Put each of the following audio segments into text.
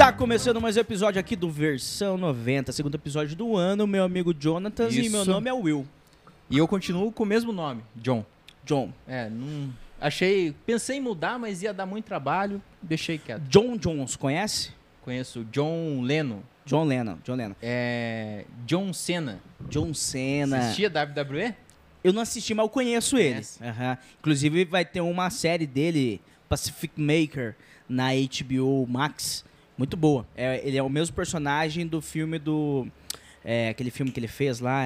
Tá começando mais um episódio aqui do Versão 90, segundo episódio do ano, meu amigo Jonatas. Isso. E meu nome é Will. E eu continuo com o mesmo nome, John. John. Pensei em mudar, mas ia dar muito trabalho, deixei quieto. John Jones, conhece? Conheço John Lennon, John Lennon. John Cena. John Cena. Assistia WWE? Eu não assisti, mas eu conheço ele. Conhece? Aham. Inclusive vai ter uma série dele, Pacific Maker, na HBO Max. Muito boa. Ele é o mesmo personagem do filme do... aquele filme que ele fez lá,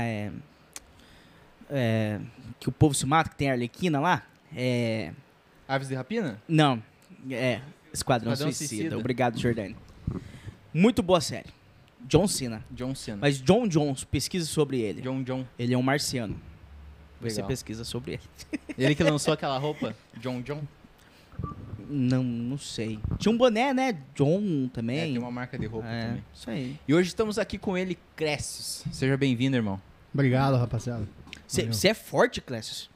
que o povo se mata, que tem a Arlequina lá. Aves de Rapina? Não, Esquadrão Suicida. Obrigado, Jordani. Muito boa série. John Cena. John Cena. Mas John Jones, pesquisa sobre ele. John. Ele é um marciano. Você Legal. pesquisa sobre ele. Ele que lançou aquela roupa, John. Não sei. Tinha um boné, né? John também. Tem uma marca de roupa também. Isso aí. E hoje estamos aqui com ele, Crécius. Seja bem-vindo, irmão. Obrigado, rapaziada. Você é forte, Clécio?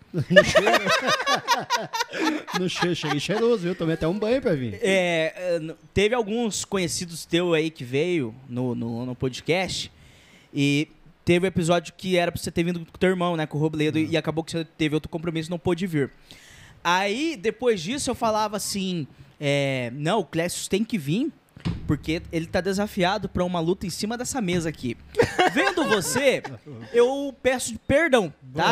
No cheiro, cheguei cheiroso, viu? Tomei até um banho pra vir. Teve alguns conhecidos teus aí que veio no podcast e teve um episódio que era pra você ter vindo com o teu irmão, né? Com o Robledo, e acabou que você teve outro compromisso e não pôde vir. Aí, depois disso, eu falava assim, não, o Clécio tem que vir, porque ele tá desafiado pra uma luta em cima dessa mesa aqui. Vendo você, eu peço perdão, tá?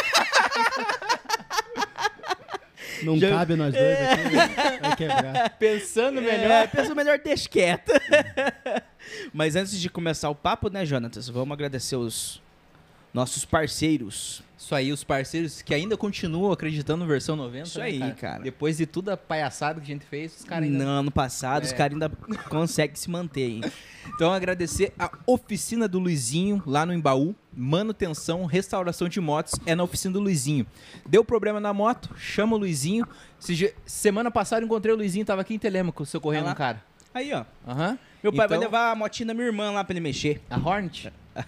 Não cabe nós dois aqui, vai quebrar. Pensando melhor. Pensa melhor, deixa quieto. Mas antes de começar o papo, né, Jonatas, vamos agradecer os nossos parceiros. Isso aí, os parceiros que ainda continuam acreditando no Versão 90. Isso né, aí, cara. Depois de toda a palhaçada que a gente fez, os caras ainda... No ano passado, os caras ainda conseguem se manter, hein? Então, agradecer a oficina do Luizinho, lá no Embaú. Manutenção, restauração de motos, é na oficina do Luizinho. Deu problema na moto, chama o Luizinho. Semana passada eu encontrei o Luizinho, tava aqui em Telêmaco, socorrendo um cara. Aí, ó. Aham. Meu pai vai Então, levar a motinha da minha irmã lá pra ele mexer. a Hornet?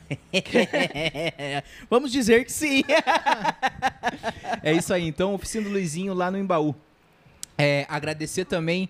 Vamos dizer que sim. É isso aí, então, oficina do Luizinho lá no Embaú. Agradecer também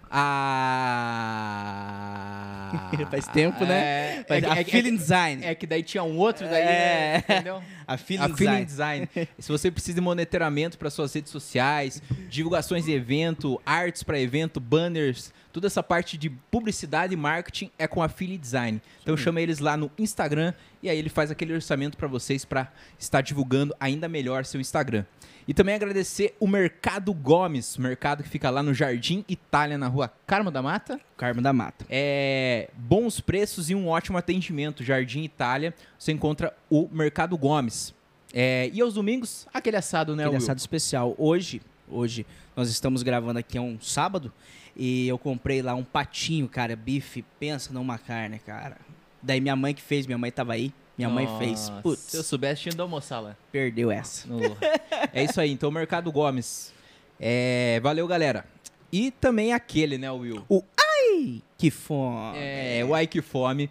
a... Faz tempo, né? A Feeling Design. É que daí tinha um outro, daí, né, entendeu? A Feeling A Feeling Design. Design. Se você precisa de monitoramento para suas redes sociais, divulgações de evento, artes para evento, banners, toda essa parte de publicidade e marketing é com a Feeling Design. Então chama eles lá no Instagram e aí ele faz aquele orçamento para vocês para estar divulgando ainda melhor seu Instagram. E também agradecer o Mercado Gomes, mercado que fica lá no Jardim Itália, na rua Carmo da Mata. Carmo da Mata. Bons preços e um ótimo atendimento. Jardim Itália, você encontra o Mercado Gomes. E aos domingos, aquele assado, né, Aquele Will? assado especial. Hoje nós estamos gravando aqui, é um sábado, e eu comprei lá um patinho, cara, bife. Pensa numa carne, cara. Daí minha mãe que fez, minha mãe tava aí. Minha mãe fez. Putz, Se eu soubesse, tinha de almoçar lá. perdeu essa. É isso aí, então Mercado Gomes. Valeu, galera. E também aquele, né, Will? Ai, que fome. O Ai Que Fome.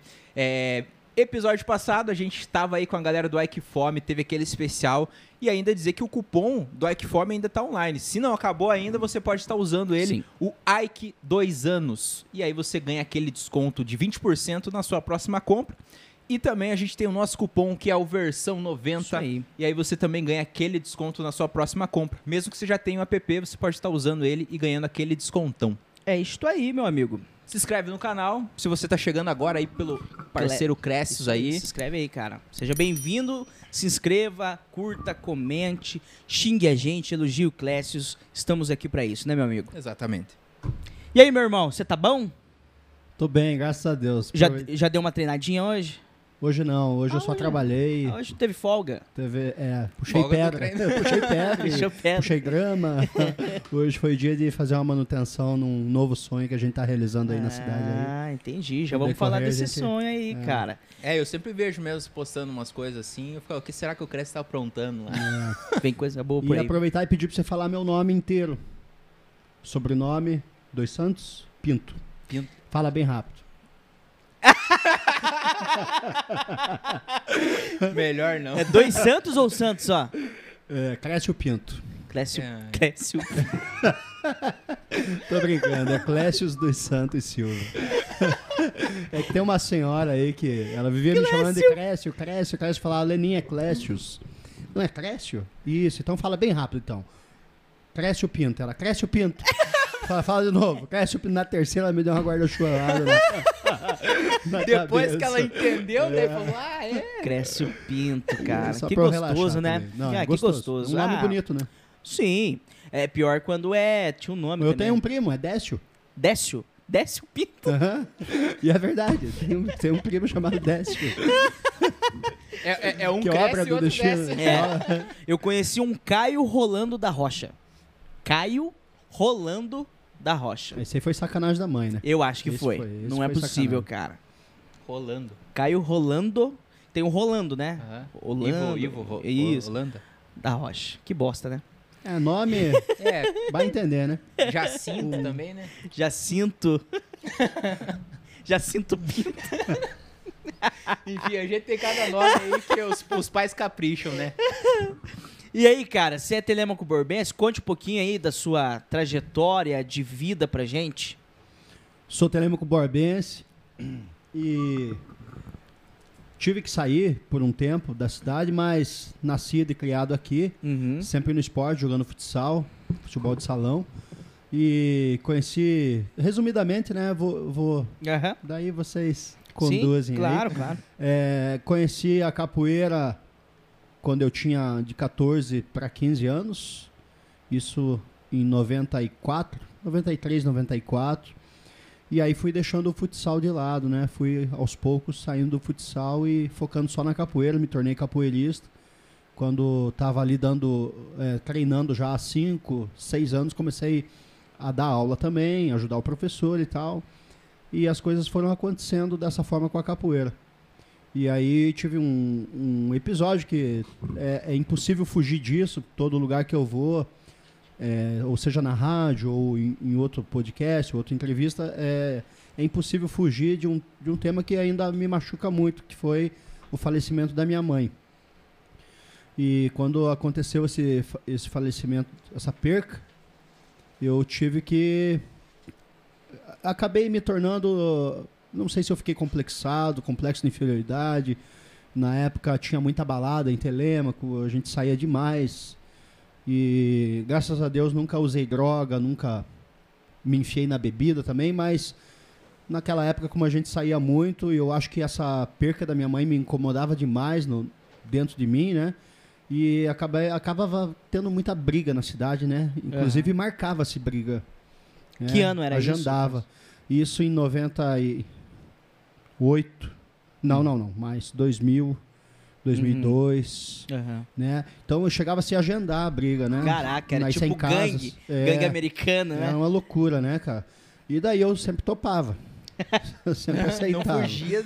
Episódio passado, a gente estava aí com a galera do Ai Que Fome, teve aquele especial. E ainda dizer que o cupom do Ai Que Fome ainda tá online. Se não acabou ainda, você pode estar usando ele, Sim. o Ike 2 anos. E aí você ganha aquele desconto de 20% na sua próxima compra. E também a gente tem o nosso cupom, que é o Versão 90. Isso aí. E aí você também ganha aquele desconto na sua próxima compra. Mesmo que você já tenha o app, você pode estar usando ele e ganhando aquele descontão. É isto aí, meu amigo. Se inscreve no canal. Se você tá chegando agora aí pelo parceiro Crécius aí. Se inscreve aí, cara. Seja bem-vindo, se inscreva, curta, comente, xingue a gente, elogie o Clécius. Estamos aqui pra isso, né, meu amigo? Exatamente. E aí, meu irmão, você tá bom? Tô bem, graças a Deus. Já deu uma treinadinha hoje? Hoje não, hoje eu só trabalhei. Hoje teve folga. Puxei Folga do pedra. treino. Puxei pedra. Puxou pedra. Puxei grama. Hoje foi dia de fazer uma manutenção num novo sonho que a gente tá realizando aí na cidade. Aí. Ah, entendi. Já No vamos falar decorrer, desse a gente- sonho aí, cara. Eu sempre vejo mesmo postando umas coisas assim. Eu falo, o que será que o Crécius tá aprontando lá? Vem coisa boa por E aí. aproveitar e pedir pra você falar meu nome inteiro. Sobrenome, Dos Santos, Pinto. Pinto. Fala bem rápido. Melhor não. É dois Santos ou Santos só? Cresce o Pinto. Clécio. É. Tô brincando, é Clécius dos Santos Silva. É que tem uma senhora aí que ela vivia me chamando de Clécio, falava Leninha Clécius. Não é Clécio? Isso, então fala bem rápido então. Clécio Pinto, ela, Clécio Pinto. Fala de novo, Clécio Pinto. Na terceira ela me deu uma guarda-chuvarada. Depois que ela entendeu, né? Falou, Cresce o Pinto, cara. Só Que pra eu gostoso, relaxar né? também. Não, Que gostoso. gostoso. Um nome bonito, né? Sim. É pior quando tinha um nome Eu também. tenho um primo, é Décio. Décio? Décio Pinto? Aham. E é verdade, tem um primo chamado Décio. É um Que cresce obra e do outro destino. desce. Eu conheci um Caio Rolando da Rocha. Caio Rolando da Rocha. Esse aí foi sacanagem da mãe, né? Eu acho que Esse foi. foi- esse Não é foi possível, sacanagem. cara. Rolando. Caio Rolando. Tem um Rolando, né? Aham. Rolando. Isso. Holanda. Da Rocha. Que bosta, né? É, nome, vai entender, né? Jacinto também, né? Jacinto. Jacinto Pinto. Enfim, a gente tem cada nome aí que os pais capricham, né? E aí, cara, você é Telêmaco Borbense? Conte um pouquinho aí da sua trajetória de vida pra gente. Sou Telêmaco Borbense e tive que sair por um tempo da cidade, mas nascido e criado aqui, sempre no esporte, jogando futsal, futebol de salão. E conheci, resumidamente, né? Aham. Daí vocês Sim, conduzem aí. claro, claro. Conheci a capoeira quando eu tinha de 14 para 15 anos. Isso em 93, 94. E aí fui deixando o futsal de lado, né? Fui aos poucos saindo do futsal e focando só na capoeira. Me tornei capoeirista. Quando estava ali treinando já há 5, 6 anos, comecei a dar aula também, ajudar o professor e tal. E as coisas foram acontecendo dessa forma com a capoeira. E aí tive um episódio que é impossível fugir disso. Todo lugar que eu vou, ou seja na rádio ou em outro podcast, outra entrevista, é impossível fugir de um tema que ainda me machuca muito, que foi o falecimento da minha mãe. E quando aconteceu esse falecimento, essa perca, eu tive que... Acabei me tornando... Não sei se eu fiquei complexo de inferioridade. Na época tinha muita balada em Telêmaco, a gente saía demais. E graças a Deus nunca usei droga, nunca me enfiei na bebida também, mas naquela época, como a gente saía muito, eu acho que essa perca da minha mãe me incomodava demais dentro de mim, né? E acabava tendo muita briga na cidade, né? Inclusive marcava-se briga. Que ano era isso? Agendava. Isso em 98. Não. Mais 2000, 2002, né? Então eu chegava a se agendar a briga, né? Caraca, era Mas tipo em casas. gangue. Gangue americana, né? Era uma loucura, né, cara? E daí eu sempre topava. Eu sempre aceitava. Não fugia.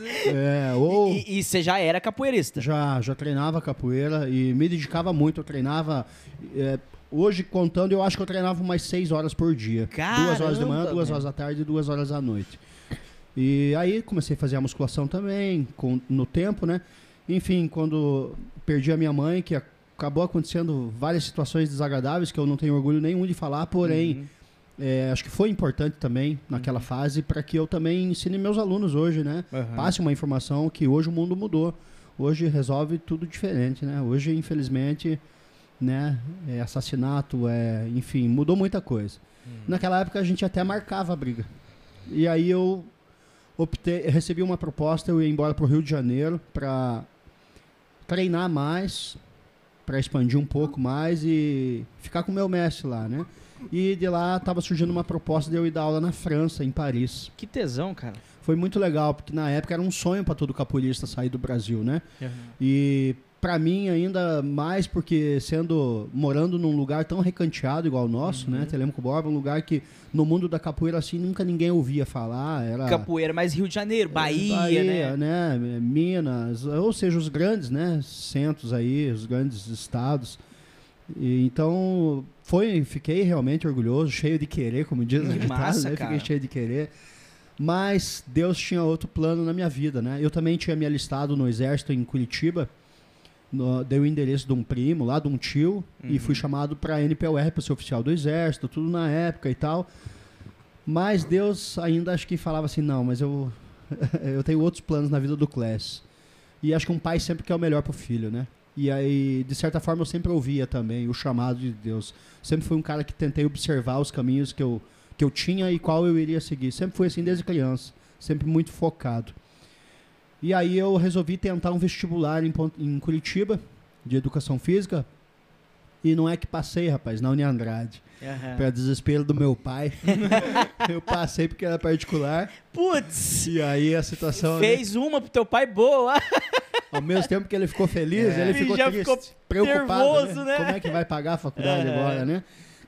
E você já era capoeirista? Já treinava capoeira e me dedicava muito. Eu treinava... hoje, contando, eu acho que eu treinava umas 6 horas por dia. Caramba, 2 horas de manhã, 2 horas da tarde e 2 horas da noite. E aí comecei a fazer a musculação também, no tempo, né? Enfim, quando perdi a minha mãe, que acabou acontecendo várias situações desagradáveis, que eu não tenho orgulho nenhum de falar, porém... acho que foi importante também naquela fase para que eu também ensine meus alunos hoje, né? Passe uma informação que hoje o mundo mudou. Hoje resolve tudo diferente, né? Hoje, infelizmente, né? Assassinato, enfim, mudou muita coisa. Naquela época a gente até marcava a briga. E aí eu recebi uma proposta, eu ia embora para o Rio de Janeiro para treinar mais, para expandir um pouco mais e ficar com o meu mestre lá, né? E de lá estava surgindo uma proposta de eu ir dar aula na França, em Paris. Que tesão, cara. Foi muito legal, porque na época era um sonho para todo capoeirista sair do Brasil, né? E para mim ainda mais porque morando num lugar tão recanteado igual o nosso, né? Telêmaco Borba, um lugar que no mundo da capoeira assim nunca ninguém ouvia falar. Era capoeira mais Rio de Janeiro, Bahia, né? Minas, ou seja, os grandes, né? Centros aí, os grandes estados. E, então, fiquei realmente orgulhoso, cheio de querer, como diz o ditado, massa, né? Fiquei cheio de querer. Mas Deus tinha outro plano na minha vida, né? Eu também tinha me alistado no exército em Curitiba, dei o endereço de um primo, lá de um tio, e fui chamado para a NPUR, para ser oficial do exército, tudo na época e tal. Mas Deus ainda acho que falava assim, não, mas eu eu tenho outros planos na vida do Clécio. E acho que um pai sempre quer o melhor pro filho, né? E aí, de certa forma, eu sempre ouvia também o chamado de Deus. Sempre fui um cara que tentei observar os caminhos que eu tinha e qual eu iria seguir. Sempre fui assim desde criança, sempre muito focado. E aí eu resolvi tentar um vestibular em Curitiba, de educação física. E não é que passei, rapaz, na Uniandrade. Para desespero do meu pai. Eu passei porque era particular. Putz! E aí a situação... Fez uma pro teu pai boa. Ao mesmo tempo que ele ficou feliz, ele ficou já triste, ficou preocupado, nervoso, né? Como é que vai pagar a faculdade agora, né?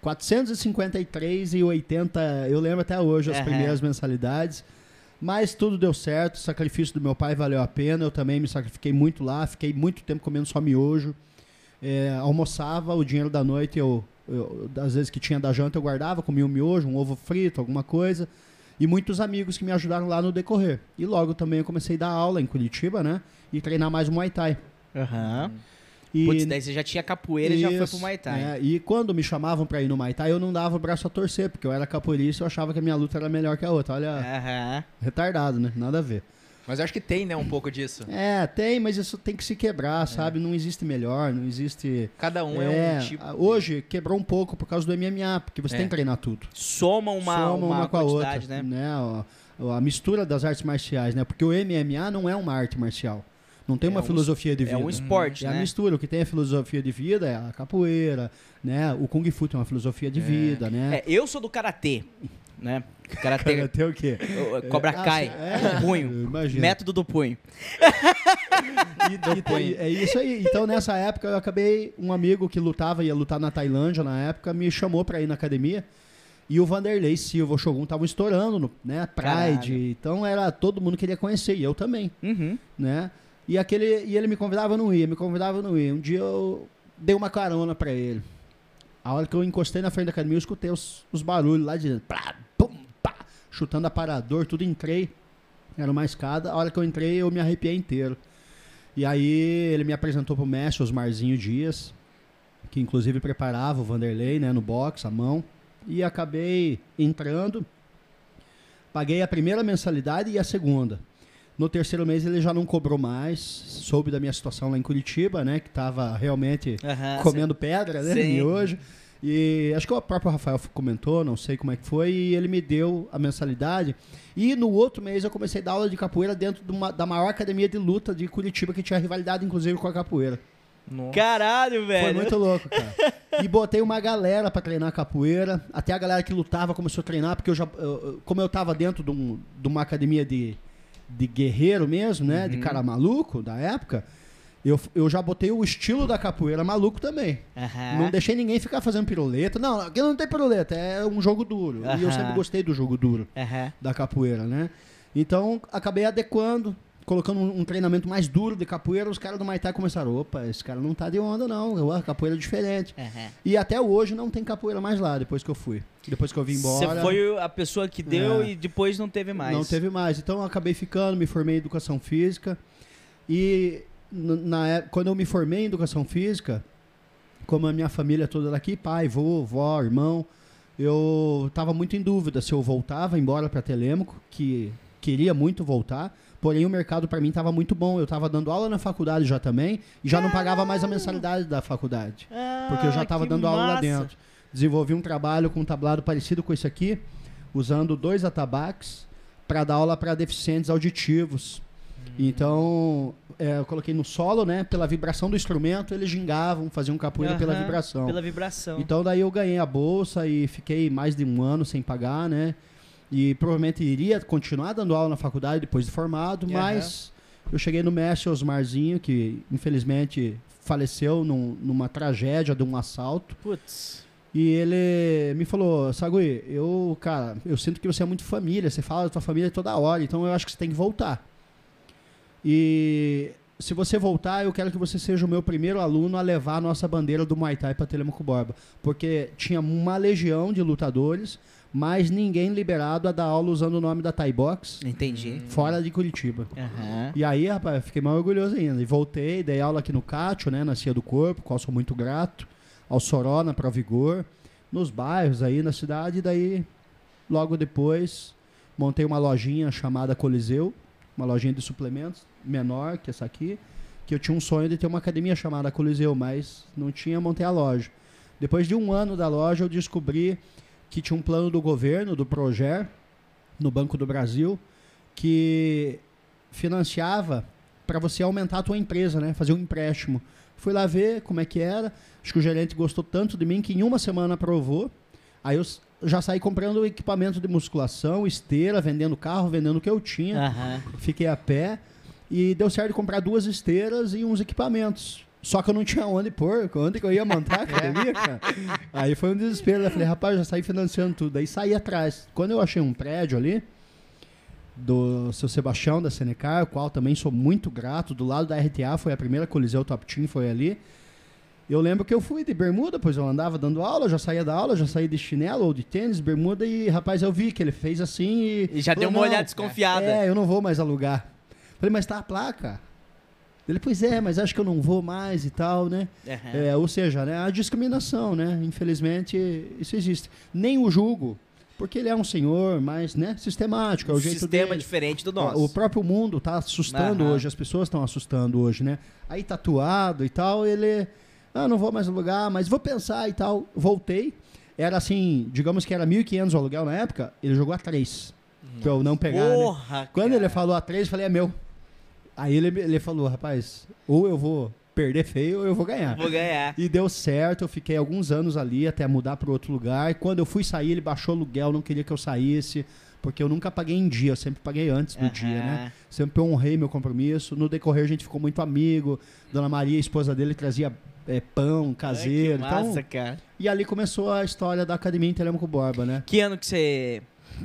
453,80, eu lembro até hoje as primeiras mensalidades. Mas tudo deu certo, o sacrifício do meu pai valeu a pena. Eu também me sacrifiquei muito lá, fiquei muito tempo comendo só miojo. Almoçava, o dinheiro da noite, eu, às vezes que tinha da janta, eu guardava, comia um miojo, um ovo frito, alguma coisa. E muitos amigos que me ajudaram lá no decorrer. E logo também eu comecei a dar aula em Curitiba, né? E treinar mais Muay Thai. Putz, daí você já tinha capoeira e já foi pro Muay Thai. E quando me chamavam pra ir no Muay Thai, eu não dava o braço a torcer, porque eu era capoeirista e eu achava que a minha luta era melhor que a outra. Olha, retardado, né? Nada a ver. Mas eu acho que tem, né, um pouco disso. Tem, mas isso tem que se quebrar, sabe? Não existe melhor, não existe... Cada um é um tipo... Hoje, quebrou um pouco por causa do MMA, porque você tem que treinar tudo. Soma uma com a outra, né? A mistura das artes marciais, né? Porque o MMA não é uma arte marcial. Não tem uma filosofia de vida. É um esporte, né? É a mistura. O que tem a filosofia de vida é a capoeira, né? O Kung Fu tem uma filosofia de vida, né? Eu sou do Karatê, né? Karatê o quê? Cobra Kai, punho. Imagina. Método do punho. É isso aí. Então, nessa época, eu acabei... Um amigo que ia lutar na Tailândia na época, me chamou pra ir na academia. E o Vanderlei Silva, o Shogun, estavam estourando, né? Pride. Então, todo mundo queria conhecer. E eu também, né? E ele me convidava, eu não ia. Um dia eu dei uma carona pra ele. A hora que eu encostei na frente da academia, eu escutei os barulhos lá de dentro. Plá, pum, pá, chutando aparador, tudo. Entrei. Era uma escada. A hora que eu entrei, eu me arrepiei inteiro. E aí ele me apresentou pro mestre, Osmarzinho Dias, que inclusive preparava o Vanderlei, né, no boxe, à mão. E acabei entrando. Paguei a primeira mensalidade e a segunda. No terceiro mês ele já não cobrou mais, soube da minha situação lá em Curitiba, né, que tava realmente comendo pedra, né, miojo. E acho que o próprio Rafael comentou, não sei como é que foi, e ele me deu a mensalidade. E no outro mês eu comecei a dar aula de capoeira dentro da maior academia de luta de Curitiba, que tinha rivalidade inclusive com a capoeira. Nossa. Caralho, velho. Foi muito louco, cara. E botei uma galera pra treinar capoeira. Até a galera que lutava começou a treinar, porque como eu tava dentro de uma academia de guerreiro mesmo, né? De cara maluco da época, eu já botei o estilo da capoeira maluco também. Não deixei ninguém ficar fazendo piruleta. Não, aqui não tem piruleta, é um jogo duro. E eu sempre gostei do jogo duro da capoeira, né? Então, acabei adequando, colocando um treinamento mais duro de capoeira. Os caras do Muay Thai começaram, opa, esse cara não tá de onda não, a capoeira é diferente. E até hoje não tem capoeira mais lá, depois que eu fui. Depois que eu vim embora... Você foi a pessoa que deu e depois não teve mais. Não teve mais. Então eu acabei ficando, me formei em Educação Física. E quando eu me formei em Educação Física, como a minha família toda daqui, pai, vô, vó, irmão, eu estava muito em dúvida se eu voltava embora para Telêmaco, que queria muito voltar, porém o mercado para mim estava muito bom. Eu estava dando aula na faculdade já também e já não pagava mais a mensalidade da faculdade, porque eu já estava dando aula lá dentro. Desenvolvi um trabalho com um tablado parecido com esse aqui, usando 2 atabaques para dar aula para deficientes auditivos. Então, eu coloquei no solo, né? Pela vibração do instrumento, eles gingavam, faziam capoeira pela vibração. Pela vibração. Então, daí eu ganhei a bolsa e fiquei mais de 1 ano sem pagar, né? E provavelmente iria continuar dando aula na faculdade depois de formado, mas eu cheguei no mestre Osmarzinho, que infelizmente faleceu numa tragédia de um assalto. Putz. E ele me falou, Sagui, eu sinto que você é muito família, você fala da tua família toda hora, então eu acho que você tem que voltar. E se você voltar, eu quero que você seja o meu primeiro aluno a levar a nossa bandeira do Muay Thai para Telêmaco Borba. Porque tinha uma legião de lutadores, mas ninguém liberado a dar aula usando o nome da Thai Box. Entendi. Fora de Curitiba. E aí, rapaz, eu fiquei mais orgulhoso ainda. E voltei, dei aula aqui no Cátio, né, na Cia do Corpo, qual sou muito grato. Ao Soró, na Pro Vigor, nos bairros aí na cidade. E daí, logo depois, montei uma lojinha chamada Coliseu, uma lojinha de suplementos, menor que essa aqui, que eu tinha um sonho de ter uma academia chamada Coliseu, mas não tinha, montei a loja. Depois de 1 ano da loja, eu descobri que tinha um plano do governo, do Proger, no Banco do Brasil, que financiava para você aumentar a tua empresa, né? Fazer um empréstimo. Fui lá ver como é que era. Acho que o gerente gostou tanto de mim que em 1 semana aprovou. Aí eu já saí comprando equipamento de musculação, esteira, vendendo carro, vendendo o que eu tinha. Fiquei a pé e deu certo de comprar 2 esteiras e uns equipamentos. Só que eu não tinha onde pôr, onde que eu ia montar a academia, cara. Aí foi um desespero. Eu falei, rapaz, já saí financiando tudo. Aí saí atrás. Quando eu achei um prédio ali, do seu Sebastião, da Senecar, o qual também sou muito grato, do lado da RTA, foi a primeira Coliseu Top Team, foi ali. Eu lembro que eu fui de bermuda, pois eu andava dando aula, já saía da aula, já saía de chinelo ou de tênis, bermuda, e rapaz, eu vi que ele fez assim e já falou, deu uma olhada desconfiada. Eu não vou mais alugar. Falei, mas tá a placa. Ele, pois mas acho que eu não vou mais e tal, né? Ou seja, né, a discriminação, né? Infelizmente, isso existe. Nem o julgo, porque ele é um senhor mais, né, sistemático, é o jeito sistema dele. diferente do nosso. O próprio mundo tá assustando hoje, as pessoas estão assustando hoje, né? Aí tatuado e tal, ele... não vou mais alugar, mas vou pensar e tal. Voltei. Era assim, digamos que era 1.500 o aluguel na época, ele jogou a 3. Pra eu não pegar, né? Quando ele falou a 3, eu falei, é meu. Aí ele falou, rapaz, ou eu vou perder feio ou eu vou ganhar. Vou ganhar. E deu certo, eu fiquei alguns anos ali até mudar para outro lugar. E quando eu fui sair, ele baixou o aluguel, não queria que eu saísse, porque eu nunca paguei em dia, eu sempre paguei antes do dia, né? Sempre honrei meu compromisso. No decorrer a gente ficou muito amigo. Dona Maria, a esposa dele, trazia pão caseiro. Que massa, então, cara. E ali começou a história da Academia em Telêmaco Borba, né? Que ano que você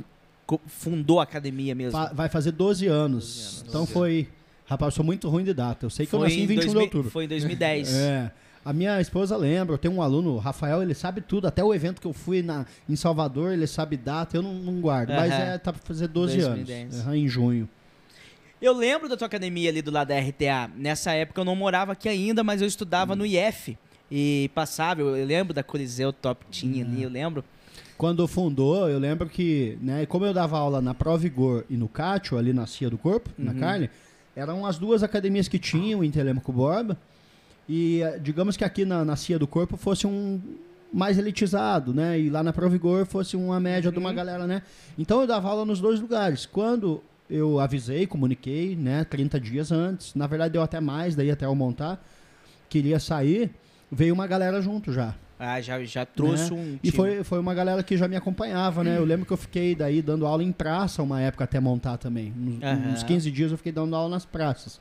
fundou a academia mesmo? Vai fazer 12 anos. Então foi... Rapaz, eu sou muito ruim de data. Eu sei que eu nasci em 21 de outubro. Foi em 2010. A minha esposa lembra, eu tenho um aluno, o Rafael, ele sabe tudo. Até o evento que eu fui em Salvador, ele sabe data, eu não guardo. Mas tá pra fazer 12 2010. anos, em junho. Eu lembro da tua academia ali do lado da RTA. Nessa época eu não morava aqui ainda, mas eu estudava no IF. E passava, eu lembro da Coliseu Top Team ali, eu lembro. Quando fundou, eu lembro que, né, como eu dava aula na Pro Vigor e no Cátio, ali na Cia do Corpo, na carne, eram as 2 academias que tinham em Telêmaco Borba. E digamos que aqui na Cia do Corpo fosse um mais elitizado, né? E lá na Pro Vigor fosse uma média de uma galera, né? Então eu dava aula nos 2 lugares. Quando eu avisei, comuniquei, né? 30 dias antes. Na verdade deu até mais, daí até eu montar. Queria sair, veio uma galera junto já. Já trouxe um time. E foi uma galera que já me acompanhava, né? Eu lembro que eu fiquei daí dando aula em praça uma época até montar também. Uns 15 dias eu fiquei dando aula nas praças.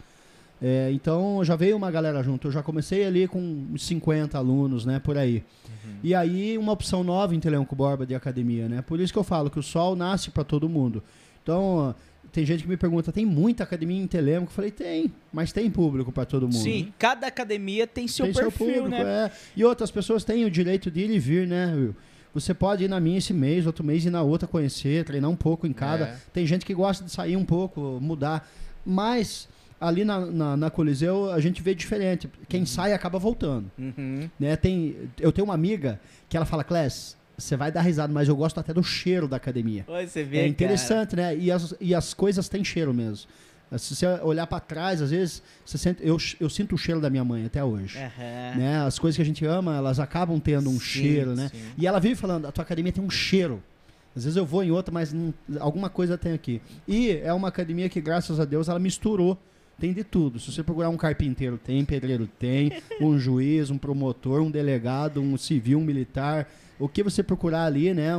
Então já veio uma galera junto. Eu já comecei ali com uns 50 alunos, né? Por aí. E aí uma opção nova em Telêmaco Borba de academia, né? Por isso que eu falo que o sol nasce para todo mundo. Então... Tem gente que me pergunta, tem muita academia em Telêmaco? Eu falei, tem, mas tem público para todo mundo. Sim, cada academia tem seu perfil, público, né? E outras pessoas têm o direito de ir e vir, né, Will? Você pode ir na minha esse mês, outro mês ir na outra conhecer, treinar um pouco em cada. Tem gente que gosta de sair um pouco, mudar. Mas ali na Coliseu a gente vê diferente. Quem sai acaba voltando. Né? Eu tenho uma amiga que ela fala, Clés, você vai dar risada, mas eu gosto até do cheiro da academia. Você vê, é interessante, cara, né? E as coisas têm cheiro mesmo. Se você olhar para trás, às vezes, você sente, eu sinto o cheiro da minha mãe até hoje. Né? As coisas que a gente ama, elas acabam tendo um cheiro, né? E ela vive falando, a tua academia tem um cheiro. Às vezes eu vou em outra, mas alguma coisa tem aqui. E é uma academia que, graças a Deus, ela misturou. Tem de tudo. Se você procurar um carpinteiro, tem, pedreiro tem, um juiz, um promotor, um delegado, um civil, um militar. O que você procurar ali, né?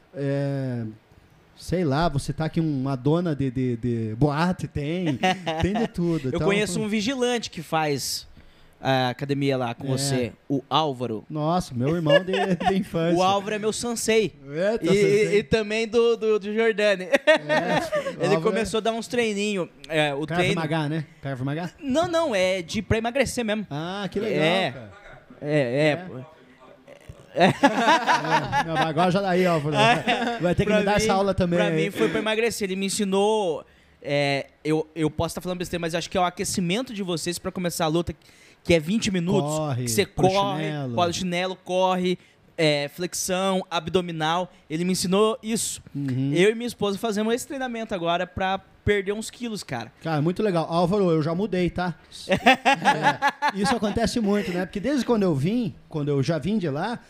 Sei lá, você tá aqui uma dona de boate, tem de tudo. Eu conheço um vigilante que faz a academia lá com você, o Álvaro. Nossa, meu irmão de infância. O Álvaro é meu sensei. E também do Jordani. Ele começou a dar uns treininhos. Carve Magá, né? Carve Magá? Não, é pra emagrecer mesmo. Ah, que legal, cara. Não, agora já daí, Álvaro. Vai ter que me dar essa aula também. Pra mim foi pra emagrecer. Ele me ensinou. Eu posso estar falando besteira, mas acho que é o aquecimento de vocês pra começar a luta, que é 20 minutos. Corre, que você corre, pode chinelo, corre. flexão, abdominal. Ele me ensinou isso. Eu e minha esposa fazemos esse treinamento agora pra perder uns quilos, cara. Cara, muito legal. Álvaro, eu já mudei, tá? Isso acontece muito, né? Porque desde quando eu já vim de lá,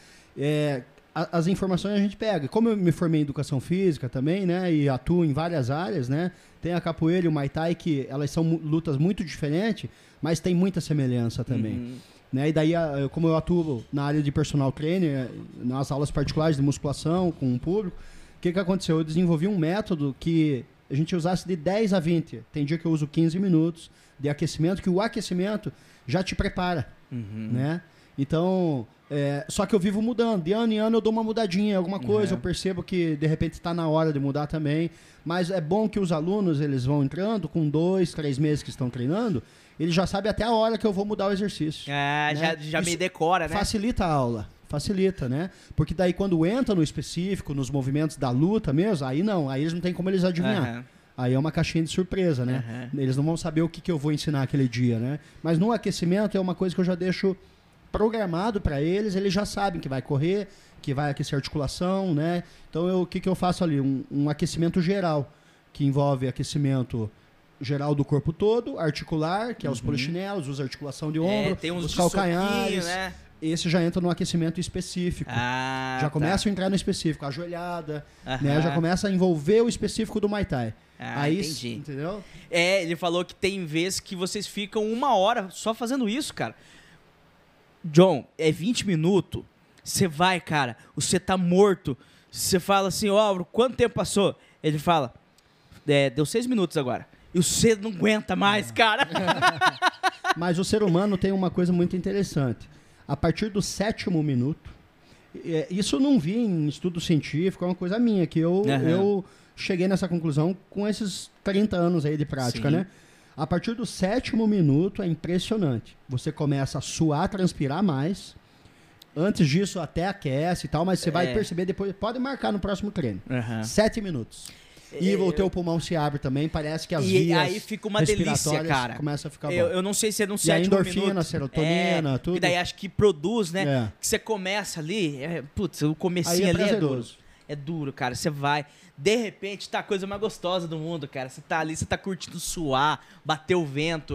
as informações a gente pega. Como eu me formei em educação física também, né? E atuo em várias áreas, né? Tem a capoeira e o Muay Thai, que elas são lutas muito diferentes, mas tem muita semelhança também. Né? E daí, como eu atuo na área de personal trainer, nas aulas particulares de musculação com o público, o que aconteceu? Eu desenvolvi um método que a gente usasse de 10 a 20. Tem dia que eu uso 15 minutos de aquecimento, que o aquecimento já te prepara, né? Então, só que eu vivo mudando. De ano em ano eu dou uma mudadinha em alguma coisa, eu percebo que de repente está na hora de mudar também. Mas é bom que os alunos, eles vão entrando com 2, 3 meses que estão treinando, eles já sabem até a hora que eu vou mudar o exercício. Né? Já me decora, né? Facilita a aula. Facilita, né? Porque daí quando entra no específico, nos movimentos da luta mesmo, aí não. Aí eles não tem como eles adivinhar. Aí é uma caixinha de surpresa, né? Eles não vão saber o que eu vou ensinar aquele dia, né? Mas no aquecimento é uma coisa que eu já deixo programado para eles. Eles já sabem que vai correr, que vai aquecer a articulação, né? Então o que eu faço ali? Um aquecimento geral, que envolve aquecimento geral do corpo todo, articular, que é os polichinelos, usa articulação de ombro, tem uns os de calcanhares, soquinho, né? Esse já entra no aquecimento específico. Já começa a entrar no específico, a ajoelhada, né? Já começa a envolver o específico do Muay Thai. Aí, entendi. Entendeu? Ele falou que tem vezes que vocês ficam 1 hora só fazendo isso, cara. John, 20 minutos, você vai, cara, você tá morto, você fala assim, Álvaro, quanto tempo passou? Ele fala, deu 6 minutos agora. E você não aguenta mais, cara. Mas o ser humano tem uma coisa muito interessante. A partir do 7º minuto, isso eu não vi em estudo científico, é uma coisa minha, que eu cheguei nessa conclusão com esses 30 anos aí de prática, né? A partir do 7º minuto é impressionante. Você começa a suar, transpirar mais. Antes disso até aquece e tal, mas você vai perceber depois. Pode marcar no próximo treino. 7 minutos. E o teu pulmão se abre também, parece que as vias aí fica uma delícia, cara. Começa a ficar bom. Eu não sei se é no 7º minuto. E a endorfina, minuto. A serotonina, tudo. E daí acho que produz, né? Que você começa ali, o comecinho aí ali é duro. É duro, cara. Você vai, de repente, tá a coisa mais gostosa do mundo, cara. Você tá ali, você tá curtindo suar, bater o vento,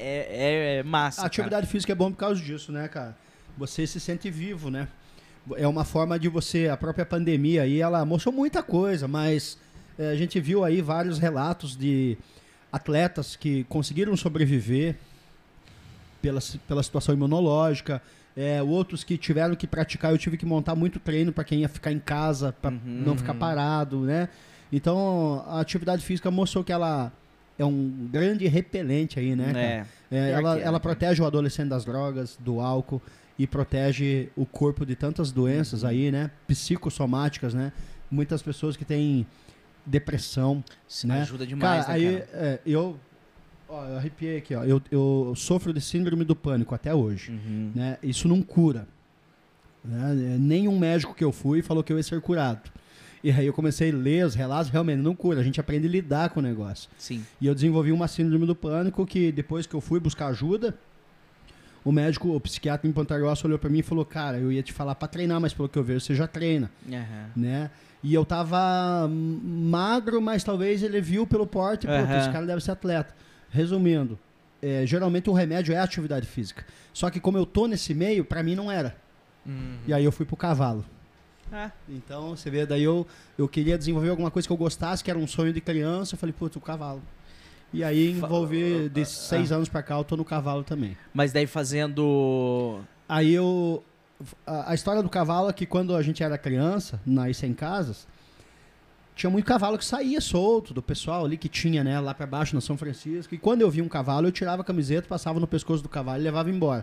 é massa, A atividade física é bom por causa disso, né, cara? Você se sente vivo, né? É uma forma de você... A própria pandemia aí, ela mostrou muita coisa, mas... a gente viu aí vários relatos de atletas que conseguiram sobreviver pela situação imunológica, outros que tiveram que praticar. Eu tive que montar muito treino para quem ia ficar em casa, para não ficar parado, né? Então, a atividade física mostrou que ela é um grande repelente aí, né? Ela protege o adolescente das drogas, do álcool, e protege o corpo de tantas doenças aí, né? Psicossomáticas, né? Muitas pessoas que têm depressão, né? Ajuda demais, cara, né, cara? Aí eu arrepiei aqui, ó. Eu sofro de síndrome do pânico até hoje, né? Isso não cura, né? Nenhum médico que eu fui falou que eu ia ser curado. E aí eu comecei a ler os relatos, realmente não cura, a gente aprende a lidar com o negócio. Sim. E eu desenvolvi uma síndrome do pânico que depois que eu fui buscar ajuda, o médico, o psiquiatra em Ponta Grossa olhou pra mim e falou, cara, eu ia te falar pra treinar, mas pelo que eu vejo você já treina, né? E eu tava magro, mas talvez ele viu pelo porte, esse cara deve ser atleta. Resumindo, geralmente o remédio é a atividade física. Só que como eu tô nesse meio, pra mim não era. E aí eu fui pro cavalo. Então, você vê, daí eu queria desenvolver alguma coisa que eu gostasse, que era um sonho de criança, eu falei, putz, o cavalo. E aí envolvi, de 6 anos pra cá, eu tô no cavalo também. Mas daí fazendo... Aí a história do cavalo é que quando a gente era criança, nas 100 casas, tinha muito cavalo que saía solto do pessoal ali que tinha, né, lá pra baixo na São Francisco. E quando eu via um cavalo, eu tirava a camiseta, passava no pescoço do cavalo e levava embora.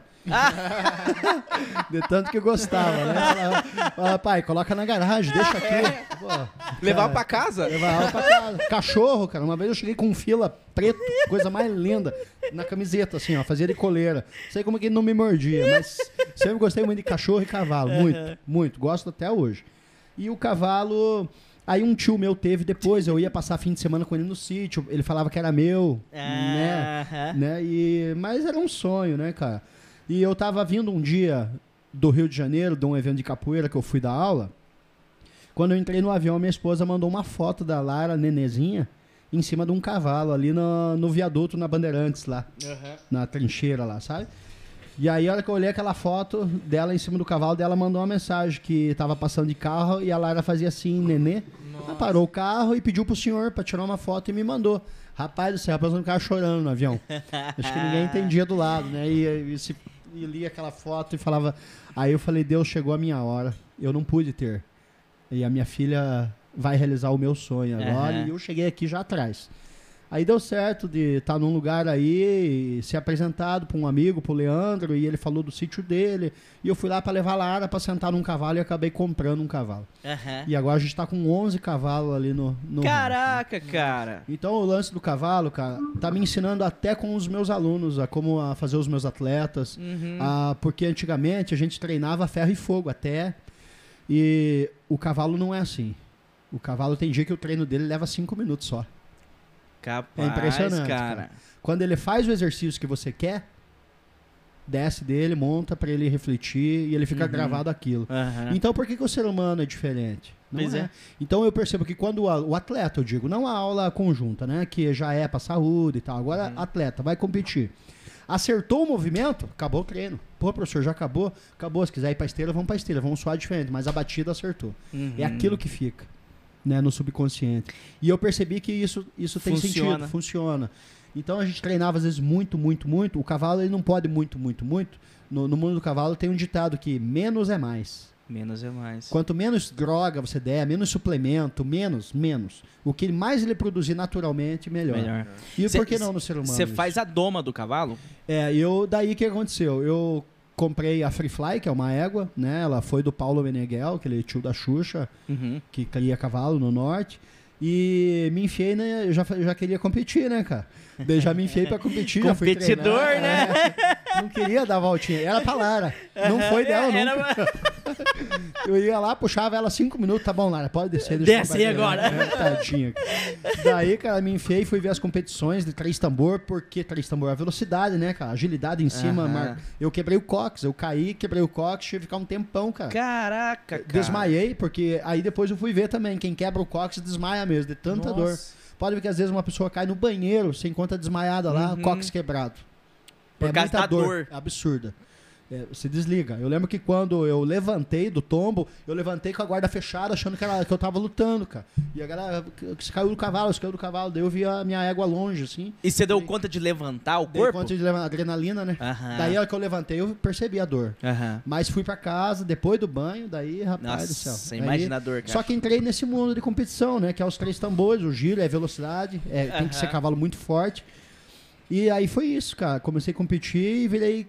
De tanto que eu gostava, né? Falava, pai, coloca na garagem, deixa aqui. Pô, levar pra casa? Levar pra casa. Cachorro, cara. Uma vez eu cheguei com um fila preto, coisa mais linda, na camiseta, assim, ó, fazia de coleira. Sei como que ele não me mordia, mas sempre gostei muito de cachorro e cavalo. Muito, muito. Gosto até hoje. E o cavalo... Aí um tio meu teve depois, eu ia passar fim de semana com ele no sítio, ele falava que era meu, né? Mas era um sonho, né, cara? E eu tava vindo um dia do Rio de Janeiro, de um evento de capoeira que eu fui dar aula. Quando eu entrei no avião, minha esposa mandou uma foto da Lara, nenezinha, em cima de um cavalo ali no viaduto, na Bandeirantes lá, na trincheira lá, sabe? E aí, a hora que eu olhei aquela foto dela em cima do cavalo, dela mandou uma mensagem que tava passando de carro e a Lara fazia assim, nenê. Ela parou o carro e pediu pro senhor pra tirar uma foto e me mandou. Rapaz do céu, a pessoa ficava chorando no avião. Acho que ninguém entendia do lado, né? E lia aquela foto e falava... Aí eu falei, Deus, chegou a minha hora. Eu não pude ter. E a minha filha vai realizar o meu sonho agora. E eu cheguei aqui já atrás. Aí deu certo de estar num lugar aí, ser apresentado para um amigo, pro Leandro, e ele falou do sítio dele. E eu fui lá para levar a Lara para sentar num cavalo e acabei comprando um cavalo. E agora a gente tá com 11 cavalos ali no Caraca, rancho, né? cara! Então o lance do cavalo, cara, tá me ensinando até com os meus alunos a como a fazer os meus atletas. Porque antigamente a gente treinava ferro e fogo até. E o cavalo não é assim. O cavalo tem dia que o treino dele leva 5 minutos só. Capaz, é impressionante, cara. Quando ele faz o exercício que você quer, desce dele, monta pra ele refletir e ele fica gravado aquilo. Então por que o ser humano é diferente? Não é. Então eu percebo que quando o atleta, eu digo, não a aula conjunta, né? Que já é pra saúde e tal. Agora atleta, vai competir. Acertou o movimento, acabou o treino. Pô, professor, já acabou? Acabou. Se quiser ir pra esteira, vamos pra esteira. Vamos suar diferente, mas a batida acertou. É aquilo que fica, né, no subconsciente. E eu percebi que isso tem sentido, funciona. Então a gente treinava às vezes muito. O cavalo ele não pode muito. No mundo do cavalo tem um ditado que menos é mais. Menos é mais. Quanto menos droga você der, menos suplemento, menos. O que mais ele produzir naturalmente, melhor. E por que não no ser humano? Você faz a doma do cavalo? Daí o que aconteceu? Eu comprei a Free Fly, que é uma égua, né? Ela foi do Paulo Meneghel, aquele tio da Xuxa, que cria cavalo no norte. E me enfiei, né? Eu já queria competir, né, cara? Daí já me enfiei pra competir. Competidor, já fui treinar, né? Não queria dar voltinha. Era pra Lara. Não foi dela nunca. Eu ia lá, puxava ela 5 minutos. Tá bom, Lara, pode descer. Desce aí agora. Tadinha. Daí, cara, me enfiei e fui ver as competições de 3 tambor. Por que 3 tambor? A velocidade, né, cara? Agilidade em cima. Eu quebrei o cóccix. Eu caí, quebrei o cóccix. Tive que ficar um tempão, cara. Caraca, cara. Desmaiei, porque aí depois eu fui ver também. Quem quebra o cóccix desmaia mesmo, de tanta dor. Pode ver que às vezes uma pessoa cai no banheiro, você encontra desmaiada lá, cóccix quebrado. Por causa da dor. Absurda. Você desliga. Eu lembro que quando eu levantei do tombo, eu levantei com a guarda fechada, achando que eu tava lutando, cara. E a galera, você caiu do cavalo. Daí eu vi a minha égua longe, assim. E você deu conta de levantar o corpo? Dei conta de levantar, adrenalina, né? Daí a hora que eu levantei, eu percebi a dor. Mas fui pra casa, depois do banho, daí, rapaz do céu. Nossa, imagina a dor, cara. Só que entrei nesse mundo de competição, né? Que é os 3 tambores, o giro, é velocidade, tem que ser cavalo muito forte. E aí foi isso, cara. Comecei a competir e virei...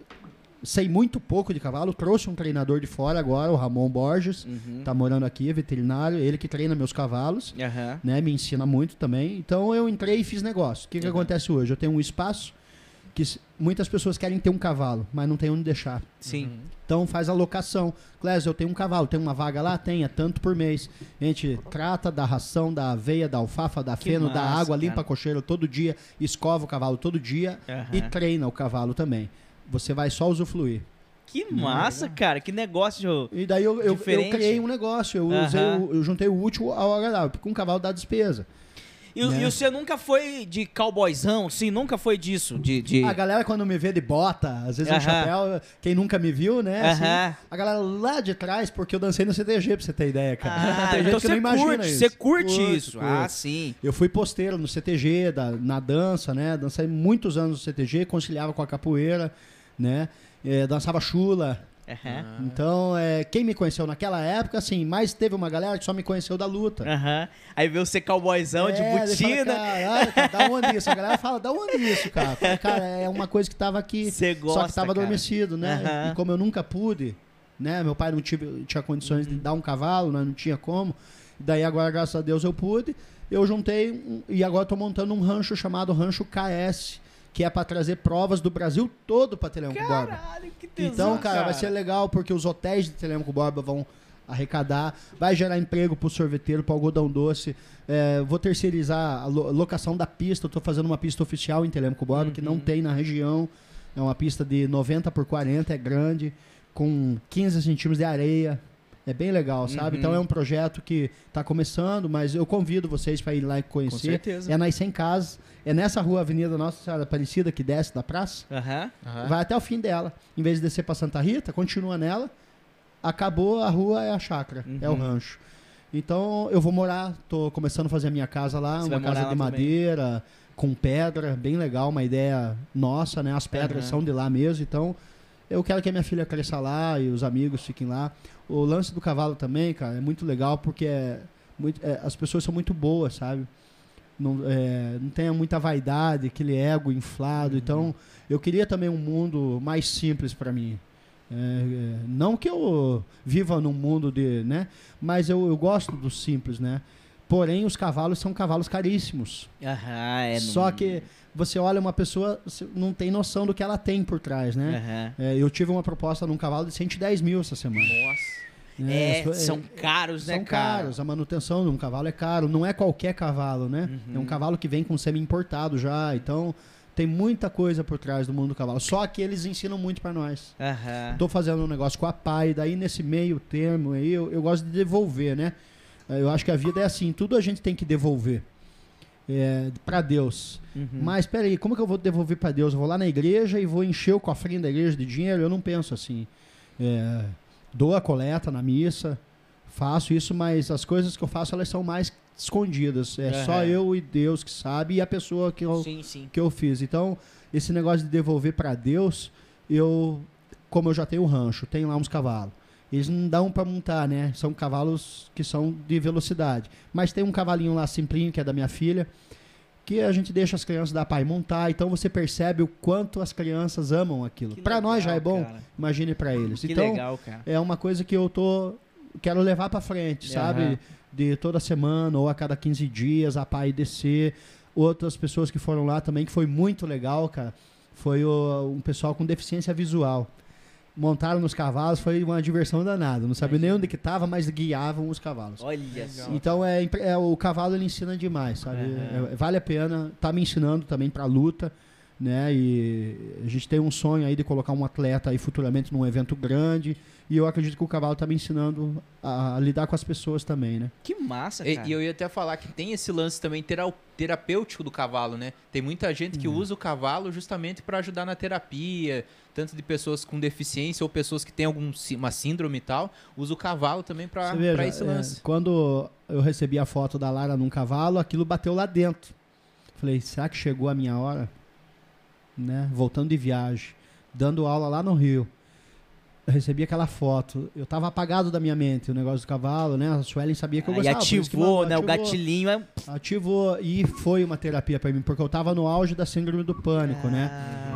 Sei muito pouco de cavalo, trouxe um treinador de fora agora, o Ramon Borges, tá morando aqui, é veterinário, ele que treina meus cavalos, né, me ensina muito também. Então eu entrei e fiz negócio. O que acontece hoje? Eu tenho um espaço que muitas pessoas querem ter um cavalo, mas não tem onde deixar. Sim. Então faz a locação. Clésio, eu tenho um cavalo, tem uma vaga lá? Tem, é tanto por mês. A gente trata da ração, da aveia, da alfafa, da feno, da água, limpa a cocheira todo dia, escova o cavalo todo dia e treina o cavalo também. Você vai só usufruir. Que massa, cara. Que negócio. E daí eu criei um negócio. Eu juntei o útil ao agradável. Porque um cavalo dá despesa. E você nunca foi de cowboyzão, sim? Nunca foi disso? A galera quando me vê de bota, às vezes um chapéu, quem nunca me viu, né? Assim, a galera lá de trás, porque eu dancei no CTG, pra você ter ideia, cara. Tem gente que não imagina isso. Você curte isso. Ah, sim. Eu fui posteiro no CTG, na dança, né? Dancei muitos anos no CTG, conciliava com a capoeira, né? Dançava chula. Então, quem me conheceu naquela época, assim, mas teve uma galera que só me conheceu da luta. Aí veio você cowboyzão de botina. Cara, da onde isso? A galera fala, da onde isso, cara? Falei, cara, é uma coisa que tava aqui, só que tava adormecido, né? E como eu nunca pude, né? Meu pai não tinha condições de dar um cavalo, né? Não tinha como. Daí agora, graças a Deus, eu pude. Eu juntei, e agora estou montando um rancho chamado Rancho KS, que é para trazer provas do Brasil todo para Telêmaco Borba. Caralho, que tesão, então, cara, vai ser legal porque os hotéis de Telêmaco Borba vão arrecadar, vai gerar emprego pro sorveteiro, pro algodão doce. Vou terceirizar a locação da pista. Eu tô fazendo uma pista oficial em Telêmaco Borba que não tem na região. É uma pista de 90 por 40, é grande. com 15 centímetros de areia. É bem legal, sabe? Então é um projeto que está começando, mas eu convido vocês para ir lá e conhecer. Com certeza. É nas 100 casas. É nessa rua, Avenida Nossa Senhora Aparecida, que desce da praça. Vai até o fim dela. Em vez de descer para Santa Rita, continua nela. Acabou, a rua é a chácara, é o rancho. Então eu vou morar, tô começando a fazer a minha casa lá, uma casa de madeira, com pedra, bem legal, uma ideia nossa, né? As pedras são de lá mesmo, então eu quero que a minha filha cresça lá e os amigos fiquem lá. O lance do cavalo também, cara, é muito legal porque as pessoas são muito boas, sabe? Não tem muita vaidade, aquele ego inflado. Então, eu queria também um mundo mais simples para mim. Não que eu viva num mundo né? Mas eu gosto do simples, né? Porém, os cavalos são cavalos caríssimos. Só que você olha uma pessoa, você não tem noção do que ela tem por trás, né? Eu tive uma proposta num cavalo de 110 mil essa semana. Nossa. São caros, né, São caros. A manutenção de um cavalo é caro. Não é qualquer cavalo, né? É um cavalo que vem com semi-importado já. Então, tem muita coisa por trás do mundo do cavalo. Só que eles ensinam muito para nós. Tô fazendo um negócio com a pai. Daí, nesse meio termo aí, eu gosto de devolver, né? Eu acho que a vida é assim. Tudo a gente tem que devolver. Para Deus. Mas peraí, como que eu vou devolver para Deus? Eu vou lá na igreja e vou encher o cofrinho da igreja de dinheiro? Eu não penso assim. Dou a coleta na missa, faço isso, mas as coisas que eu faço, elas são mais escondidas. Só eu e Deus que sabe e a pessoa que eu fiz. Então, esse negócio de devolver para Deus, como eu já tenho um rancho, tenho lá uns cavalos. Eles não dão para montar, né? São cavalos que são de velocidade. Mas tem um cavalinho lá simplinho, que é da minha filha, que a gente deixa as crianças da pai montar. Então você percebe o quanto as crianças amam aquilo. Para nós já é bom, cara. Imagine para eles. Que então, legal, cara. É uma coisa que eu quero levar para frente, sabe? De toda semana ou a cada 15 dias a pai descer. Outras pessoas que foram lá também, que foi muito legal, cara. Foi um pessoal com deficiência visual. Montaram nos cavalos, foi uma diversão danada. Não sabia nem onde que estava, mas guiavam os cavalos. Olha só. Então, o cavalo ele ensina demais, sabe? Vale a pena. Tá me ensinando também para luta, né? E a gente tem um sonho aí de colocar um atleta aí futuramente num evento grande. E eu acredito que o cavalo tá me ensinando a lidar com as pessoas também, né? Que massa, cara. E eu ia até falar que tem esse lance também terapêutico do cavalo, né? Tem muita gente que usa o cavalo justamente para ajudar na terapia, tanto de pessoas com deficiência ou pessoas que têm uma síndrome e tal, usa o cavalo também para esse lance. Quando eu recebi a foto da Lara num cavalo, aquilo bateu lá dentro. Falei, será que chegou a minha hora? Né? Voltando de viagem, dando aula lá no Rio. Eu recebi aquela foto. Eu tava apagado da minha mente o negócio do cavalo, né? A Suelen sabia que eu gostava. E ativou, né? O gatilhinho. Ativou e foi uma terapia para mim, porque eu tava no auge da síndrome do pânico, né?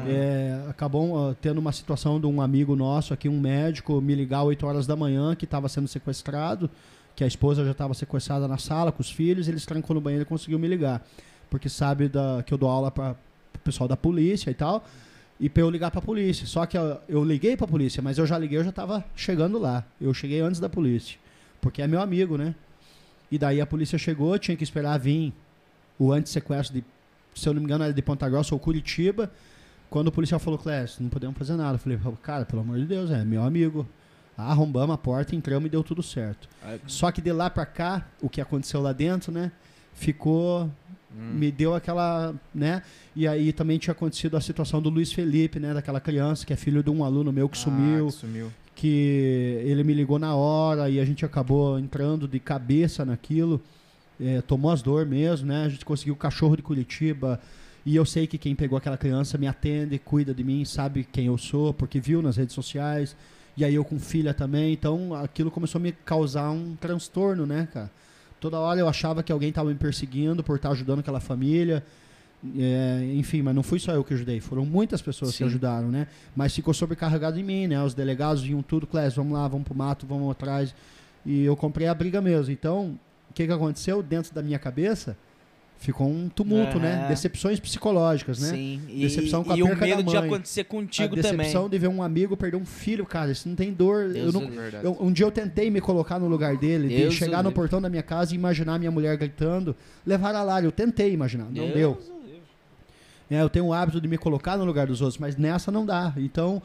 Acabou tendo uma situação de um amigo nosso aqui, um médico, me ligar 8 horas da manhã, que estava sendo sequestrado, que a esposa já estava sequestrada na sala com os filhos, eles trancou no banheiro e conseguiu me ligar. Porque sabe que eu dou aula para o pessoal da polícia e tal. E para eu ligar para a polícia. Só que eu liguei para a polícia, mas eu já estava chegando lá. Eu cheguei antes da polícia, porque é meu amigo, né? E daí a polícia chegou, tinha que esperar vir o antissequestro se eu não me engano, era de Ponta Grossa ou Curitiba. Quando o policial falou, Clécio, não podemos fazer nada. Eu falei, cara, pelo amor de Deus, é meu amigo. Arrombamos a porta, entramos e deu tudo certo. Só que de lá para cá, o que aconteceu lá dentro, né? Ficou... Me deu aquela, né? E aí também tinha acontecido a situação do Luiz Felipe, né? Daquela criança que é filho de um aluno meu que sumiu. Que ele me ligou na hora e a gente acabou entrando de cabeça naquilo. Tomou as dores mesmo, né? A gente conseguiu o cachorro de Curitiba. E eu sei que quem pegou aquela criança me atende, cuida de mim, sabe quem eu sou, porque viu nas redes sociais. E aí eu com filha também. Então aquilo começou a me causar um transtorno, né, cara? Toda hora eu achava que alguém estava me perseguindo por estar ajudando aquela família. Enfim, mas não fui só eu que ajudei. Foram muitas pessoas que ajudaram, né? Mas ficou sobrecarregado em mim, né? Os delegados vinham tudo, Clécio, vamos lá, vamos pro mato, vamos atrás. E eu comprei a briga mesmo. Então, o que aconteceu? Dentro da minha cabeça, ficou um tumulto, né? Decepções psicológicas, né? Sim. Decepção com a perca da mãe. E o medo de acontecer contigo também. A decepção de ver um amigo perder um filho, cara, isso não tem dor. Um dia eu tentei me colocar no lugar dele, de chegar no portão da minha casa e imaginar minha mulher gritando, levar a Lara. Eu tentei imaginar, não deu. Eu tenho o hábito de me colocar no lugar dos outros, mas nessa não dá. Então,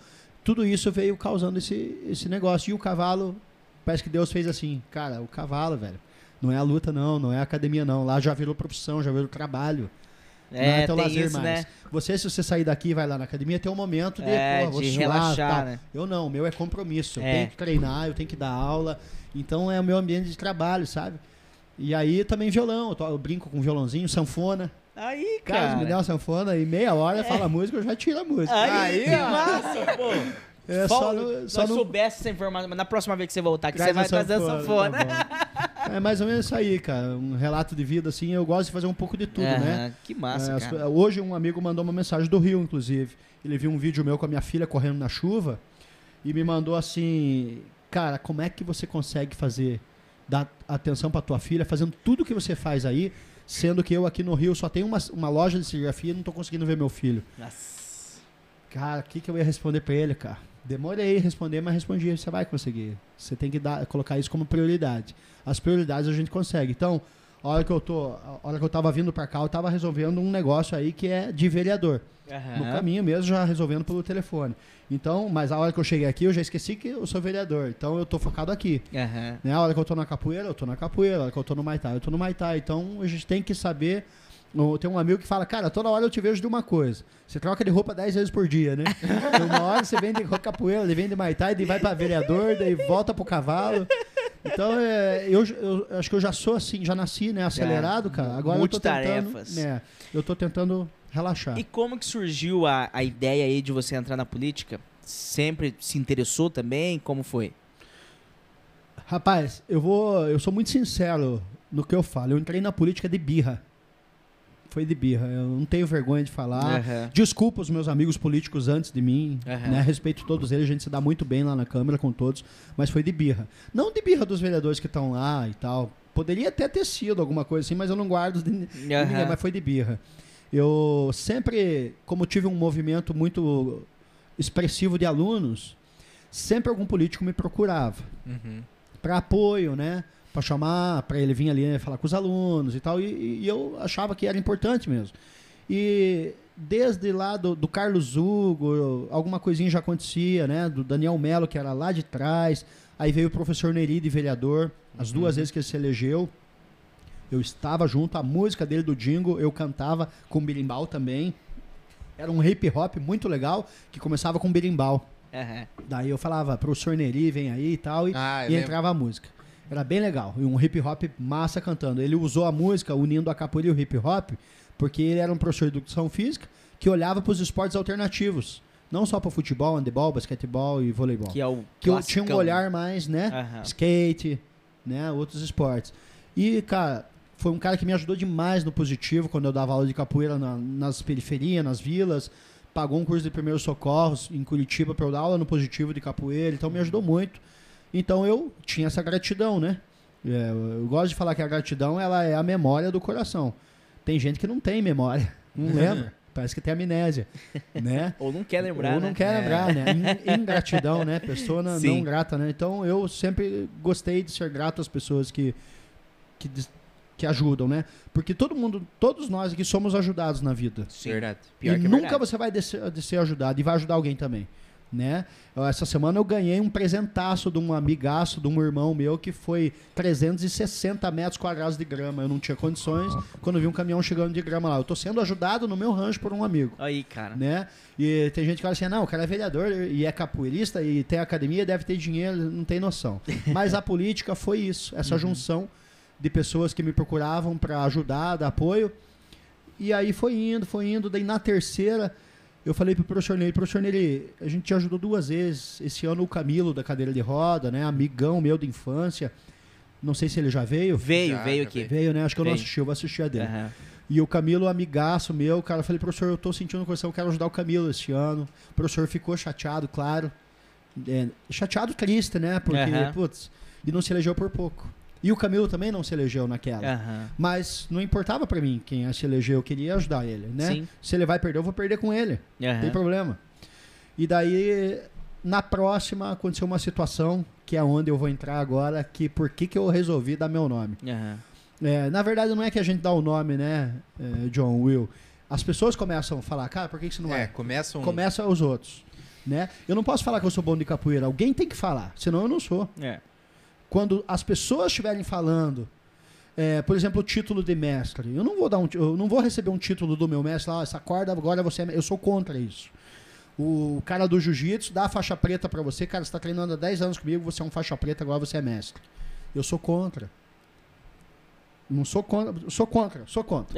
tudo isso veio causando esse negócio. E o cavalo, parece que Deus fez assim, cara, o cavalo, velho, não é a luta não é a academia não, lá já virou profissão, já virou trabalho. Não é teu tem lazer isso, mais. né? Você, se você sair daqui e vai lá na academia, tem um momento de, vou de suar, relaxar, tal. né? Eu não, o meu é compromisso. Eu tenho que treinar, eu tenho que dar aula. Então é o meu ambiente de trabalho, sabe? E aí também violão, eu brinco com violãozinho, sanfona. Aí, Cara, cara. me dá uma sanfona e meia hora fala música, eu já tiro a música. Aí, que massa, pô. É Só soubesse essa informação, mas na próxima vez que você voltar aqui, você vai trazer a sanfona. Tá é mais ou menos isso aí, cara. Um relato de vida, assim, eu gosto de fazer um pouco de tudo, né? Que massa, cara. Hoje um amigo mandou uma mensagem do Rio, inclusive. Ele viu um vídeo meu com a minha filha correndo na chuva e me mandou assim, cara, como é que você consegue dar atenção pra tua filha, fazendo tudo que você faz aí, sendo que eu aqui no Rio só tenho uma loja de serigrafia e não tô conseguindo ver meu filho. Nossa. Cara, o que eu ia responder pra ele, cara? Demorei a responder, mas respondi. Você vai conseguir. Você tem que colocar isso como prioridade. As prioridades a gente consegue. Então, a hora que eu tava vindo pra cá, eu tava resolvendo um negócio aí que é de vereador. No caminho mesmo, já resolvendo pelo telefone. Então, mas a hora que eu cheguei aqui, eu já esqueci que eu sou vereador. Então, eu tô focado aqui. Né? A hora que eu tô na capoeira, eu tô na capoeira. A hora que eu tô no Muay Thai, eu tô no Muay Thai. Então, a gente tem que saber... Tem um amigo que fala, cara, toda hora eu te vejo de uma coisa. Você troca de roupa 10 vezes por dia, né? Então, uma hora você vem de capoeira, ele vem de Muay Thai, daí vai pra vereador, daí volta pro cavalo. Então, eu acho que eu já sou assim, já nasci, né, acelerado, cara. Agora eu tô tentando relaxar. E como que surgiu a ideia aí de você entrar na política? Sempre se interessou também? Como foi? Rapaz, eu sou muito sincero no que eu falo. Eu entrei na política de birra. Foi de birra, eu não tenho vergonha de falar. Desculpa os meus amigos políticos antes de mim, né? Respeito todos eles, a gente se dá muito bem lá na Câmara com todos, mas foi de birra. Não de birra dos vereadores que estão lá e tal. Poderia até ter sido alguma coisa assim, mas eu não guardo de ninguém, mas foi de birra. Eu sempre, como tive um movimento muito expressivo de alunos, sempre algum político me procurava para apoio, né? Para chamar, para ele vir ali falar com os alunos e tal, e eu achava que era importante mesmo. E desde lá do Carlos Hugo, alguma coisinha já acontecia, né? Do Daniel Melo, que era lá de trás, aí veio o professor Neri de vereador, as duas vezes que ele se elegeu, eu estava junto, a música dele do Jingle, eu cantava com berimbau também, era um hip hop muito legal, que começava com berimbau. Daí eu falava, professor Neri, vem aí e tal, e entrava a música. Era bem legal. E um hip hop massa cantando. Ele usou a música unindo a capoeira e o hip hop, porque ele era um professor de educação física que olhava para os esportes alternativos. Não só para futebol, handebol, basquetebol e voleibol. Que é o que tinha um olhar mais, né? Skate, né? Outros esportes. E, cara, foi um cara que me ajudou demais no positivo quando eu dava aula de capoeira nas periferias, nas vilas. Pagou um curso de primeiros socorros em Curitiba para eu dar aula no positivo de capoeira. Então, me ajudou muito. Então eu tinha essa gratidão, né? Eu gosto de falar que a gratidão ela é a memória do coração. Tem gente que não tem memória, não lembra, parece que tem amnésia, né? Ou não quer lembrar, Ou não quer lembrar, né? Ingratidão, né? Pessoa não grata, né? Então eu sempre gostei de ser grato às pessoas que ajudam, né? Porque todos nós aqui somos ajudados na vida. Sim. Verdade. Pior que nunca você vai ser ajudado e vai ajudar alguém também. Né? Essa semana eu ganhei um presentaço de um amigaço, de um irmão meu, que foi 360 metros quadrados de grama. Eu não tinha condições quando vi um caminhão chegando de grama lá. Eu tô sendo ajudado no meu rancho por um amigo. Aí, cara. Né? E tem gente que fala assim, não, o cara é vereador e é capoeirista e tem academia, deve ter dinheiro, não tem noção. Mas a política foi isso, essa junção de pessoas que me procuravam para ajudar, dar apoio. E aí foi indo, daí na terceira... Eu falei pro professor Neri, a gente te ajudou 2 vezes. Esse ano o Camilo, da cadeira de roda, né? Amigão meu de infância. Não sei se ele já veio. Veio aqui. Veio, né? Acho que eu não assisti, eu vou assistir a dele. E o Camilo, amigaço meu, cara, eu falei, professor, eu tô sentindo no coração, eu quero ajudar o Camilo esse ano. O professor ficou chateado, claro. Chateado, triste, né? Porque, putz, e não se elegeu por pouco. E o Camilo também não se elegeu naquela. Mas não importava pra mim quem se elegeu, eu queria ajudar ele, né? Sim. Se ele vai perder, eu vou perder com ele. Não tem problema. E daí, na próxima, aconteceu uma situação, que é onde eu vou entrar agora, que por que eu resolvi dar meu nome. Na verdade, não é que a gente dá o nome, né, John, Will? As pessoas começam a falar, cara, por que você não vai? Começa os outros. né? Eu não posso falar que eu sou bom de capoeira. Alguém tem que falar, senão eu não sou. É. Quando as pessoas estiverem falando, por exemplo, o título de mestre, eu não vou receber um título do meu mestre, essa corda agora você é, eu sou contra isso. O cara do jiu-jitsu dá a faixa preta pra você, cara, você tá treinando há 10 anos comigo, você é um faixa preta, agora você é mestre. Eu sou contra. Não sou contra, sou contra. Eu sou contra.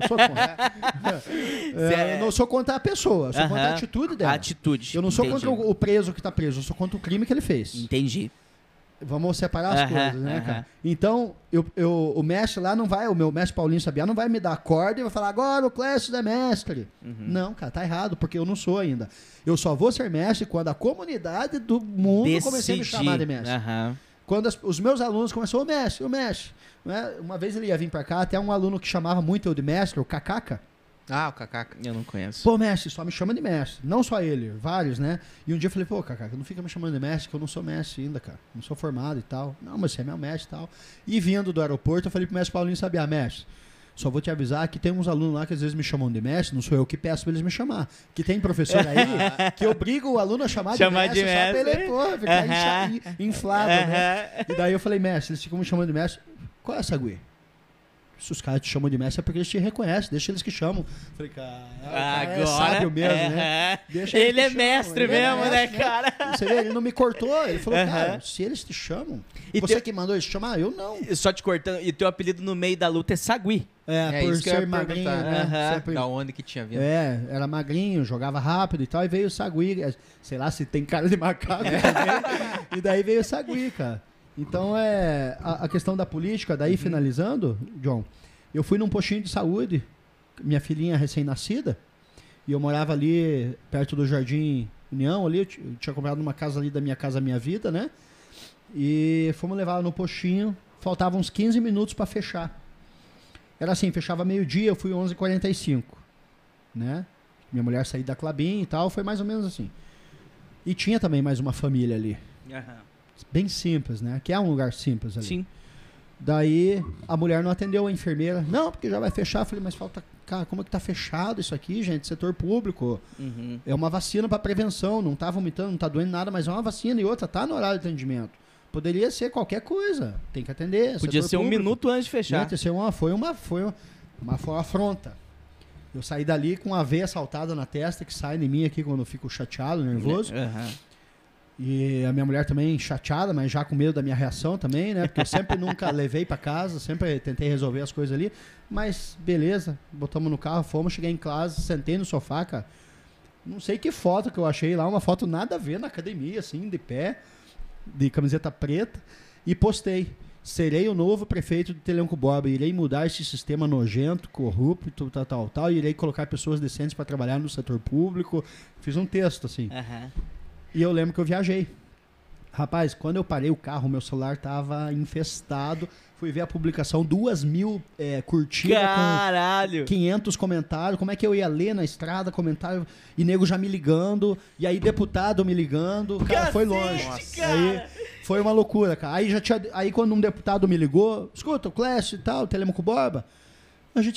Eu não sou contra a pessoa, eu sou contra a atitude dela. A atitude. Eu não sou contra o preso que tá preso, eu sou contra o crime que ele fez. Entendi. Vamos separar as coisas, né, cara? Então, o mestre lá não vai, o meu mestre Paulinho Sabiá não vai me dar a corda e vai falar, agora o Clécio é mestre. Não, cara, tá errado, porque eu não sou ainda. Eu só vou ser mestre quando a comunidade do mundo começar a me chamar de mestre. Quando os meus alunos começaram, o mestre. Né? Uma vez ele ia vir pra cá, até um aluno que chamava muito eu de mestre, o Cacaca. Ah, o Cacaca. Eu não conheço. Pô, mestre, só me chama de mestre. Não só ele, vários, né? E um dia eu falei, pô, Cacaca, não fica me chamando de mestre, que eu não sou mestre ainda, cara. Não sou formado e tal. Não, mas você é meu mestre e tal. E vindo do aeroporto, eu falei pro mestre Paulinho Sabiá, mestre, só vou te avisar que tem uns alunos lá que às vezes me chamam de mestre, não sou eu que peço pra eles me chamar. Que tem professor aí que obriga o aluno a chamar de mestre só pra ele, porra, ficar inflado, né? E daí eu falei, mestre, eles ficam me chamando de mestre. Qual é essa guia? Se os caras te chamam de mestre é porque eles te reconhecem, deixa eles que chamam. Falei, cara, agora é sábio mesmo, né? Deixa ele é mestre mesmo, né, cara? Você vê, ele não me cortou, ele falou, cara, se eles te chamam, e você que mandou eles te chamar, eu não. Só te cortando, e teu apelido no meio da luta é Sagui. Por isso que eu ser ia magrinho, perguntar, né? Sempre... Da onde que tinha vindo? Era magrinho, jogava rápido e tal, e veio o Sagui, sei lá se tem cara de macaco também, e daí veio o Sagui, cara. Então, a questão da política, daí finalizando, John, eu fui num postinho de saúde, minha filhinha recém-nascida, e eu morava ali perto do Jardim União, ali, eu tinha comprado uma casa ali da Minha Casa Minha Vida, né? E fomos levar ela no postinho, faltavam uns 15 minutos para fechar. Era assim, fechava meio-dia, eu fui 11h45, né? Minha mulher saiu da Clabin e tal, foi mais ou menos assim. E tinha também mais uma família ali. Bem simples, né? Que é um lugar simples ali. Sim. Daí a mulher não atendeu a enfermeira. Não, porque já vai fechar. Eu falei, mas falta... Cara, como é que tá fechado isso aqui, gente? Setor público. É uma vacina para prevenção. Não tá vomitando, não tá doendo nada, mas é uma vacina. E outra, tá no horário de atendimento. Poderia ser qualquer coisa. Tem que atender. Podia ser público. 1 minuto antes de fechar. Foi uma afronta. Eu saí dali com a veia saltada na testa, que sai de mim aqui quando eu fico chateado, nervoso. E a minha mulher também chateada, mas já com medo da minha reação também, né? Porque eu sempre nunca levei pra casa, sempre tentei resolver as coisas ali. Mas beleza, botamos no carro, fomos, cheguei em casa, sentei no sofá, cara. Não sei que foto que eu achei lá, uma foto nada a ver na academia, assim, de pé, de camiseta preta, e postei. Serei o novo prefeito de Telenco Borba, irei mudar esse sistema nojento, corrupto, tal, e irei colocar pessoas decentes para trabalhar no setor público. Fiz um texto, assim. E eu lembro que eu viajei. Rapaz, quando eu parei o carro, meu celular tava infestado. Fui ver a publicação, 2.000 curtidas. Caralho! Com 500 comentários. Como é que eu ia ler na estrada, comentário, e nego já me ligando, e aí deputado me ligando. Cara, foi longe. Aí foi uma loucura, cara. Aí quando um deputado me ligou, escuta, o Clécio e tal, Telemaco Borba, a gente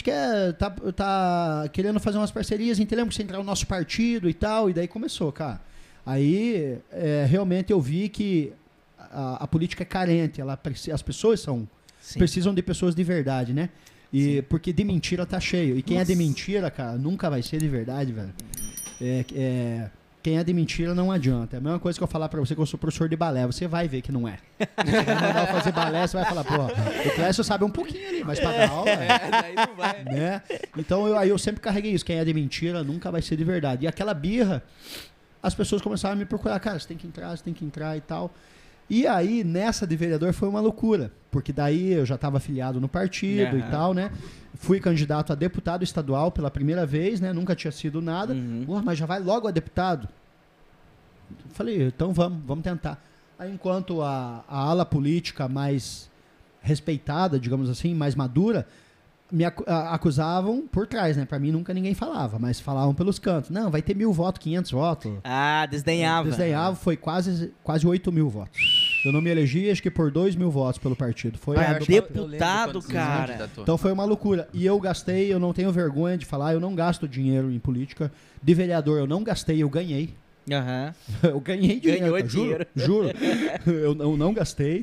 tá querendo fazer umas parcerias em Telemaco, centrar o nosso partido e tal. E daí começou, cara. Aí, realmente eu vi que a política é carente, as pessoas precisam de pessoas de verdade, né? E porque de mentira tá cheio. E quem é de mentira, cara, nunca vai ser de verdade, velho. Quem é de mentira não adianta. É a mesma coisa que eu falar pra você que eu sou professor de balé. Você vai ver que não é. Você vai mandar eu fazer balé, você vai falar, pô, o Clécio sabe um pouquinho ali, mas pra dar aula... daí não vai. Né? Então, eu sempre carreguei isso. Quem é de mentira nunca vai ser de verdade. E aquela birra... As pessoas começaram a me procurar, cara, você tem que entrar e tal. E aí, nessa de vereador foi uma loucura, porque daí eu já estava afiliado no partido e tal, né? Fui candidato a deputado estadual pela primeira vez, né? Nunca tinha sido nada. Mas já vai logo a deputado? Falei, então vamos tentar. Aí, enquanto a ala política mais respeitada, digamos assim, mais madura, me acusavam por trás, né? Pra mim nunca ninguém falava, mas falavam pelos cantos. Não, vai ter 1.000 votos, 500 votos. Desdenhava. Foi quase 8.000 votos. Eu não me elegi, acho que por 2.000 votos pelo partido. Foi deputado, cara. Então foi uma loucura. E eu não tenho vergonha de falar, eu não gasto dinheiro em política. De vereador eu não gastei, eu ganhei. Aham. Eu ganhei dinheiro. Ganhou cara, dinheiro. Juro. Eu não gastei.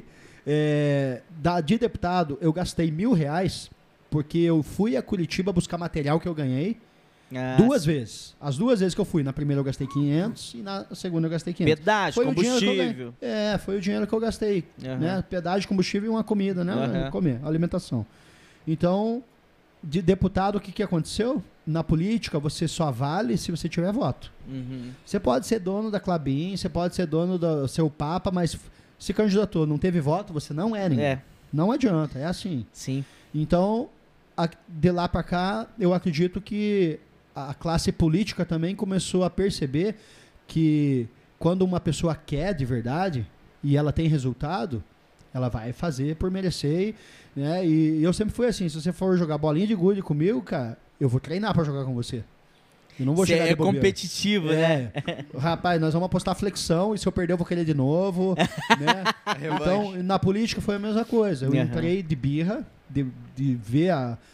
De deputado, eu gastei R$1.000 porque eu fui a Curitiba buscar material que eu ganhei Ah, 2 vezes. As 2 vezes que eu fui, na primeira eu gastei 500 e na segunda eu gastei 500. pedágio, Foi o dinheiro que eu combustível. Foi o dinheiro que eu gastei. Aham. Né? Pedágio, combustível e uma comida, né? Aham. Comer, alimentação. Então, de deputado, o que aconteceu? Na política, você só vale se você tiver voto. Uhum. Você pode ser dono da Clabin, você pode ser dono do seu Papa, mas se candidatou, não teve voto, você não é ninguém. É, Não adianta, é assim. sim. Então, de lá para cá, eu acredito que a classe política também começou a perceber que quando uma pessoa quer de verdade e ela tem resultado, ela vai fazer por merecer, né? E eu sempre fui assim, se você for jogar bolinha de gude comigo, cara, eu vou treinar para jogar com você. Eu não vou Você chegar de é bobeira. competitivo, né? Rapaz, nós vamos apostar flexão e se eu perder eu vou querer de novo, né? Então, na política foi a mesma coisa. Eu Aham. entrei de birra, de ver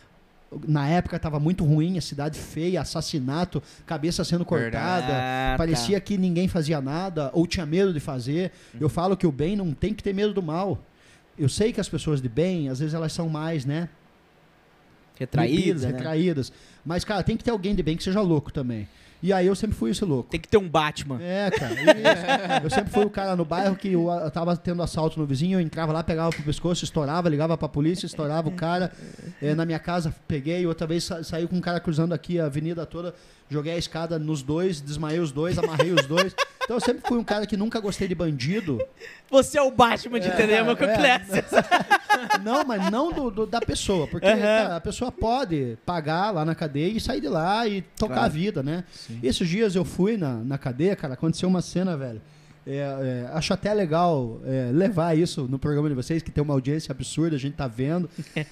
na época estava muito ruim, a cidade feia, assassinato, cabeça sendo cortada. Ah, Parecia que ninguém fazia nada ou tinha medo de fazer. Eu falo que o bem não tem que ter medo do mal. Eu sei que as pessoas de bem, às vezes elas são mais, né? Retraído, né? Retraídas. Mas, cara, tem que ter alguém de bem que seja louco também. E aí eu sempre fui esse louco. Tem que ter um Batman. Cara, isso. Eu sempre fui o cara no bairro que eu tava tendo assalto no vizinho, eu entrava lá, pegava pro pescoço, estourava, ligava pra polícia, estourava o cara. Na minha casa, peguei, outra vez saí com um cara cruzando aqui a avenida toda, joguei a escada nos 2, desmaiei os 2, amarrei os 2. Então eu sempre fui um cara que nunca gostei de bandido. Você é o Batman de Telemaco Clécio. Não, mas não da pessoa, porque cara, a pessoa pode pagar lá na cadeia e sair de lá e tocar a vida, né? Sim. Esses dias eu fui na cadeia, cara, aconteceu uma cena, velho. Acho até legal levar isso no programa de vocês, que tem uma audiência absurda, a gente tá vendo.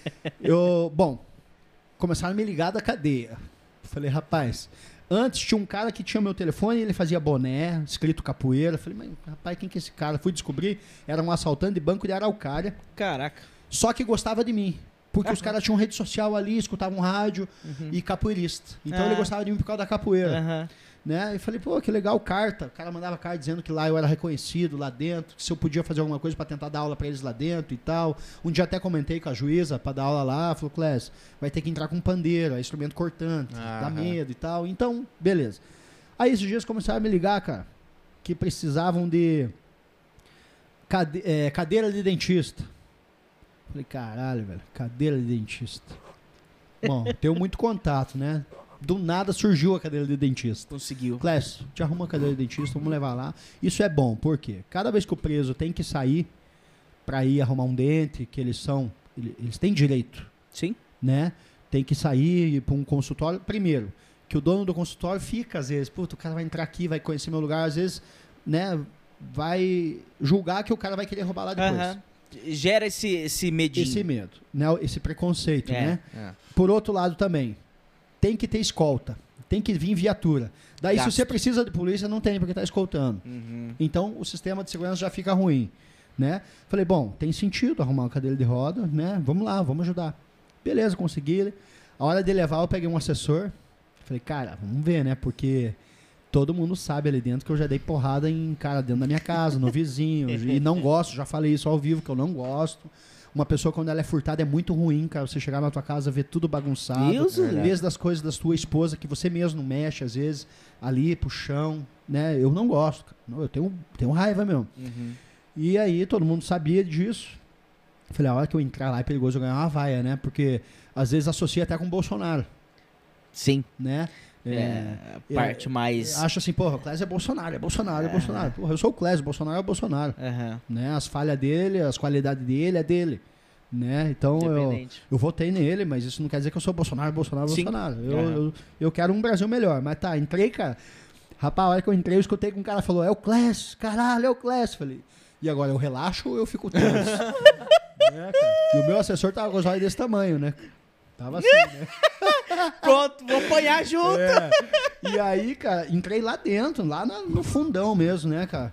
Começaram a me ligar da cadeia. Falei, rapaz, antes tinha um cara que tinha meu telefone e ele fazia boné, escrito capoeira. Falei, mas rapaz, quem que é esse cara? Fui descobrir, era um assaltante de banco de Araucária, Caraca. só que gostava de mim. Porque os caras tinham rede social ali, escutavam rádio e capoeirista. Então ele gostava de mim por causa da capoeira. Aham. Né? E falei, pô, que legal, carta. O cara mandava carta dizendo que lá eu era reconhecido, lá dentro, que se eu podia fazer alguma coisa para tentar dar aula para eles lá dentro e tal. Um dia até comentei com a juíza para dar aula lá, falou, Clécio, vai ter que entrar com pandeiro, é instrumento cortante, dá medo e tal. Então, beleza. Aí esses dias começaram a me ligar, cara, que precisavam de cadeira de dentista. Falei, caralho, velho, cadeira de dentista. Bom, tenho muito contato, né? Do nada surgiu a cadeira de dentista. Conseguiu. Clécio, te arruma uma cadeira de dentista, vamos levar lá. Isso é bom, por quê? Cada vez que o preso tem que sair para ir arrumar um dente, que eles têm direito, Sim. né? Tem que sair para um consultório. Primeiro, que o dono do consultório fica, às vezes, puta, o cara vai entrar aqui, vai conhecer meu lugar, às vezes, né, vai julgar que o cara vai querer roubar lá depois. Aham. Gera esse medinho. Esse medo, né? Esse preconceito, né? É. Por outro lado também, tem que ter escolta, tem que vir viatura. Daí, Gasto. se você precisa de polícia, não tem, porque tá escoltando. Uhum. Então, o sistema de segurança já fica ruim, né? Falei, bom, tem sentido arrumar uma cadeira de roda, né? Vamos lá, vamos ajudar. Beleza, consegui. A hora de levar, eu peguei um assessor. Falei, cara, vamos ver, né? Porque todo mundo sabe ali dentro que eu já dei porrada em cara dentro da minha casa, no vizinho. E não gosto, já falei isso ao vivo, que eu não gosto. Uma pessoa, quando ela é furtada, é muito ruim, cara. Você chegar na tua casa, ver tudo bagunçado. Isso, Desde as coisas da tua esposa, que você mesmo não mexe, às vezes, ali pro chão, né? Eu não gosto, cara. Não, eu tenho raiva mesmo. Uhum. E aí, todo mundo sabia disso. Falei, a hora que eu entrar lá é perigoso eu ganhar uma vaia, né? Porque, às vezes, associa até com o Bolsonaro, Sim. né? A parte mais... Acho assim, porra, o Clésio é Bolsonaro, é Bolsonaro. Porra, eu sou o Clésio, Bolsonaro é o Bolsonaro. Aham. Né? As falhas dele, as qualidades dele é dele. Né? Então Independente. eu votei nele, mas isso não quer dizer que eu sou Bolsonaro. Sim. Eu quero um Brasil melhor. Mas tá, entrei, cara. Rapaz, a hora que eu entrei, eu escutei que um cara falou, é o Clésio, caralho, é o Clésio. Falei, e agora eu relaxo ou eu fico tenso? Né, cara? E o meu assessor tava com os olhos desse tamanho, né? Tava assim, né? Pronto, vou apanhar junto. E aí, cara, entrei lá dentro, lá no fundão mesmo, né, cara?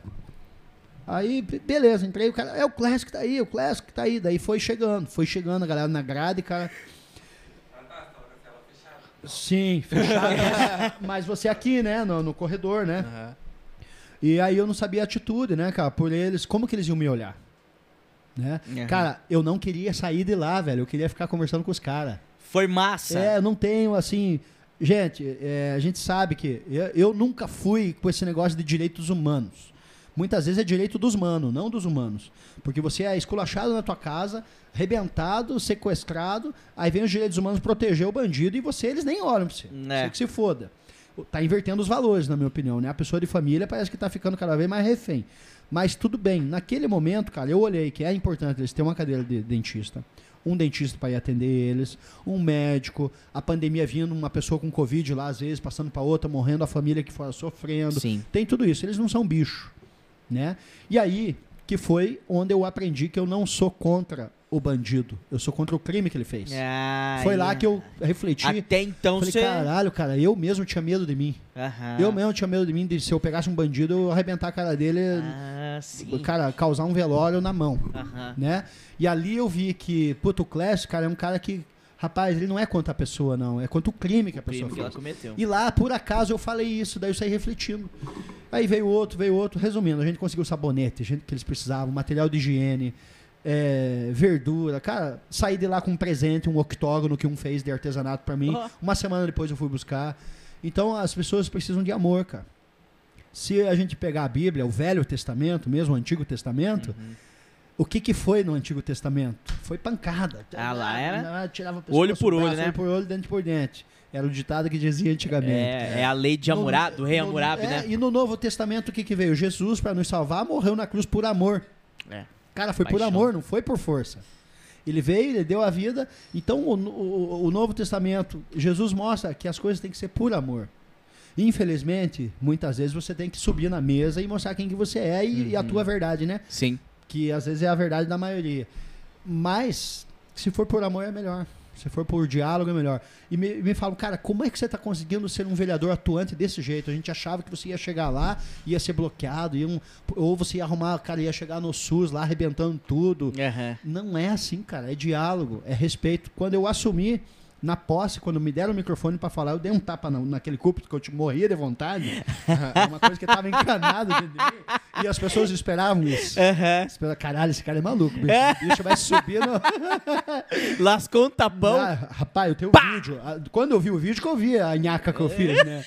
Aí, beleza, entrei, o cara, é o Clássico que tá aí, o Clássico que tá aí. Daí foi chegando a galera na grade, cara. Sim, fechado. Mas você aqui, né, no corredor, né? E aí eu não sabia a atitude, né, cara? Por eles, como que eles iam me olhar? Né? Uhum. Cara, eu não queria sair de lá, velho. Eu queria ficar conversando com os caras. Foi massa. Eu não tenho, assim... Gente, a gente sabe que eu nunca fui com esse negócio de direitos humanos. Muitas vezes é direito dos manos, não dos humanos. Porque você é esculachado na tua casa, arrebentado, sequestrado, aí vem os direitos humanos proteger o bandido e eles nem olham pra você. Você que se foda. Tá invertendo os valores, na minha opinião, né? A pessoa de família parece que tá ficando cada vez mais refém. Mas tudo bem, naquele momento, cara, eu olhei que é importante eles terem uma cadeira de dentista, um dentista para ir atender eles, um médico, a pandemia vindo, uma pessoa com Covid lá, às vezes, passando para outra, morrendo, a família que fora sofrendo. Sim. Tem tudo isso, eles não são bicho, né? E aí, que foi onde eu aprendi que eu não sou contra o bandido, eu sou contra o crime que ele fez. Foi lá que eu refleti. Até então falei, você... caralho, cara, eu mesmo tinha medo de mim. Eu mesmo tinha medo de mim, de se eu pegasse um bandido, eu arrebentar a cara dele, sim. cara, causar um velório na mão, né? E ali eu vi que, puto, o Clécio, cara, é um cara que, rapaz, ele não é contra a pessoa, não, é contra o crime que a pessoa que ela fez. cometeu. E lá, por acaso, eu falei isso, daí eu saí refletindo. Aí veio outro, resumindo, a gente conseguiu sabonete, que eles precisavam, material de higiene, verdura, cara, saí de lá com um presente, um octógono que um fez de artesanato pra mim, uma semana depois eu fui buscar. Então as pessoas precisam de amor, cara. Se a gente pegar a Bíblia, o Velho Testamento, mesmo o Antigo Testamento, o que foi no Antigo Testamento? Foi pancada. Lá era tirava pessoas, olho por olho, braço, né? Olho por olho, dente por dente. Era o ditado que dizia antigamente. É a lei de Hammurabi, do rei Hammurabi, né? E no Novo Testamento o que veio? Jesus, para nos salvar, morreu na cruz por amor. Cara, foi por amor, não foi por força. Ele veio, ele deu a vida. Então, o Novo Testamento, Jesus mostra que as coisas têm que ser por amor. Infelizmente, muitas vezes você tem que subir na mesa e mostrar quem que você é e a tua verdade, né? Sim. Que às vezes é a verdade da maioria. Mas, se for por amor, é melhor. Se for por diálogo, é melhor. E me falam, cara, como é que você está conseguindo ser um vereador atuante desse jeito? A gente achava que você ia chegar lá, ia ser bloqueado, ou você ia arrumar, cara, ia chegar no SUS lá, arrebentando tudo. Não é assim, cara, é diálogo, é respeito. Quando eu assumi, na posse, quando me deram o microfone pra falar, eu dei um tapa naquele cúlpito que eu morria de vontade. Uma coisa que tava encanado dentro de mim. E as pessoas esperavam isso. Esperavam, caralho, esse cara é maluco. O bicho vai subir no... Lascou um tapão. Rapaz, eu tenho vídeo. Quando eu vi o vídeo, que eu vi a nhaca que eu fiz, né?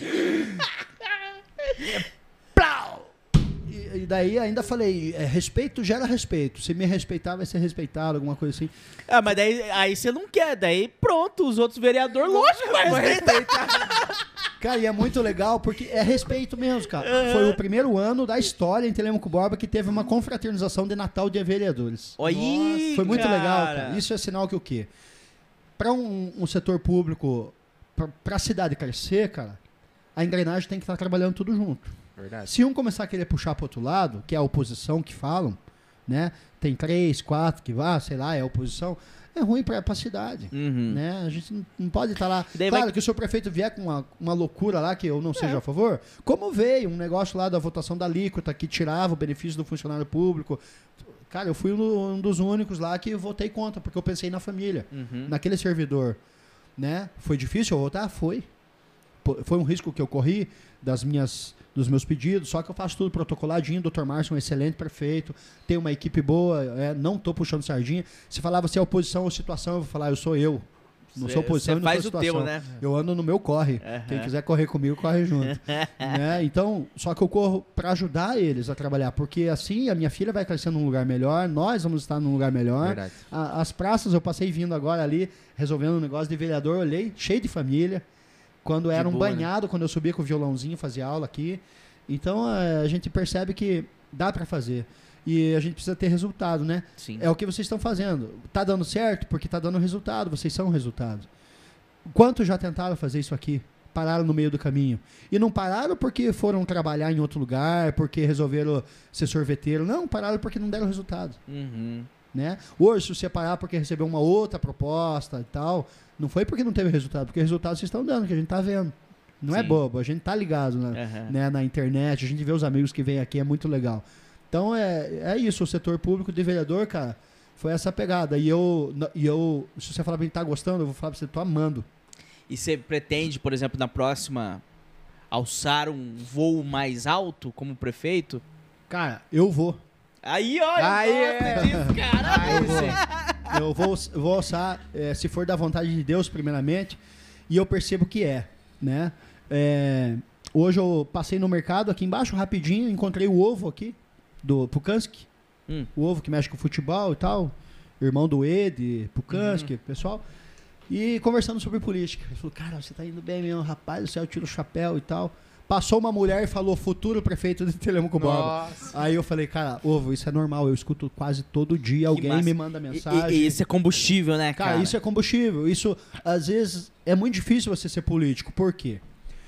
E daí ainda falei, respeito gera respeito. Se me respeitar, vai ser respeitado, alguma coisa assim. Mas daí aí você não quer. Daí pronto, os outros vereadores, lógico, vai respeitar. Cara, e é muito legal, porque é respeito mesmo, cara. Foi o primeiro ano da história em Telêmaco Borba que teve uma confraternização de Natal de vereadores. Aí, foi muito legal, cara. Isso é sinal que o quê? Para um setor público, para a cidade crescer, cara, a engrenagem tem que estar trabalhando tudo junto. Verdade. Se um começar a querer puxar para outro lado, que é a oposição que falam, né? Tem 3, 4 que sei lá, é a oposição. É ruim para a cidade, né? A gente não pode estar lá. Claro que o seu prefeito vier com uma loucura lá que eu não seja a favor, como veio um negócio lá da votação da alíquota que tirava o benefício do funcionário público. Cara, eu fui um dos únicos lá que votei contra, porque eu pensei na família, naquele servidor, né? Foi difícil eu votar? Foi. Foi um risco que eu corri dos meus pedidos, só que eu faço tudo protocoladinho. Dr. Márcio é um excelente prefeito, tem uma equipe boa, não estou puxando sardinha. Se falava se é oposição ou situação, eu vou falar, eu sou eu. Não sou oposição e não sou situação. Teu, né? Eu ando no meu corre. Quem quiser correr comigo, corre junto. Né? Então, só que eu corro para ajudar eles a trabalhar, porque assim a minha filha vai crescer num lugar melhor, nós vamos estar num lugar melhor. As praças, eu passei vindo agora ali, resolvendo um negócio de vereador, olhei, cheio de família. Quando era um banhado, né? Quando eu subia com o violãozinho, fazia aula aqui. Então, a gente percebe que dá para fazer. E a gente precisa ter resultado, né? Sim. É o que vocês estão fazendo. Tá dando certo porque tá dando resultado. Vocês são resultado. Quantos já tentaram fazer isso aqui? Pararam no meio do caminho. E não pararam porque foram trabalhar em outro lugar, porque resolveram ser sorveteiro. Não, pararam porque não deram resultado. Né? Hoje, se você parar porque recebeu uma outra proposta e tal, não foi porque não teve resultado, porque resultado vocês estão dando, que a gente tá vendo. Não é bobo, a gente tá ligado né, na internet, a gente vê os amigos que vêm aqui, é muito legal. Então é isso, o setor público de vereador, cara, foi essa pegada. E eu se você falar pra mim, tá gostando, eu vou falar pra você, tô amando. E você pretende, por exemplo, na próxima alçar um voo mais alto como prefeito? Cara, eu vou. Aí, olha, Aí, disso, cara. Eu vou alçar, se for da vontade de Deus, primeiramente, e eu percebo que né? Hoje eu passei no mercado aqui embaixo, rapidinho, encontrei o ovo aqui, do Pukanski, o ovo que mexe com futebol e tal, irmão do Ed, Pukanski, pessoal, e conversando sobre política. Ele falou, cara, você tá indo bem mesmo, rapaz, do céu, tira o chapéu e tal. Passou uma mulher e falou, futuro prefeito de Telêmaco Borba. Aí eu falei, cara, ovo, isso é normal, eu escuto quase todo dia, alguém me manda mensagem. E isso é combustível, né, cara? Cara, isso é combustível. Isso, às vezes, é muito difícil você ser político. Por quê?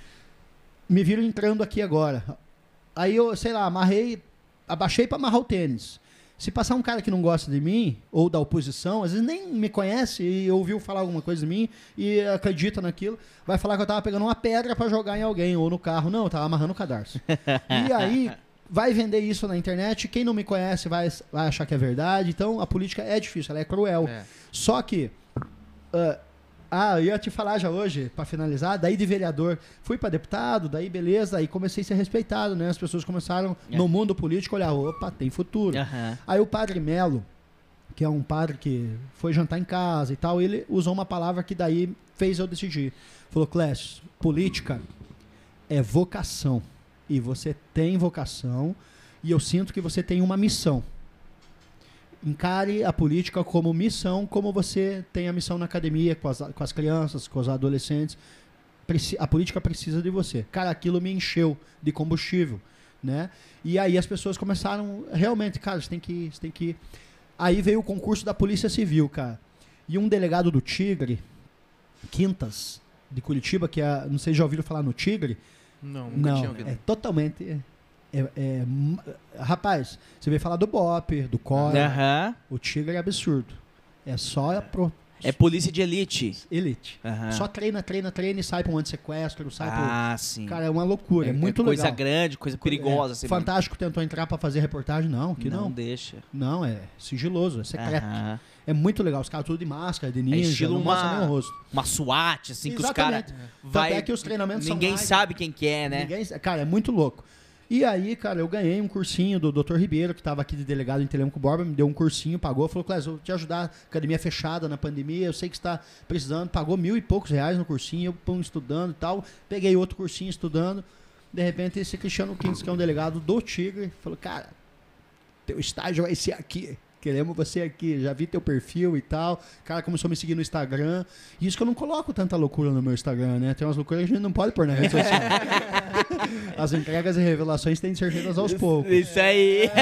Me viram entrando aqui agora. Aí eu, sei lá, abaixei pra amarrar o tênis. Se passar um cara que não gosta de mim, ou da oposição, às vezes nem me conhece e ouviu falar alguma coisa de mim e acredita naquilo, vai falar que eu tava pegando uma pedra pra jogar em alguém, ou no carro. Não, eu tava amarrando o cadarço. E aí, vai vender isso na internet, quem não me conhece vai achar que é verdade. Então, a política é difícil, ela é cruel. Só que... eu ia te falar já hoje, pra finalizar, daí de vereador, fui pra deputado, daí beleza, aí comecei a ser respeitado, né? As pessoas começaram, no mundo político, olhar, opa, tem futuro. Aí o padre Melo, que é um padre que foi jantar em casa e tal, ele usou uma palavra que daí fez eu decidir. Falou, Clécio, política é vocação. E você tem vocação, e eu sinto que você tem uma missão. Encare a política como missão, como você tem a missão na academia, com as crianças, com os adolescentes. A política precisa de você. Cara, aquilo me encheu de combustível, né? E aí as pessoas começaram, realmente, cara, você tem que ir. Aí veio o concurso da Polícia Civil, cara. E um delegado do Tigre, Quintas, de Curitiba, que não sei se já ouviram falar no Tigre. Nunca tinha ouvido. É totalmente... rapaz, você veio falar do BOP, do COR, o Tigre é absurdo. É só é polícia de elite. Elite. Só treina e sai pra um antissequestro, sim. Cara, é uma loucura, é muito coisa legal. grande, coisa perigosa. Assim, Fantástico tentou entrar pra fazer reportagem, não deixa. Não, é sigiloso, é secreto. É muito legal, os caras tudo de máscara, de ninja, estilo não mostra nem o rosto. Uma SWAT, assim, que os Exatamente. caras... Tanto é que os treinamentos ninguém são sabe quem que é, né? Cara, é muito louco. E aí, cara, eu ganhei um cursinho do Dr. Ribeiro, que estava aqui de delegado em Telêmaco Borba, me deu um cursinho, pagou, falou, Clésio, eu vou te ajudar, academia fechada na pandemia, eu sei que você está precisando, pagou R$1.000 e poucos no cursinho, eu estudando e tal, peguei outro cursinho estudando, de repente esse Cristiano Quintos, que é um delegado do Tigre, falou, cara, teu estágio vai ser aqui. Queremos você aqui, já vi teu perfil e tal. O cara começou a me seguir no Instagram. E isso que eu não coloco tanta loucura no meu Instagram, né? Tem umas loucuras que a gente não pode pôr na rede social. As entregas e revelações têm de ser feitas aos poucos. Isso aí.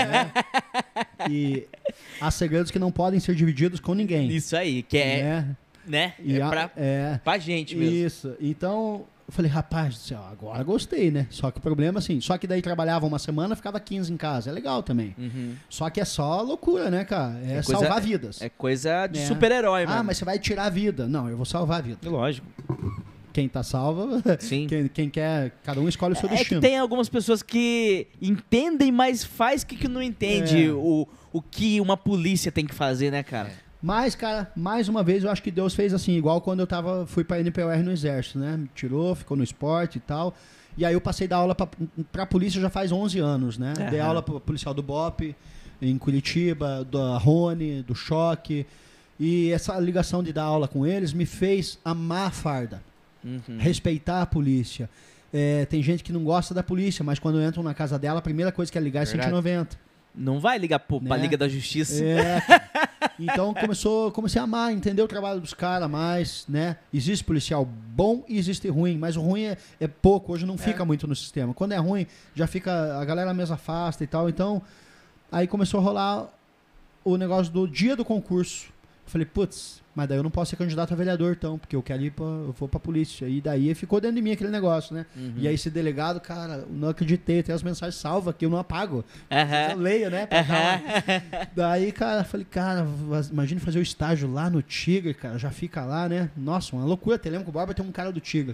E há segredos que não podem ser divididos com ninguém. Isso aí, que é, né? Pra gente mesmo. Isso. Então... Eu falei, rapaz do céu, agora gostei, né? Só que o problema, assim, só que daí trabalhava uma semana, ficava 15 em casa. É legal também. Só que é só loucura, né, cara? É salvar vidas. É coisa de super-herói, mano. Mas você vai tirar a vida. Não, eu vou salvar a vida. Lógico. Quem tá salva, sim. Quem quer, cada um escolhe o seu destino. É que tem algumas pessoas que entendem, mas faz que não entende o que uma polícia tem que fazer, né, cara? Mas, cara, mais uma vez eu acho que Deus fez assim, igual quando eu fui pra NPOR no Exército, né? Me tirou, ficou no esporte e tal. E aí eu passei da aula pra polícia já faz 11 anos, né? Dei aula pro policial do BOP, em Curitiba, da Rony, do Choque. E essa ligação de dar aula com eles me fez amar a farda, respeitar a polícia. Tem gente que não gosta da polícia, mas quando entram na casa dela, a primeira coisa que é ligar é 190. Não vai ligar pra Liga da Justiça. Então comecei a amar, entender o trabalho dos caras mais, né? Existe policial bom e existe ruim, mas o ruim é pouco, hoje não fica muito no sistema. Quando é ruim, já fica, a galera mesmo afasta e tal. Então, aí começou a rolar o negócio do dia do concurso. Eu falei, putz, mas daí eu não posso ser candidato a vereador, então, porque eu quero eu vou pra polícia. E daí ficou dentro de mim aquele negócio, né? E aí esse delegado, cara, não acreditei, tem as mensagens salvas que eu não apago. Eu leio, né? Daí, cara, falei, cara, imagina fazer o estágio lá no Tigre, cara, já fica lá, né? Nossa, uma loucura, Telêmaco Borba tem um cara do Tigre.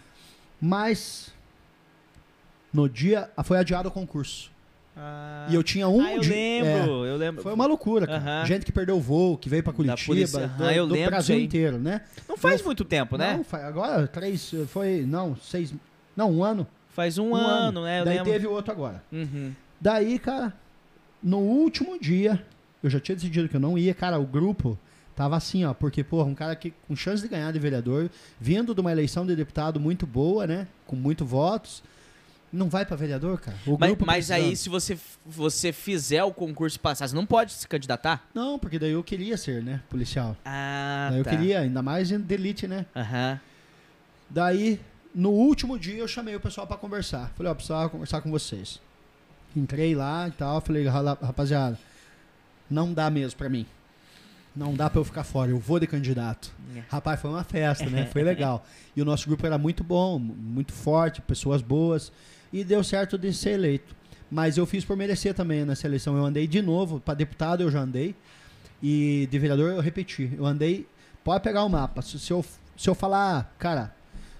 Mas, no dia, foi adiado o concurso. E eu tinha eu lembro. Foi uma loucura, cara. Gente que perdeu o voo, que veio pra Curitiba, do Brasil inteiro, né? Não faz muito tempo, né? Não, agora 1 ano. Faz um ano, né? Eu Daí lembro. teve outro agora. Uhum. Daí, cara, no último dia, eu já tinha decidido que eu não ia, cara, o grupo tava assim, ó, porque, porra, um cara que com chance de ganhar de vereador, vindo de uma eleição de deputado muito boa, né, com muitos votos, não vai pra vereador, cara? O grupo Mas aí, precisando. se você fizer o concurso passar, você não pode se candidatar? Não, porque daí eu queria ser, né, policial. Ah, Daí eu tá. queria, ainda mais de elite, né? Aham. Daí, no último dia, eu chamei o pessoal pra conversar. Falei, ó, precisava conversar com vocês. Entrei lá e tal, falei, rapaziada, não dá mesmo pra mim. Não dá pra eu ficar fora, eu vou de candidato. Rapaz, foi uma festa, né? Foi legal. E o nosso grupo era muito bom, muito forte, pessoas boas. E deu certo de ser eleito. Mas eu fiz por merecer também nessa eleição. Eu andei de novo, pra deputado eu já andei. E de vereador eu repeti. Eu andei, pode pegar o mapa. Se eu falar, cara,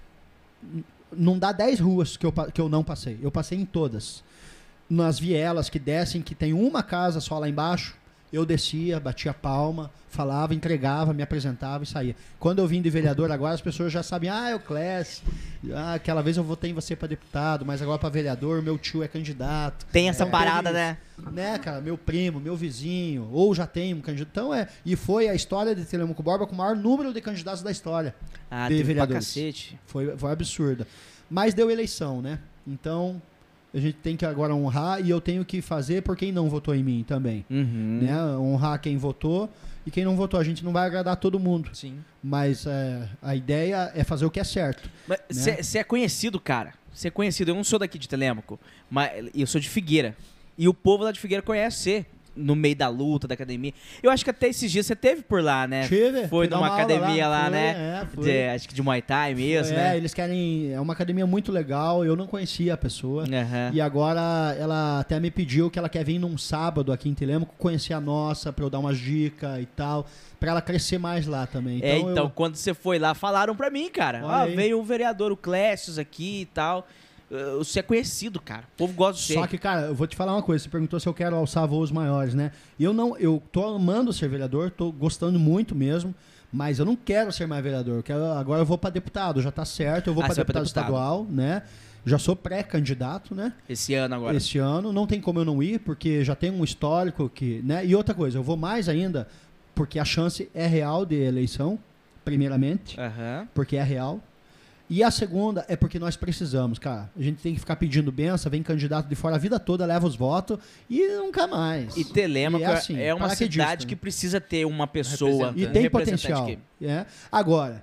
não dá 10 ruas que eu não passei. Eu passei em todas. Nas vielas que descem, que tem uma casa só lá embaixo, eu descia, batia palma, falava, entregava, me apresentava e saía. Quando eu vim de vereador agora, as pessoas já sabem, é o Clécio, aquela vez eu votei em você para deputado, mas agora para vereador, meu tio é candidato. Tem essa parada, né? Né, cara, meu primo, meu vizinho, ou já tem um candidato. Então e foi a história de Telemaco Borba com o maior número de candidatos da história. Ah, de teve pra vereadores. cacete. Foi absurda. Mas deu eleição, né? Então, a gente tem que agora honrar e eu tenho que fazer por quem não votou em mim também. Uhum. Né? Honrar quem votou e quem não votou. A gente não vai agradar todo mundo. Sim. Mas a ideia é fazer o que é certo. Mas você é conhecido, cara. Você é conhecido. Eu não sou daqui de Telêmaco, mas eu sou de Figueira. E o povo lá de Figueira conhece você. No meio da luta, da academia. Eu acho que até esses dias você teve por lá, né? Tive. Foi fui dar numa uma aula academia lá, fui, né? fui. Acho que de Muay Thai mesmo, né? Eles querem... É uma academia muito legal. Eu não conhecia a pessoa. Aham. E agora ela até me pediu que ela quer vir num sábado aqui em Telêmaco, conhecer a nossa, pra eu dar umas dicas e tal. Pra ela crescer mais lá também. Então, quando você foi lá, falaram pra mim, cara. Olha aí. Veio o vereador, o Clécio aqui e tal. Você é conhecido, cara. O povo gosta de você. Só que, cara, eu vou te falar uma coisa. Você perguntou se eu quero alçar voos maiores, né? Eu tô amando ser vereador, tô gostando muito mesmo, mas eu não quero ser mais vereador. Agora eu vou pra deputado, já tá certo. Eu vou pra você vai pra deputado deputado. estadual, né? Já sou pré-candidato, né? Esse ano agora. Esse ano. Não tem como eu não ir, porque já tem um histórico que, né? E outra coisa, eu vou mais ainda, porque a chance é real de eleição, primeiramente, Aham. porque é real. E a segunda é porque nós precisamos, cara. A gente tem que ficar pedindo benção, vem candidato de fora a vida toda, leva os votos e nunca mais. E Telêmaco E é assim, é uma paraquedista, cidade né? que precisa ter uma pessoa. E um tem representante potencial. que- É. Agora,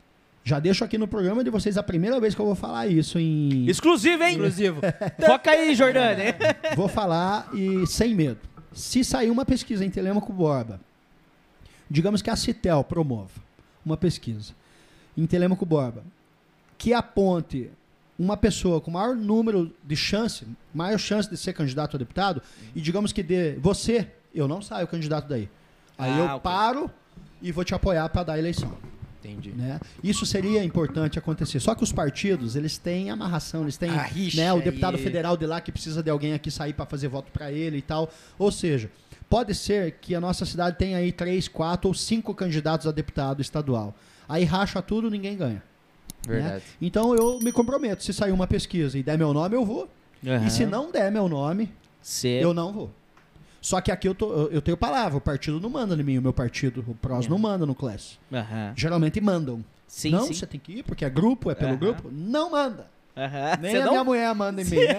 já deixo aqui no programa de vocês a primeira vez que eu vou falar isso em... Exclusivo, hein? Exclusivo. Foca aí, Jordane. Vou falar e sem medo. Se sair uma pesquisa em Telêmaco Borba, digamos que a Citel promova uma pesquisa em Telêmaco Borba, que aponte uma pessoa com maior número de chance, maior chance de ser candidato a deputado, e digamos que você, eu não saio candidato daí. Aí eu ok. paro e vou te apoiar para dar a eleição. Entendi. Né? Isso seria importante acontecer. Só que os partidos, eles têm amarração, eles têm A rixa né, o deputado e- federal de lá que precisa de alguém aqui sair para fazer voto para ele e tal. Ou seja, pode ser que a nossa cidade tenha aí 3, 4 ou 5 candidatos a deputado estadual. Aí racha tudo, ninguém ganha. Verdade. Né? Então eu me comprometo. Se sair uma pesquisa e der meu nome, eu vou. E se não der meu nome, eu não vou. Só que aqui eu tenho palavra. O partido não manda em mim, o meu partido. O PROS não manda no Class. Aham. Geralmente mandam. Sim, não, sim. você tem que ir, porque é grupo, é pelo Aham. grupo. Não manda. Aham. Nem Você a não- minha mulher manda em mim, né?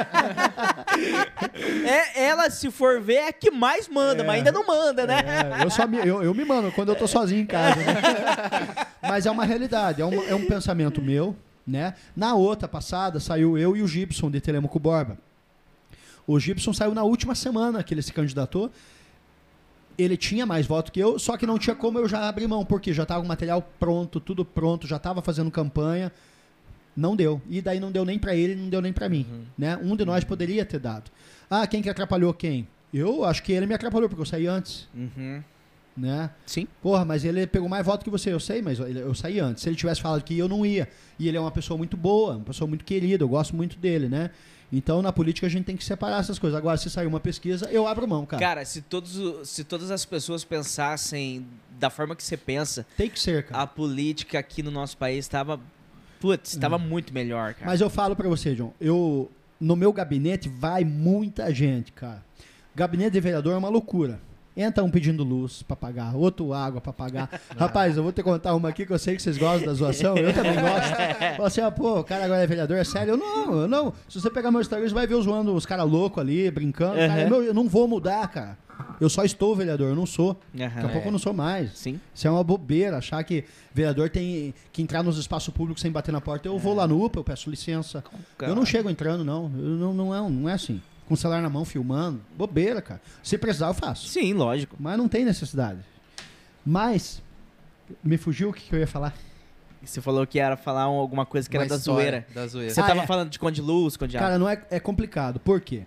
Ela, se for ver, é a que mais manda, mas ainda não manda, né? Eu me mando quando eu tô sozinho em casa, né? Mas é uma realidade, é um pensamento meu, né? Na outra passada, saiu eu e o Gibson, de Telêmaco Borba. O Gibson saiu na última semana que ele se candidatou. Ele tinha mais votos que eu, só que não tinha como eu já abrir mão, porque já estava o material pronto, tudo pronto, já estava fazendo campanha. Não deu. E daí não deu nem para ele, não deu nem para mim. Né? Um de nós poderia ter dado. Ah, quem que atrapalhou quem? Eu acho que ele me atrapalhou, porque eu saí antes. Uhum. Né? Sim. Porra, mas ele pegou mais voto que você, eu sei, mas eu saí antes. Se ele tivesse falado que eu não ia. E ele é uma pessoa muito boa, uma pessoa muito querida, eu gosto muito dele, né? Então, na política, a gente tem que separar essas coisas. Agora, se sair uma pesquisa, eu abro mão, cara. Cara, se todas as pessoas pensassem da forma que você pensa, Tem que ser, cara. a política aqui no nosso país estava Putz, tava muito melhor, cara. Mas eu falo pra você, John, no meu gabinete vai muita gente, cara. Gabinete de vereador é uma loucura. Entra um pedindo luz pra pagar, outro água pra pagar. Rapaz, eu vou te contar uma aqui que eu sei que vocês gostam da zoação, eu também gosto. Fala assim, pô, o cara agora é vereador, é sério? Eu não. Se você pegar meu Instagram, você vai ver eu zoando os caras loucos ali, brincando. Cara, eu não vou mudar, cara. Eu só estou vereador, eu não sou. Daqui a pouco eu não sou mais. Sim. Isso é uma bobeira, achar que vereador tem que entrar nos espaços públicos sem bater na porta. Eu vou lá no UPA, eu peço licença. Eu não chego entrando, não. Não é assim. Com o celular na mão, filmando. Bobeira, cara. Se precisar, eu faço. Sim, lógico. Mas não tem necessidade. Mas, me fugiu o que eu ia falar. Você falou que era falar alguma coisa que Uma era da história zoeira. Da zoeira. Você tava falando de Conde Luz, Conde Cara, não é complicado. Por quê?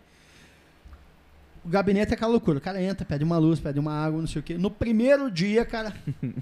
O gabinete é aquela loucura. O cara entra, pede uma luz, pede uma água, não sei o quê. No primeiro dia, cara...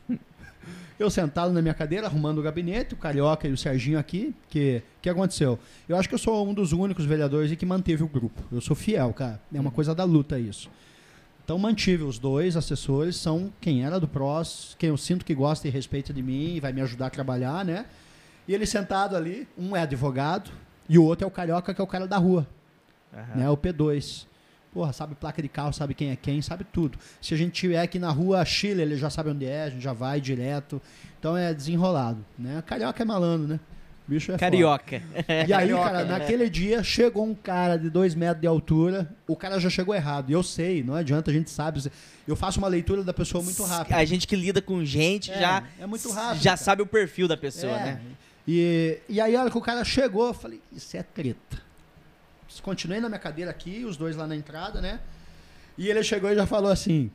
Eu sentado na minha cadeira, arrumando o gabinete, o Carioca e o Serginho aqui, que aconteceu? Eu acho que eu sou um dos únicos vereadores que manteve o grupo. Eu sou fiel, cara. É uma coisa da luta isso. Então mantive os dois assessores, são quem era do PROS, quem eu sinto que gosta e respeita de mim e vai me ajudar a trabalhar, né? E ele sentado ali, um é advogado e o outro é o Carioca, que é o cara da rua, né? O P2. Porra, sabe placa de carro, sabe quem é quem, sabe tudo. Se a gente tiver aqui na rua Chile, ele já sabe onde é, a gente já vai direto. Então é desenrolado, né? Carioca é malandro, né? O bicho é Carioca. foda. E aí, cara, naquele dia chegou um cara de 2 metros de altura, o cara já chegou errado. E eu sei, não adianta, a gente sabe. Eu faço uma leitura da pessoa muito rápida. A gente que lida com gente é muito rápido, já cara. sabe o perfil da pessoa, né? E aí, a hora que o cara chegou, eu falei, isso é treta. Continuei na minha cadeira aqui, os dois lá na entrada, né? E ele chegou e já falou assim: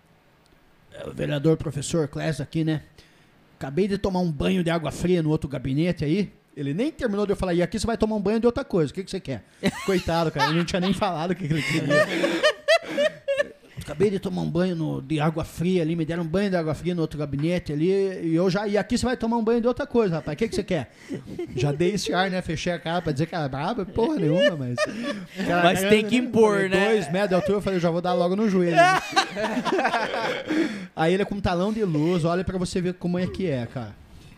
o vereador professor Clésio aqui, né? Acabei de tomar um banho de água fria no outro gabinete aí. Ele nem terminou de eu falar, e aqui você vai tomar um banho de outra coisa. O que você quer? Coitado, cara, ele não tinha nem falado o que ele queria. Acabei de tomar um banho de água fria ali, me deram um banho de água fria no outro gabinete ali, e aqui você vai tomar um banho de outra coisa, rapaz. O que você quer? Já dei esse ar, né? Fechei a cara pra dizer que era brabo, porra nenhuma, mas. Cara, mas tem que impor, né? 2 metros de altura, eu falei, já vou dar logo no joelho. Aí ele é com um talão de luz, olha pra você ver como é que é, cara.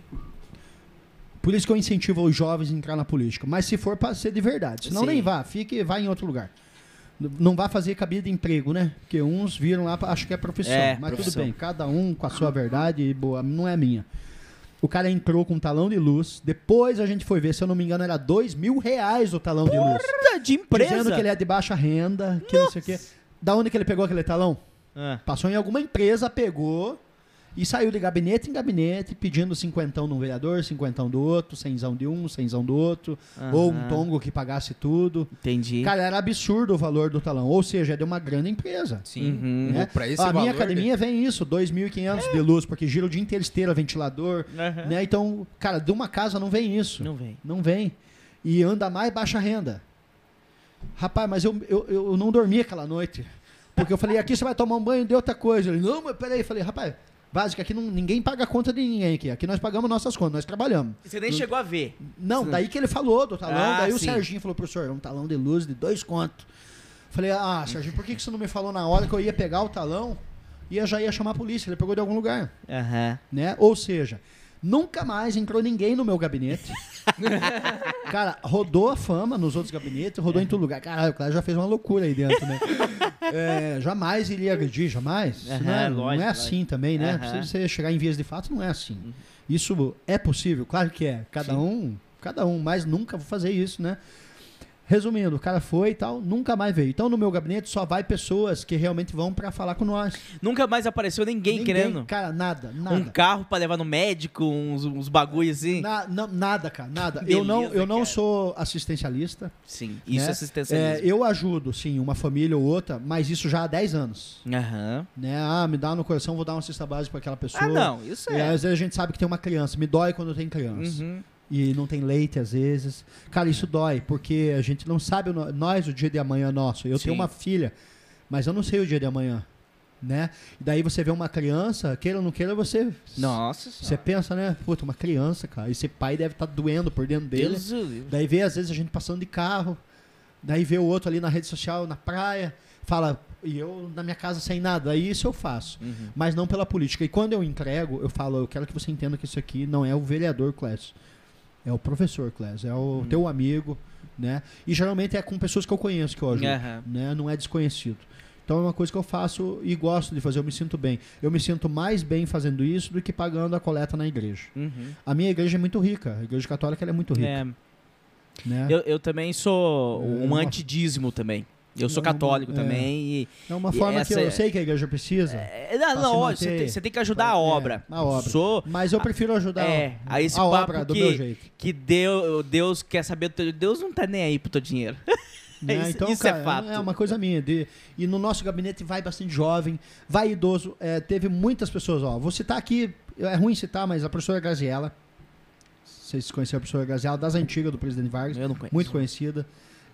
Por isso que eu incentivo os jovens a entrar na política. Mas se for pra ser de verdade. Senão nem vá, vá em outro lugar. Não vai fazer cabida de emprego, né? Porque uns viram lá, acham que é profissão. Mas tudo bem, cada um com a sua verdade, e boa, não é minha. O cara entrou com um talão de luz, depois a gente foi ver, se eu não me engano, era R$2.000 o talão de luz. De empresa? Dizendo que ele é de baixa renda, que não sei o quê. Da onde que ele pegou aquele talão? Passou em alguma empresa, pegou e saiu de gabinete em gabinete, pedindo 50 de um vereador, 50 do outro, 100 de um, 100 do outro, ou um tongo que pagasse tudo. Entendi. Cara, era absurdo o valor do talão, ou seja, é de uma grande empresa. Sim. Né? Pra esse a minha valor, academia vem isso, 2.500 de luz, porque gira o dia inteiro esteira, ventilador, né? Então, cara, de uma casa não vem isso. Não vem. E anda mais baixa renda. Rapaz, mas eu não dormi aquela noite, porque eu falei, aqui você vai tomar um banho de outra coisa. Ele, não, mas peraí. Eu falei, rapaz, básico, aqui ninguém paga a conta de ninguém aqui. Aqui nós pagamos nossas contas, nós trabalhamos. Você nem chegou a ver. Não, daí que ele falou do talão, daí o sim. Serginho falou, professor, é um talão de luz de 2 contos. Falei, Serginho, por que você não me falou na hora que eu ia pegar o talão e eu já ia chamar a polícia? Ele pegou de algum lugar. Né? Ou seja, nunca mais entrou ninguém no meu gabinete. Cara, rodou a fama nos outros gabinetes, rodou em todo lugar. Caralho, o cara já fez uma loucura aí dentro, né? Jamais iria agredir, jamais. Não é assim também, né? Se você chegar em vias de fato, não é assim. Isso é possível, claro que é. Cada um, mas nunca vou fazer isso, né? Resumindo, o cara foi e tal, nunca mais veio. Então, no meu gabinete só vai pessoas que realmente vão pra falar com nós. Nunca mais apareceu ninguém querendo? Cara, nada. Um carro pra levar no médico, uns bagulho assim? Nada, cara, nada. Beleza, eu não cara. sou assistencialista. Sim, isso né? é assistencialismo. Eu ajudo, sim, uma família ou outra, mas isso já há 10 anos. Né? Me dá no coração, vou dar uma cesta básica pra aquela pessoa. Não, isso E às vezes a gente sabe que tem uma criança, me dói quando tem criança. E não tem leite às vezes. Cara, isso dói, porque a gente não sabe o dia de amanhã nosso. Eu tenho uma filha, mas eu não sei o dia de amanhã, né? E daí você vê uma criança, queira ou não queira, você pensa, né? Puta, uma criança, cara. Esse pai deve estar doendo por dentro dele. Daí vê às vezes a gente passando de carro, daí vê o outro ali na rede social, na praia, fala, e eu na minha casa sem nada. Aí isso eu faço, mas não pela política. E quando eu entrego, eu falo, eu quero que você entenda que isso aqui não é o vereador Clécio. É o professor, Clésio. É o teu amigo, né? E geralmente é com pessoas que eu conheço que eu ajudo, né? Não é desconhecido. Então é uma coisa que eu faço e gosto de fazer, eu me sinto bem. Eu me sinto mais bem fazendo isso do que pagando a coleta na igreja. A minha igreja é muito rica, a igreja católica ela é muito rica. Né? Eu também sou um antidízimo também. Eu sou católico também. E, é uma forma que eu sei que a igreja precisa. Você tem que ajudar a obra. A obra. Mas eu prefiro ajudar a obra do meu jeito. Que Deus quer saber do teu... Deus não tá nem aí pro teu dinheiro. Né? Então, isso cara, é fato. É uma coisa minha. E no nosso gabinete vai bastante jovem, vai idoso. Teve muitas pessoas, vou citar aqui, é ruim citar, mas a professora Graziella. Vocês conheceram a professora Graziella, das antigas do presidente Vargas. Eu não conheço. Muito conhecida.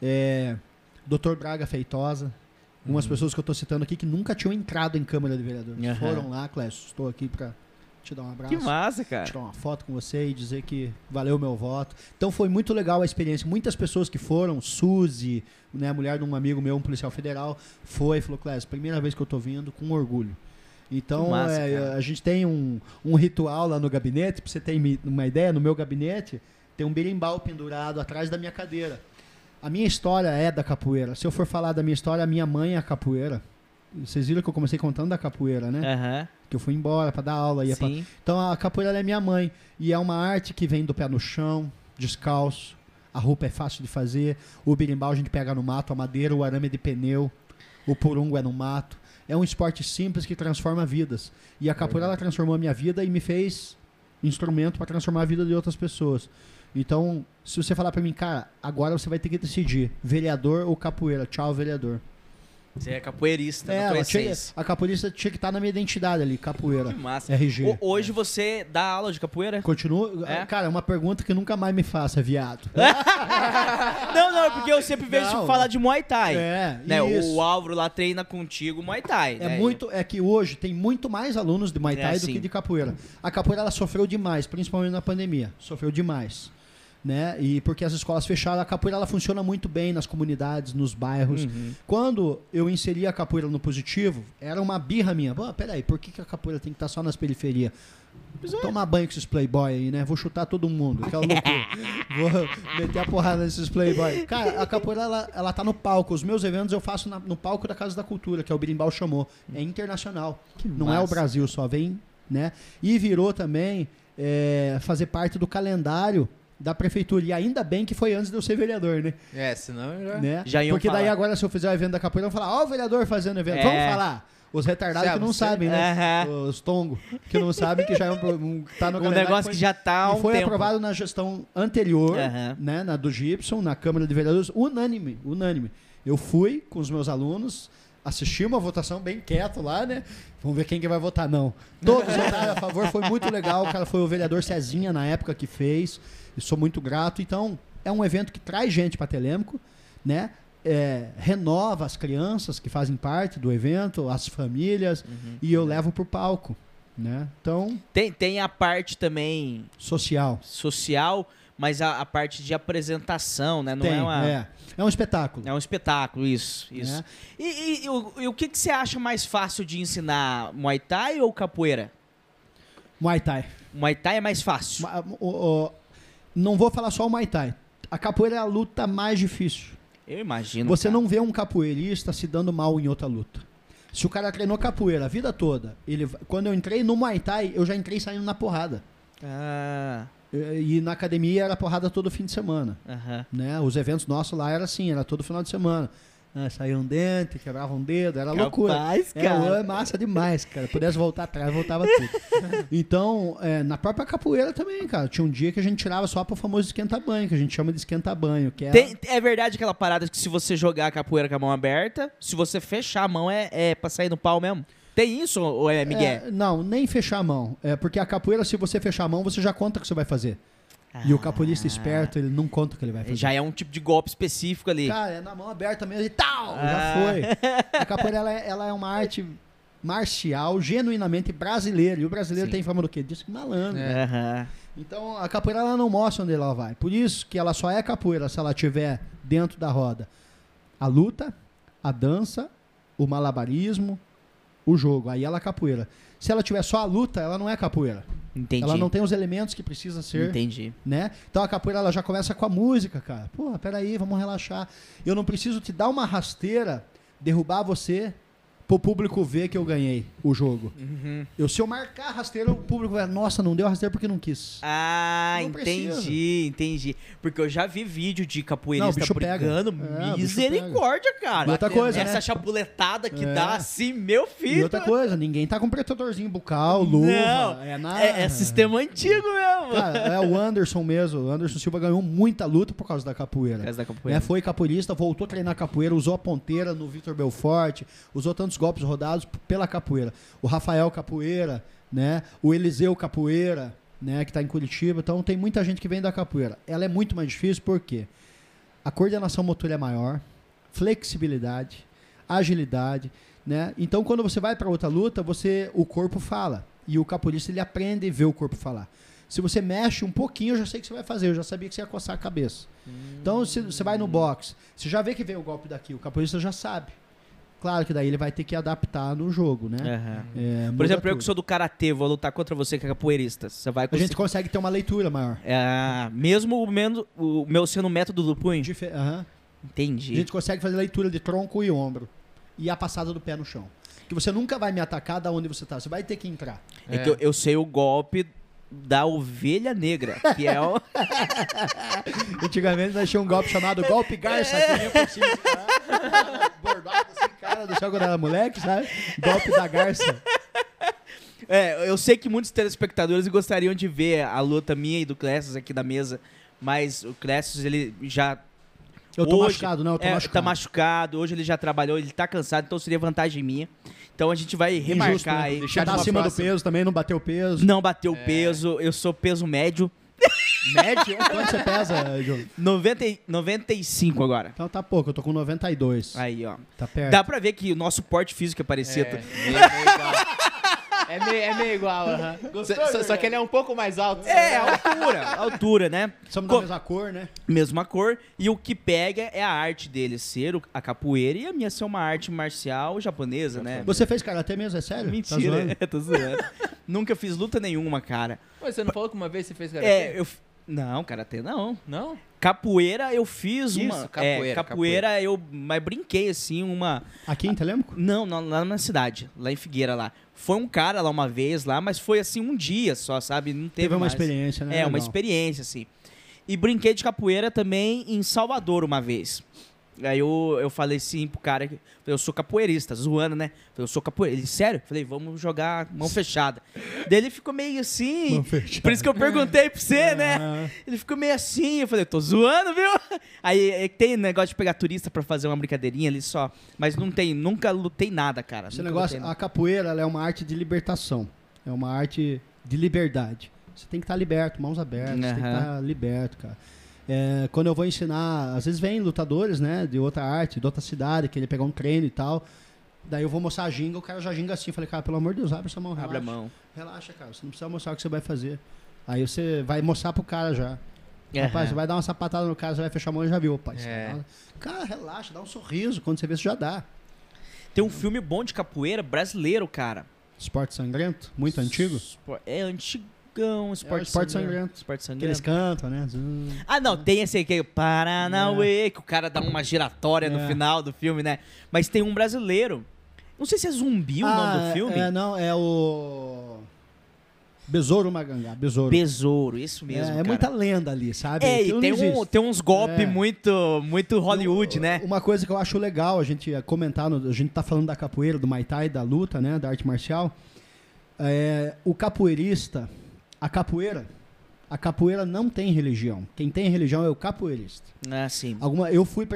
Dr. Braga Feitosa. Umas pessoas que eu estou citando aqui que nunca tinham entrado em Câmara de Vereadores. Foram lá, Clécio, estou aqui para te dar um abraço. Que massa, cara. Tirar uma foto com você e dizer que valeu o meu voto. Então foi muito legal a experiência. Muitas pessoas que foram, Suzy, né, a mulher de um amigo meu, um policial federal, falou, Clécio, primeira vez que eu estou vindo, com orgulho. Então, massa, a gente tem um ritual lá no gabinete, para você ter uma ideia, no meu gabinete tem um berimbau pendurado atrás da minha cadeira. A minha história é da capoeira. Se eu for falar da minha história, a minha mãe é a capoeira. Vocês viram que eu comecei contando da capoeira, né? Que eu fui embora para dar aula. Então, a capoeira é minha mãe. E é uma arte que vem do pé no chão, descalço. A roupa é fácil de fazer. O berimbau a gente pega no mato, a madeira, o arame é de pneu. O purungo é no mato. É um esporte simples que transforma vidas. E a capoeira ela transformou a minha vida e me fez instrumento para transformar a vida de outras pessoas. Então, se você falar para mim, cara, agora você vai ter que decidir, vereador ou capoeira. Tchau, vereador. Você é capoeirista, na tua essência. A capoeirista tinha que estar na minha identidade ali, capoeira. Que massa. RG. Hoje você dá aula de capoeira? Continua? Cara, é uma pergunta que nunca mais me faça, viado. Não, é porque eu sempre vejo falar de Muay Thai. Né? Isso. O Álvaro lá treina contigo Muay Thai. É que hoje tem muito mais alunos de Muay Thai do que de capoeira. A capoeira ela sofreu demais, principalmente na pandemia. Sofreu demais. Né? E porque as escolas fecharam, a capoeira ela funciona muito bem nas comunidades, nos bairros. Quando eu inseri a capoeira no positivo, era uma birra minha. Peraí, por que a capoeira tem que estar só nas periferias? Vou tomar banho com esses playboy aí, né? Vou chutar todo mundo, aquela loucura. Vou meter a porrada nesses playboy. Cara, a capoeira ela tá no palco. Os meus eventos eu faço no palco da Casa da Cultura, que é o Berimbau chamou. É internacional. Não é o Brasil só, vem, né? E virou também fazer parte do calendário da prefeitura. E ainda bem que foi antes de eu ser vereador, né? Senão já iam Porque falar. Daí agora, se eu fizer o evento da capoeira, vão falar, o vereador fazendo evento. Vamos falar. Os retardados que não sabem, né? Os tongos que não sabem que já tá no calendário. Negócio que já tá há um foi tempo. aprovado na gestão anterior, né? Na do Gibson, na Câmara de Vereadores, unânime. Eu fui com os meus alunos, assisti uma votação bem quieto lá, né? Vamos ver quem que vai votar, não. Todos votaram a favor, foi muito legal. O cara foi o vereador Cezinha na época que fez. E sou muito grato. Então, é um evento que traz gente para Telêmaco, né? Renova as crianças que fazem parte do evento, as famílias, e eu levo pro palco, né? Então... Tem a parte também... Social, mas a parte de apresentação, né? Não é um espetáculo. É um espetáculo, isso. E o que você acha mais fácil de ensinar? Muay Thai ou capoeira? Muay Thai. Muay Thai é mais fácil. Não vou falar só o Muay Thai. A capoeira é a luta mais difícil. Eu imagino. Você não vê um capoeirista se dando mal em outra luta. Se o cara treinou capoeira a vida toda, quando eu entrei no Muay Thai, eu já entrei saindo na porrada. E na academia era porrada todo fim de semana. Né? Os eventos nossos lá era assim, era todo final de semana. Saía um dente, quebrava um dedo, era loucura. Cara. É massa demais, cara. Pudesse voltar atrás, voltava tudo. Então, na própria capoeira também, cara. Tinha um dia que a gente tirava só pro famoso esquenta-banho, que a gente chama de esquenta-banho. É verdade aquela parada que se você jogar a capoeira com a mão aberta, se você fechar a mão é pra sair no pau mesmo? Tem isso ou é Miguel? Não, nem fechar a mão. Porque a capoeira, se você fechar a mão, você já conta o que você vai fazer. E o capoeirista esperto, ele não conta o que ele vai fazer. Já é um tipo de golpe específico ali. Cara, é na mão aberta mesmo e tal, já foi. A capoeira, ela é uma arte marcial, genuinamente brasileira. E o brasileiro tem fama do quê? Diz que malandro. Então, a capoeira, ela não mostra onde ela vai. Por isso que ela só é capoeira se ela estiver dentro da roda. A luta, a dança, o malabarismo, o jogo. Aí ela é capoeira. Se ela tiver só a luta, ela não é capoeira. Entendi. Ela não tem os elementos que precisa ser, Entendi. né? Então a capoeira ela já começa com a música, cara. Pô, peraí, vamos relaxar. Eu não preciso te dar uma rasteira, derrubar você, pro público ver que eu ganhei o jogo. Se eu marcar a rasteira, o público vai, nossa, não deu a rasteira porque não quis. Ah, Não entendi. Porque eu já vi vídeo de capoeirista Não, o bicho brigando. pega. É, Misericórdia, cara. E outra coisa, essa né? chapuletada que É. dá assim, meu filho. E outra coisa, ninguém tá com protetorzinho bucal, luva. Não, é sistema antigo mesmo. Cara, é o Anderson mesmo. O Anderson Silva ganhou muita luta por causa da capoeira. Por causa da Né? capoeira. Foi capoeirista, voltou a treinar capoeira, usou a ponteira no Vitor Belfort, usou tantos golpes rodados pela capoeira. O Rafael Capoeira, né? O Eliseu Capoeira, né? Que tá em Curitiba. Então tem muita gente que vem da capoeira. Ela é muito mais difícil porque a coordenação motora é maior, flexibilidade, agilidade, né? Então quando você vai para outra luta, o corpo fala. E o capoeirista ele aprende a ver o corpo falar. Se você mexe um pouquinho, eu já sei o que você vai fazer. Eu já sabia que você ia coçar a cabeça. Então, se você vai no boxe, você já vê que veio o golpe daqui. O capoeirista já sabe. Claro que daí ele vai ter que adaptar no jogo, né? Aham. É, Por muda exemplo, eu tudo. que sou do karatê, vou lutar contra você que é capoeirista. Você vai A conseguir. gente consegue ter uma leitura maior. Mesmo o meu sendo método do punho? Aham. A Entendi. gente consegue fazer leitura de tronco e ombro. E a passada do pé no chão. Que você nunca vai me atacar da onde você tá. Você vai ter que entrar. É que eu sei o golpe da ovelha negra, que é o... Antigamente nós tínhamos um golpe chamado golpe garça, que vinha por cima assim, cara, bordado assim, cara, do céu quando era moleque, sabe? Golpe da garça. eu sei que muitos telespectadores gostariam de ver a luta minha e do Clécio aqui da mesa, mas o Clécio, ele já... Eu tô hoje- machucado, não, eu tô machucado. Tá machucado, hoje ele já trabalhou, ele tá cansado, então seria vantagem minha. Então a gente vai remarcar Injusto, né? aí. Você tá uma acima do próxima. peso também, não bateu o peso. Não bateu o peso, eu sou peso médio, Médio? Quanto você pesa, João? 95 agora. Então tá pouco, eu tô com 92. Aí, ó. Tá perto. Dá pra ver que o nosso porte físico é parecido. É meio igual, aham. Só que ele é um pouco mais alto. A altura, né? Somos da mesma cor, né? Mesma cor. E o que pega é a arte dele ser a capoeira e a minha ser uma arte marcial japonesa, né? Você fez karatê mesmo, é sério? Tá Mentira, zoando? tô zoando. Nunca fiz luta nenhuma, cara. Mas você não falou que uma vez você fez karatê? Não, karatê não. Não? Capoeira eu fiz Isso, uma. capoeira, Capoeira eu mas brinquei assim, uma. Aqui em Telêmaco? Não, lá na minha cidade, lá em Figueira lá. Foi um cara lá uma vez lá, mas foi assim um dia só, sabe? Não teve Teve uma mais. experiência, né? É, uma Legal. experiência, assim. E brinquei de capoeira também em Salvador uma vez. Aí eu falei assim pro cara, eu sou capoeirista, zoando, né? Eu sou capoeirista. Ele, sério? Falei, vamos jogar mão fechada. Daí ele ficou meio assim. Mão fechada. Por isso que eu perguntei pra você, né? Ah. Ele ficou meio assim, eu falei, tô zoando, viu? Aí tem negócio de pegar turista pra fazer uma brincadeirinha ali só. Mas não tem, nunca lutei nada, cara. Esse Nunca negócio, lutei a capoeira, ela é uma arte de libertação. É uma arte de liberdade. Você tem que estar liberto, mãos abertas, você tem que Aham. estar liberto, cara. É, quando eu vou ensinar, às vezes vem lutadores, né, de outra arte, de outra cidade, que ele pegar um treino e tal. Daí eu vou mostrar a ginga, o cara já ginga assim. Falei, cara, pelo amor de Deus, abre essa mão, relaxa. Abre a mão. Relaxa, cara, você não precisa mostrar o que você vai fazer. Aí você vai mostrar pro cara já. Aham. Rapaz, você vai dar uma sapatada no cara, você vai fechar a mão e já viu, pai. É. Cara, relaxa, dá um sorriso. Quando você vê, você já dá. Tem um filme bom de capoeira brasileiro, cara. Esporte sangrento, muito antigo. É antigão, Esporte sangrento. Esporte Que eles sangrento. cantam, né? Ah, não, tem esse aqui, Paranauê, que o cara dá uma giratória no É. final do filme, né? Mas tem um brasileiro. Não sei se é Zumbi o nome do filme. Não, é o Besouro Magangá, Besouro. Besouro, isso mesmo, É cara. muita lenda ali, sabe? É, Aquilo e não tem, existe. tem uns golpes É. muito Hollywood, né? Uma coisa que eu acho legal a gente comentar, a gente tá falando da capoeira, do Muay Thai, da luta, né, da arte marcial. O capoeirista, a capoeira não tem religião. Quem tem religião é o capoeirista. Ah, sim. Eu fui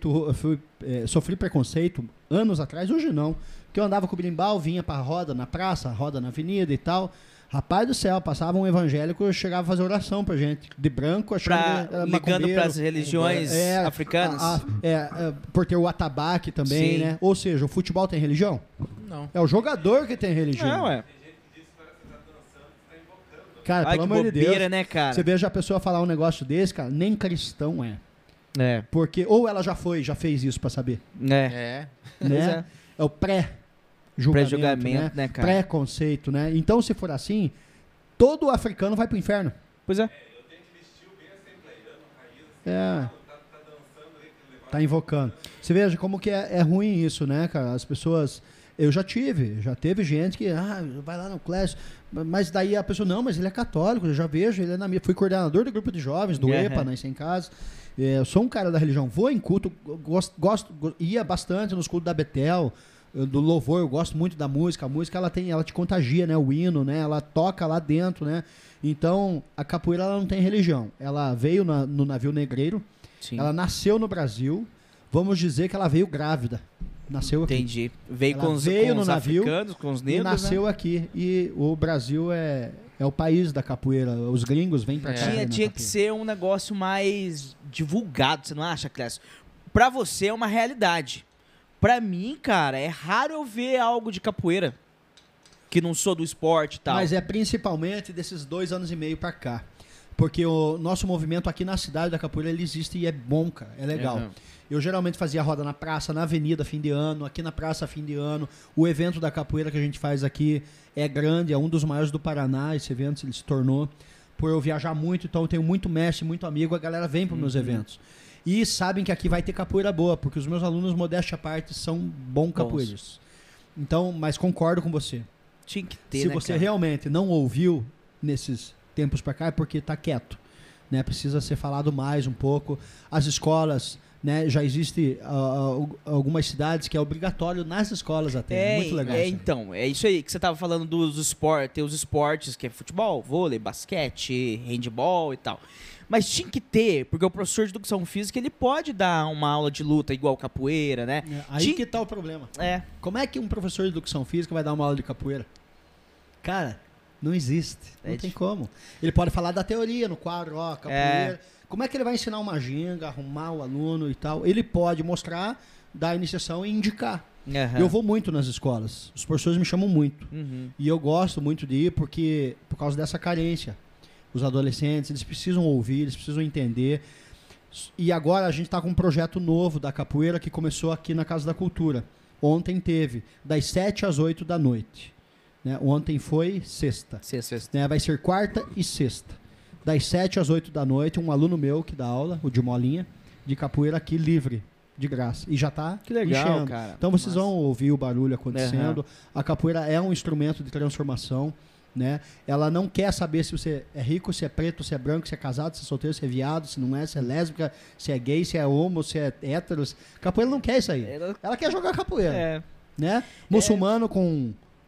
sofri preconceito anos atrás, hoje não. Que eu andava com o berimbau, vinha pra roda na praça, roda na avenida e tal. Rapaz do céu, passava um evangélico, chegava a fazer oração pra gente. De branco, achando que era Ligando macumbeiro. pras religiões africanas. Por ter o atabaque também, Sim. né? Ou seja, o futebol tem religião? Não. É o jogador que tem religião. Não, é. Cara, Ai, pelo que amor de bobeira, Deus. né, cara? Você veja a pessoa falar um negócio desse, cara, nem cristão é. É. Porque, ou ela já fez isso pra saber. É. É. Né? É o Pré-julgamento, né, cara? Preconceito, né? Então, se for assim, todo africano vai pro inferno. Pois é. Tá invocando. Você veja como que é ruim isso, né, cara? As pessoas... Já teve gente que, vai lá no Clash, mas daí a pessoa, não, mas ele é católico, eu já vejo, ele é na minha... Fui coordenador do grupo de jovens, do EPA, Nasce em Casa. Eu sou um cara da religião, vou em culto, ia bastante nos cultos da Betel, do louvor, eu gosto muito da música. A música, ela te contagia, né? O hino, né? Ela toca lá dentro, né? Então, a capoeira, ela não tem religião. Ela veio no navio negreiro, Sim. Ela nasceu no Brasil, vamos dizer que ela veio grávida. Nasceu aqui. Entendi. Veio Ela com os, veio com no os navio africanos, com os negros, e nasceu aqui. E o Brasil é o país da capoeira. Os gringos vêm pra cá. Tinha que ser um negócio mais divulgado, você não acha, Clécio? Pra você é uma realidade. Pra mim, cara, é raro eu ver algo de capoeira que não sou do esporte e tal. Mas é principalmente desses 2 anos e meio pra cá. Porque o nosso movimento aqui na cidade da capoeira, ele existe e é bom, cara. É legal. Uhum. Eu geralmente fazia roda na praça, na avenida, fim de ano, aqui na praça, fim de ano. O evento da capoeira que a gente faz aqui é grande, é um dos maiores do Paraná. Esse evento ele se tornou, por eu viajar muito, então eu tenho muito mestre, muito amigo, a galera vem para os meus eventos. E sabem que aqui vai ter capoeira boa, porque os meus alunos, modéstia à parte, são bons capoeiros. Então, mas concordo com você. Tinha que ter, Se né, você cara? realmente não ouviu nesses tempos para cá, é porque tá quieto. Né? Precisa ser falado mais um pouco. As escolas, né? Já existe algumas cidades que é obrigatório nas escolas até. É muito legal. Então, é isso aí que você tava falando dos esportes. Tem os esportes que é futebol, vôlei, basquete, handball e tal. Mas tinha que ter, porque o professor de educação física, ele pode dar uma aula de luta igual capoeira, né? Aí que tá o problema. Como é que um professor de educação física vai dar uma aula de capoeira? Cara, não existe. Não tem como. Ele pode falar da teoria no quadro, capoeira. Como é que ele vai ensinar uma ginga, arrumar o aluno e tal? Ele pode mostrar, dar a iniciação e indicar. Uhum. Eu vou muito nas escolas. Os professores me chamam muito. Uhum. E eu gosto muito de ir por causa dessa carência. Os adolescentes, eles precisam ouvir, eles precisam entender. E agora a gente está com um projeto novo da capoeira que começou aqui na Casa da Cultura. Ontem teve, das 7 às 8 da noite. Né? Ontem foi sexta. Né? Vai ser quarta e sexta. Das 7 às 8 da noite, um aluno meu que dá aula, o de Molinha, de capoeira aqui livre, de graça. E já está enchendo. Cara. Então vocês vão ouvir o barulho acontecendo. Uhum. A capoeira é um instrumento de transformação. Né? Ela não quer saber se você é rico, se é preto, se é branco, se é casado, se é solteiro, se é viado, se não é, se é lésbica, se é gay, se é homo, se é hétero. Capoeira não quer isso aí. Ela quer jogar capoeira. Né? Muçulmano com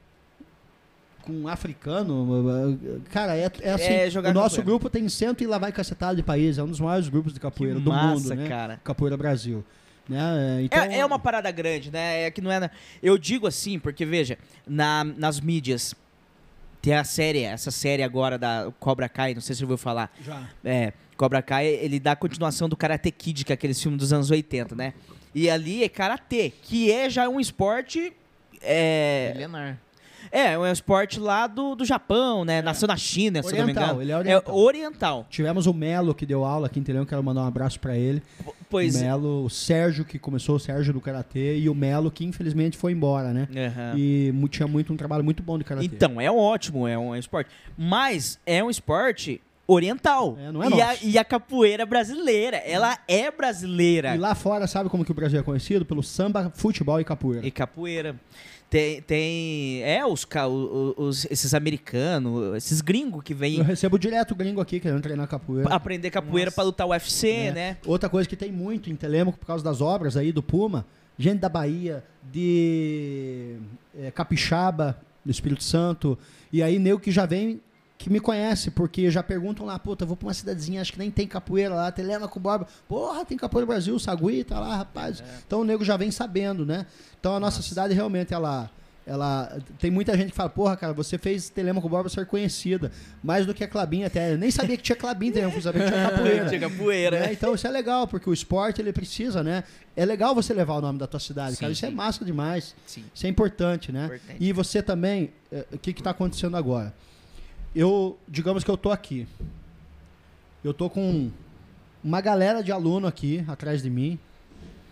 africano, cara, é assim. O nosso grupo tem 100 e lá vai cacetada de país, é um dos maiores grupos de capoeira do mundo, né? Cara. Capoeira Brasil. Né? Então... É uma parada grande, né? É que não é. Eu digo assim, porque veja, nas mídias. Tem essa série agora da Cobra Kai, não sei se você ouviu falar. Já. Cobra Kai, ele dá a continuação do Karate Kid, que é aquele filme dos anos 80, né? E ali é Karatê, que já um esporte... milenar. É um esporte lá do Japão, né? Nasceu na China, se eu não me engano. Ele é oriental. Oriental. Tivemos o Melo, que deu aula aqui em Telhão, quero mandar um abraço pra ele. Pois o Melo, o Sérgio, que começou, o Sérgio do Karatê, e o Melo, que infelizmente foi embora, né? Uhum. E tinha um trabalho muito bom de Karatê. Então, é ótimo, é um esporte. Mas é um esporte oriental. Não é nosso. E a capoeira brasileira, ela é brasileira. E lá fora, sabe como que o Brasil é conhecido? Pelo samba, futebol e capoeira. E capoeira. Tem esses americanos, esses gringos que vêm... Eu recebo direto gringo aqui querendo treinar capoeira. Aprender capoeira pra lutar UFC, né? Outra coisa que tem muito em Telêmaco, por causa das obras aí do Puma, gente da Bahia, de Capixaba, do Espírito Santo, e aí nego que já vem, que me conhece, porque já perguntam lá, puta, eu vou pra uma cidadezinha, acho que nem tem capoeira lá, Telêmaco, Borba, porra, tem capoeira no Brasil, Sagui, tá lá, rapaz. Então o nego já vem sabendo, né? Então a nossa cidade realmente, ela tem muita gente que fala, porra, cara, você fez Telêmaco Borba ser conhecida, mais do que a Clabinha até. Eu nem sabia que tinha Clabinha, Telêmaco, sabia que tinha capoeira. Tinha capoeira, né? Então isso é legal, porque o esporte, ele precisa, né? É legal você levar o nome da tua cidade, cara, isso é massa demais. Sim. Isso é importante, né? Importante. E você também, o que tá acontecendo agora? Digamos que eu tô aqui. Eu tô com uma galera de aluno aqui, atrás de mim,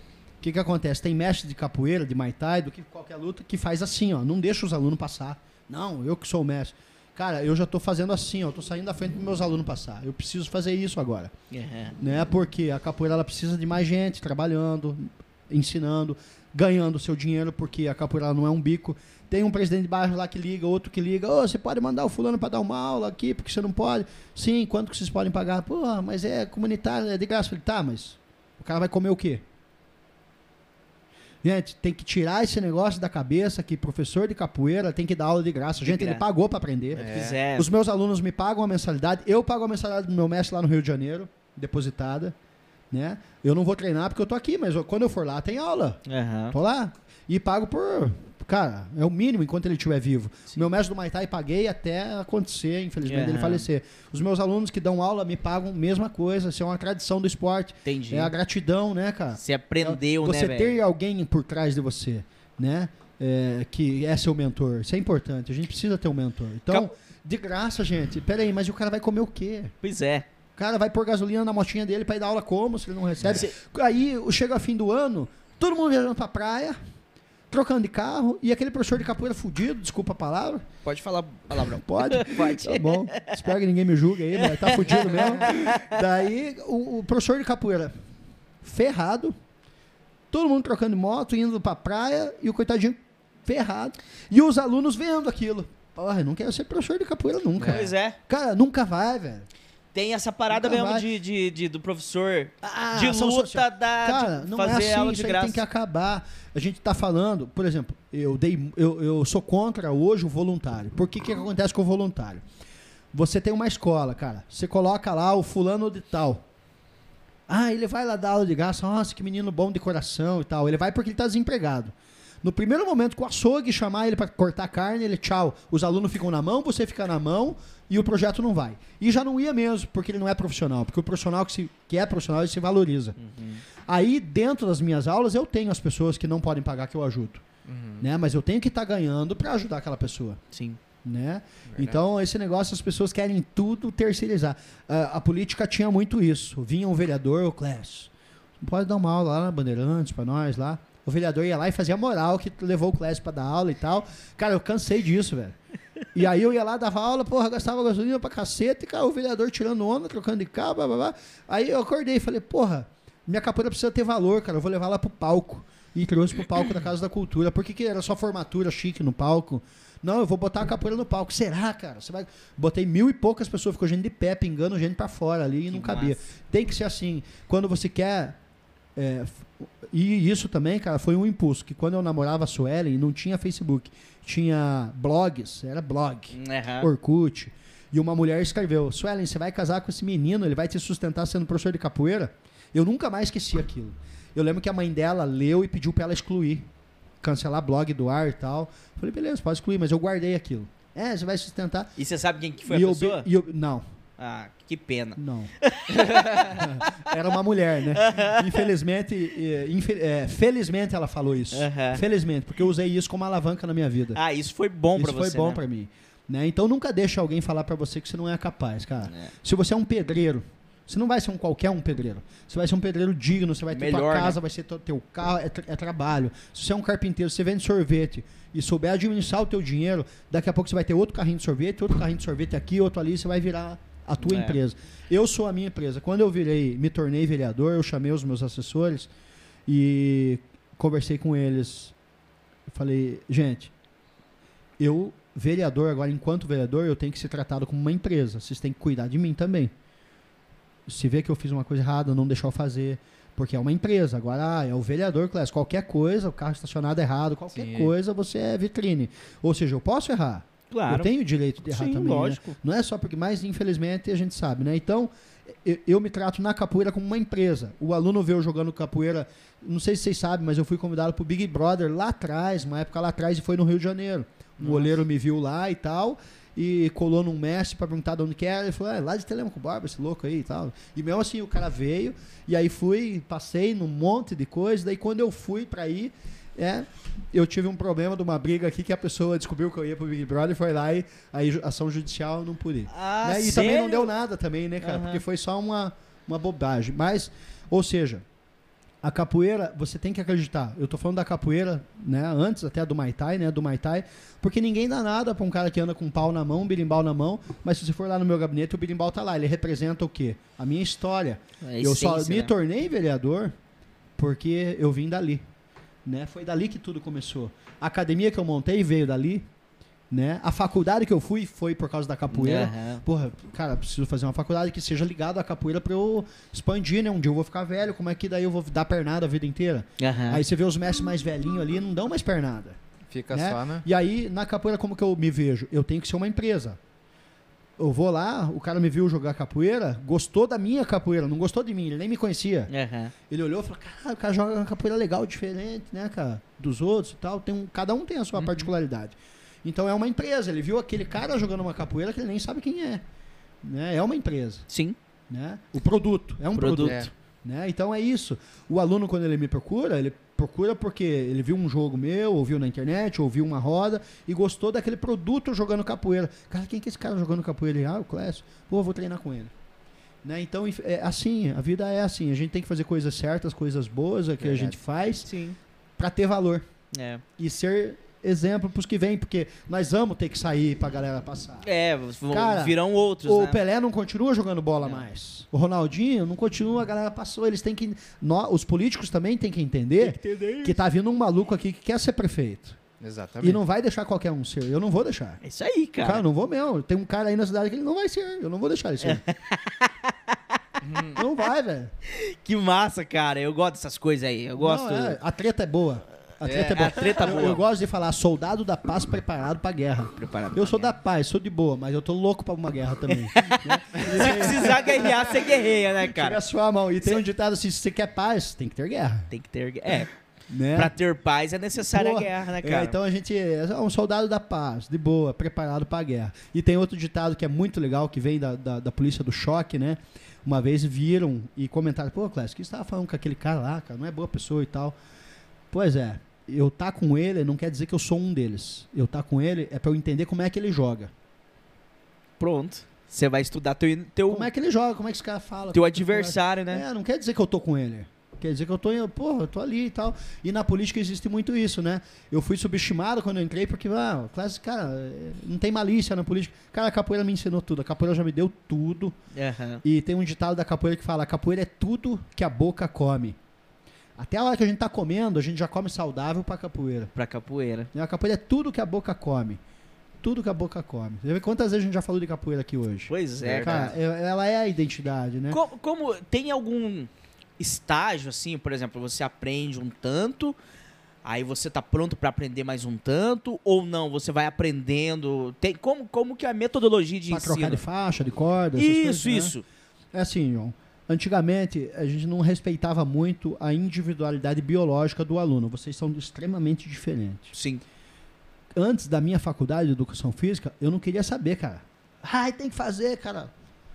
que acontece? Tem mestre de capoeira, de Muay Thai, do que qualquer luta, que faz assim, ó. Não deixa os alunos passar. Não, eu que sou o mestre. Cara, eu já tô fazendo assim, ó. Eu tô saindo da frente dos meus alunos passar. Eu preciso fazer isso agora. Né? Porque a capoeira ela precisa de mais gente trabalhando, ensinando, ganhando seu dinheiro, porque a capoeira ela não é um bico. Tem um presidente de bairro lá que liga, outro que liga. Ô, você pode mandar o fulano para dar uma aula aqui, porque você não pode? Sim, quanto que vocês podem pagar? Pô, mas é comunitário, é de graça. Eu falei, tá, mas o cara vai comer o quê? Gente, tem que tirar esse negócio da cabeça que professor de capoeira tem que dar aula de graça. Gente, ele pagou para aprender. Os meus alunos me pagam a mensalidade. Eu pago a mensalidade do meu mestre lá no Rio de Janeiro, depositada. Né? Eu não vou treinar porque eu tô aqui, mas quando eu for lá tem aula. Tô lá. E pago por... Cara, é o mínimo enquanto ele estiver vivo. Sim. Meu mestre do Muay Thai paguei até acontecer, infelizmente, ele falecer. Os meus alunos que dão aula me pagam a mesma coisa. Isso é uma tradição do esporte. Entendi. É a gratidão, né, cara? Você aprendeu, você né, ter velho? alguém por trás de você, né? Que é seu mentor. Isso é importante. A gente precisa ter um mentor. Então, de graça, gente. Pera aí, mas o cara vai comer o quê? Pois é. O cara vai pôr gasolina na motinha dele pra ir dar aula como, se ele não recebe? Aí, chega fim do ano, todo mundo viajando pra praia, trocando de carro, e aquele professor de capoeira fudido, desculpa a palavra. Pode falar palavrão. Pode? Pode. Tá bom. Espero que ninguém me julgue aí, mas tá fudido mesmo. Daí, o professor de capoeira ferrado, todo mundo trocando de moto, indo pra praia, e o coitadinho ferrado. E os alunos vendo aquilo. Porra, eu não quero ser professor de capoeira nunca. Pois é. Cara, nunca vai, velho. Tem essa parada Nunca mesmo do professor de luta Cara, de não fazer é assim, aula de isso aí graça. tem que acabar. A gente tá falando, por exemplo, eu sou contra hoje o voluntário. Por que acontece com o voluntário? Você tem uma escola, cara, você coloca lá o fulano de tal. Ah, ele vai lá dar aula de graça, nossa, que menino bom de coração e tal. Ele vai porque ele tá desempregado. No primeiro momento que o açougue chamar ele para cortar carne, ele tchau. Os alunos ficam na mão, você fica na mão e o projeto não vai. E já não ia mesmo, porque ele não é profissional. Porque o profissional que é profissional, ele se valoriza. Aí, dentro das minhas aulas, eu tenho as pessoas que não podem pagar que eu ajudo. Né? Mas eu tenho que estar ganhando para ajudar aquela pessoa. Sim. Né? Então, esse negócio, as pessoas querem tudo terceirizar. A política tinha muito isso. Vinha um vereador, o Clécio. Pode dar uma aula lá na Bandeirantes para nós lá. O vereador ia lá e fazia moral que levou o Clécio pra dar aula e tal. Cara, eu cansei disso, velho. E aí eu ia lá, dava aula, porra, gastava gasolina pra cacete, e, cara, o vereador tirando onda, trocando de carro, blá, blá, blá. Aí eu acordei e falei, porra, minha capoeira precisa ter valor, cara, eu vou levar ela pro palco. E trouxe pro palco da Casa da Cultura. Por que era só formatura chique no palco? Não, eu vou botar a capoeira no palco. Será, cara? Você vai... Botei 1000 e poucas pessoas, ficou gente de pé, pingando gente pra fora ali, e não cabia. Tem que ser assim, quando você quer... E isso também, cara, foi um impulso. Que quando eu namorava a Suelen, não tinha Facebook. Tinha blogs, era blog, Orkut. E uma mulher escreveu, Suelen, você vai casar com esse menino, ele vai te sustentar sendo professor de capoeira? Eu nunca mais esqueci aquilo. Eu lembro que a mãe dela leu e pediu pra ela excluir. Cancelar blog do ar e tal. Falei, beleza, pode excluir, mas eu guardei aquilo. Você vai sustentar. E você sabe quem que foi a pessoa? Não. Ah, que pena. Não. Era uma mulher, né? Infelizmente, felizmente ela falou isso. Felizmente, porque eu usei isso como alavanca na minha vida. Ah, isso foi bom pra você, Isso foi bom pra mim. Né? Então nunca deixa alguém falar pra você que você não é capaz, cara. Se você é um pedreiro, você não vai ser qualquer um pedreiro. Você vai ser um pedreiro digno, você vai ter tua casa, vai ser teu carro, é trabalho. Se você é um carpinteiro, você vende sorvete e souber administrar o teu dinheiro, daqui a pouco você vai ter outro carrinho de sorvete aqui, outro ali, você vai virar a tua empresa. Eu sou a minha empresa. Quando eu me tornei vereador, eu chamei os meus assessores e conversei com eles. Falei, gente, vereador, agora enquanto vereador, eu tenho que ser tratado como uma empresa. Vocês têm que cuidar de mim também. Se vê que eu fiz uma coisa errada, não deixar eu fazer, porque é uma empresa. Agora, é o vereador, Clécio. Qualquer coisa, o carro estacionado errado, qualquer coisa, você é vitrine. Ou seja, eu posso errar. Claro. Eu tenho o direito de errar também. Lógico. Né? Não é só porque, mas infelizmente a gente sabe, né? Então, eu me trato na capoeira como uma empresa. O aluno vê eu jogando capoeira, não sei se vocês sabem, mas eu fui convidado pro Big Brother lá atrás, uma época lá atrás, e foi no Rio de Janeiro. Um goleiro me viu lá e tal, e colou num mestre pra perguntar de onde que era. Ele falou, lá de Telêmaco Borba, esse louco aí e tal. E mesmo assim o cara veio, e aí passei num monte de coisa, daí quando eu fui pra ir, eu tive um problema de uma briga aqui que a pessoa descobriu que eu ia pro Big Brother, foi lá e aí ação judicial eu não pude ir. Né? E também não deu nada também, né, cara? Porque foi só uma bobagem. Mas, ou seja, A capoeira, você tem que acreditar. Eu tô falando da capoeira, né, antes até do Muay Thai, né, do Muay Thai, porque ninguém dá nada pra um cara que anda com um pau na mão, um berimbau na mão, mas se você for lá no meu gabinete, o berimbau tá lá. Ele representa o quê? A minha história. Eu só me tornei vereador porque eu vim dali, né? Foi dali que tudo começou. A academia que eu montei veio dali, né? A faculdade que eu fui foi por causa da capoeira. Porra, cara, preciso fazer uma faculdade que seja ligada à capoeira pra eu expandir, né? Um dia eu vou ficar velho, como é que daí eu vou dar pernada a vida inteira? Aí você vê os mestres mais velhinhos ali, não dão mais pernada. Fica né? só, né? E aí, na capoeira, como que eu me vejo? Eu tenho que ser uma empresa. Eu vou lá, o cara me viu jogar capoeira, gostou da minha capoeira, não gostou de mim, ele nem me conhecia. Ele olhou e falou, cara, o cara joga uma capoeira legal, diferente, né, cara, dos outros e tal. Cada um tem a sua particularidade. Então é uma empresa, ele viu aquele cara jogando uma capoeira que ele nem sabe quem é. Né? É uma empresa. Sim. Né? O produto, é um produto. É. Né? Então é isso. O aluno, quando ele me procura, ele procura porque ele viu um jogo meu, ouviu na internet, ouviu uma roda e gostou daquele produto jogando capoeira. Cara, quem que é esse cara jogando capoeira? Ah, o Clécio. Pô, eu vou treinar com ele. Né? Então, é assim, a vida é assim. A gente tem que fazer coisas certas, coisas boas, que a gente faz pra ter valor. E ser exemplo pros que vêm, porque nós vamos ter que sair pra galera passar. Cara, virão outros, o né? Pelé não continua jogando bola mais. O Ronaldinho não continua, a galera passou. Eles têm que... os políticos também têm que entender que tá vindo um maluco aqui que quer ser prefeito. Exatamente. E não vai deixar qualquer um ser. Eu não vou deixar. É isso aí, cara. Cara, eu não vou mesmo. Tem um cara aí na cidade que ele não vai ser. Eu não vou deixar ele ser. Não vai, velho. Que massa, cara. Eu gosto dessas coisas aí. Eu gosto. Não, a treta é boa. A treta é boa. A treta é boa. Eu gosto de falar soldado da paz preparado pra guerra. Eu sou da paz, sou de boa, mas eu tô louco pra uma guerra também. Né? Se precisar guerrear, você guerreia, né, cara? Tira a sua mão. E tem um ditado assim, se você quer paz, tem que ter guerra. Tem que ter guerra. Né? Pra ter paz é necessária a guerra, né, cara? Então a gente é um soldado da paz, de boa, preparado pra guerra. E tem outro ditado que é muito legal, que vem da polícia do choque, né? Uma vez viram e comentaram, pô, Clécio, o que você tava falando com aquele cara lá, cara? Não é boa pessoa e tal. Pois é, eu tá com ele não quer dizer que eu sou um deles. Eu tá com ele é pra eu entender como é que ele joga. Pronto. Você vai estudar teu Como é que ele joga, como é que esse cara fala. teu adversário, né? Não quer dizer que eu tô com ele. Quer dizer que eu tô ali e tal. E na política existe muito isso, né? Eu fui subestimado quando eu entrei porque, cara, não tem malícia na política. Cara, a capoeira me ensinou tudo. A capoeira já me deu tudo. E tem um ditado da capoeira que fala, a capoeira é tudo que a boca come. Até a hora que a gente tá comendo, a gente já come saudável pra capoeira. Pra capoeira. E a capoeira é tudo que a boca come. Tudo que a boca come. Você vê quantas vezes a gente já falou de capoeira aqui hoje? Pois é, cara. Ela é a identidade, né? Como tem algum estágio, assim, por exemplo, você aprende um tanto, aí você tá pronto pra aprender mais um tanto, ou não, você vai aprendendo... Como que é a metodologia de pra ensino? trocar de faixa, de corda, essas coisas, Isso. Né? É assim, João. Antigamente, a gente não respeitava muito a individualidade biológica do aluno. Vocês são extremamente diferentes. Sim. Antes da minha faculdade de Educação Física, eu não queria saber, cara. Tem que fazer, cara.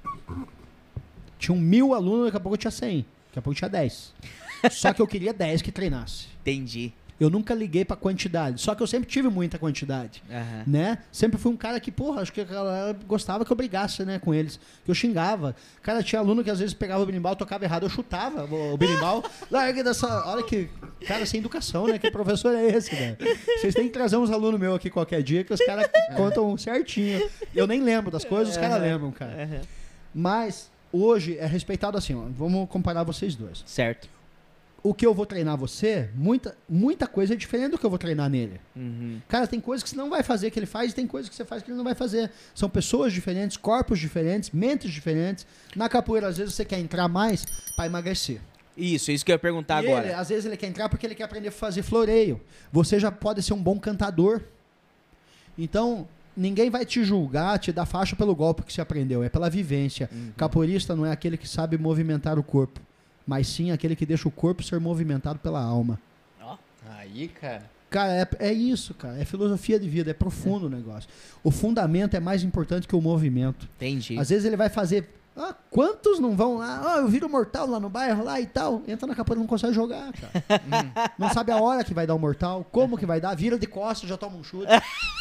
Tinham 1000 alunos, daqui a pouco eu tinha 100. Daqui a pouco eu tinha 10. Só que eu queria 10 que treinasse. Entendi. Eu nunca liguei pra quantidade. Só que eu sempre tive muita quantidade. Né? Sempre fui um cara que, acho que a galera gostava que eu brigasse, né, com eles. Que eu xingava. Cara, tinha aluno que às vezes pegava o berimbau, tocava errado, eu chutava o berimbau. Larga dessa... Olha que... Cara, sem educação, né? Que professor é esse, velho? Vocês têm que trazer uns alunos meus aqui qualquer dia que os caras contam certinho. Eu nem lembro das coisas, os caras lembram, cara. Mas hoje é respeitado assim, ó. Vamos comparar vocês dois. Certo. O que eu vou treinar você, muita coisa é diferente do que eu vou treinar nele. Cara, tem coisas que você não vai fazer que ele faz e tem coisas que você faz que ele não vai fazer. São pessoas diferentes, corpos diferentes, mentes diferentes. Na capoeira, às vezes, você quer entrar mais pra emagrecer. Isso que eu ia perguntar agora. Ele, às vezes ele quer entrar porque ele quer aprender a fazer floreio. Você já pode ser um bom cantador. Então, ninguém vai te julgar, te dar faixa pelo golpe que você aprendeu. É pela vivência. Capoeirista não é aquele que sabe movimentar o corpo, mas sim aquele que deixa o corpo ser movimentado pela alma. Aí, cara. Cara, é isso, cara. É filosofia de vida, é profundo o negócio. O fundamento é mais importante que o movimento. Entendi. Às vezes ele vai fazer... quantos não vão lá? Eu viro mortal lá no bairro lá e tal. Entra na capoeira e não consegue jogar, cara. Não sabe a hora que vai dar o mortal, como que vai dar, vira de costas, já toma um chute.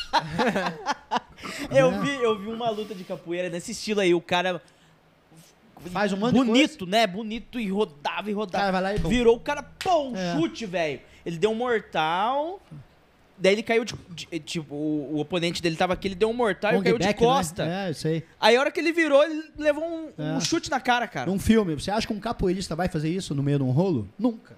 Eu vi uma luta de capoeira nesse estilo aí, o cara Faz um monte de bonito, né? Bonito e rodava e rodava. Cara, vai lá e bom. Virou o cara, pô, um É. chute, velho. Ele deu um mortal. Daí ele caiu tipo, o oponente dele tava aqui, ele deu um mortal e caiu de Back, costa. Né? É, isso aí. Aí a hora que ele virou, ele levou um chute na cara, cara. Num filme, você acha que um capoeirista vai fazer isso no meio de um rolo? Nunca.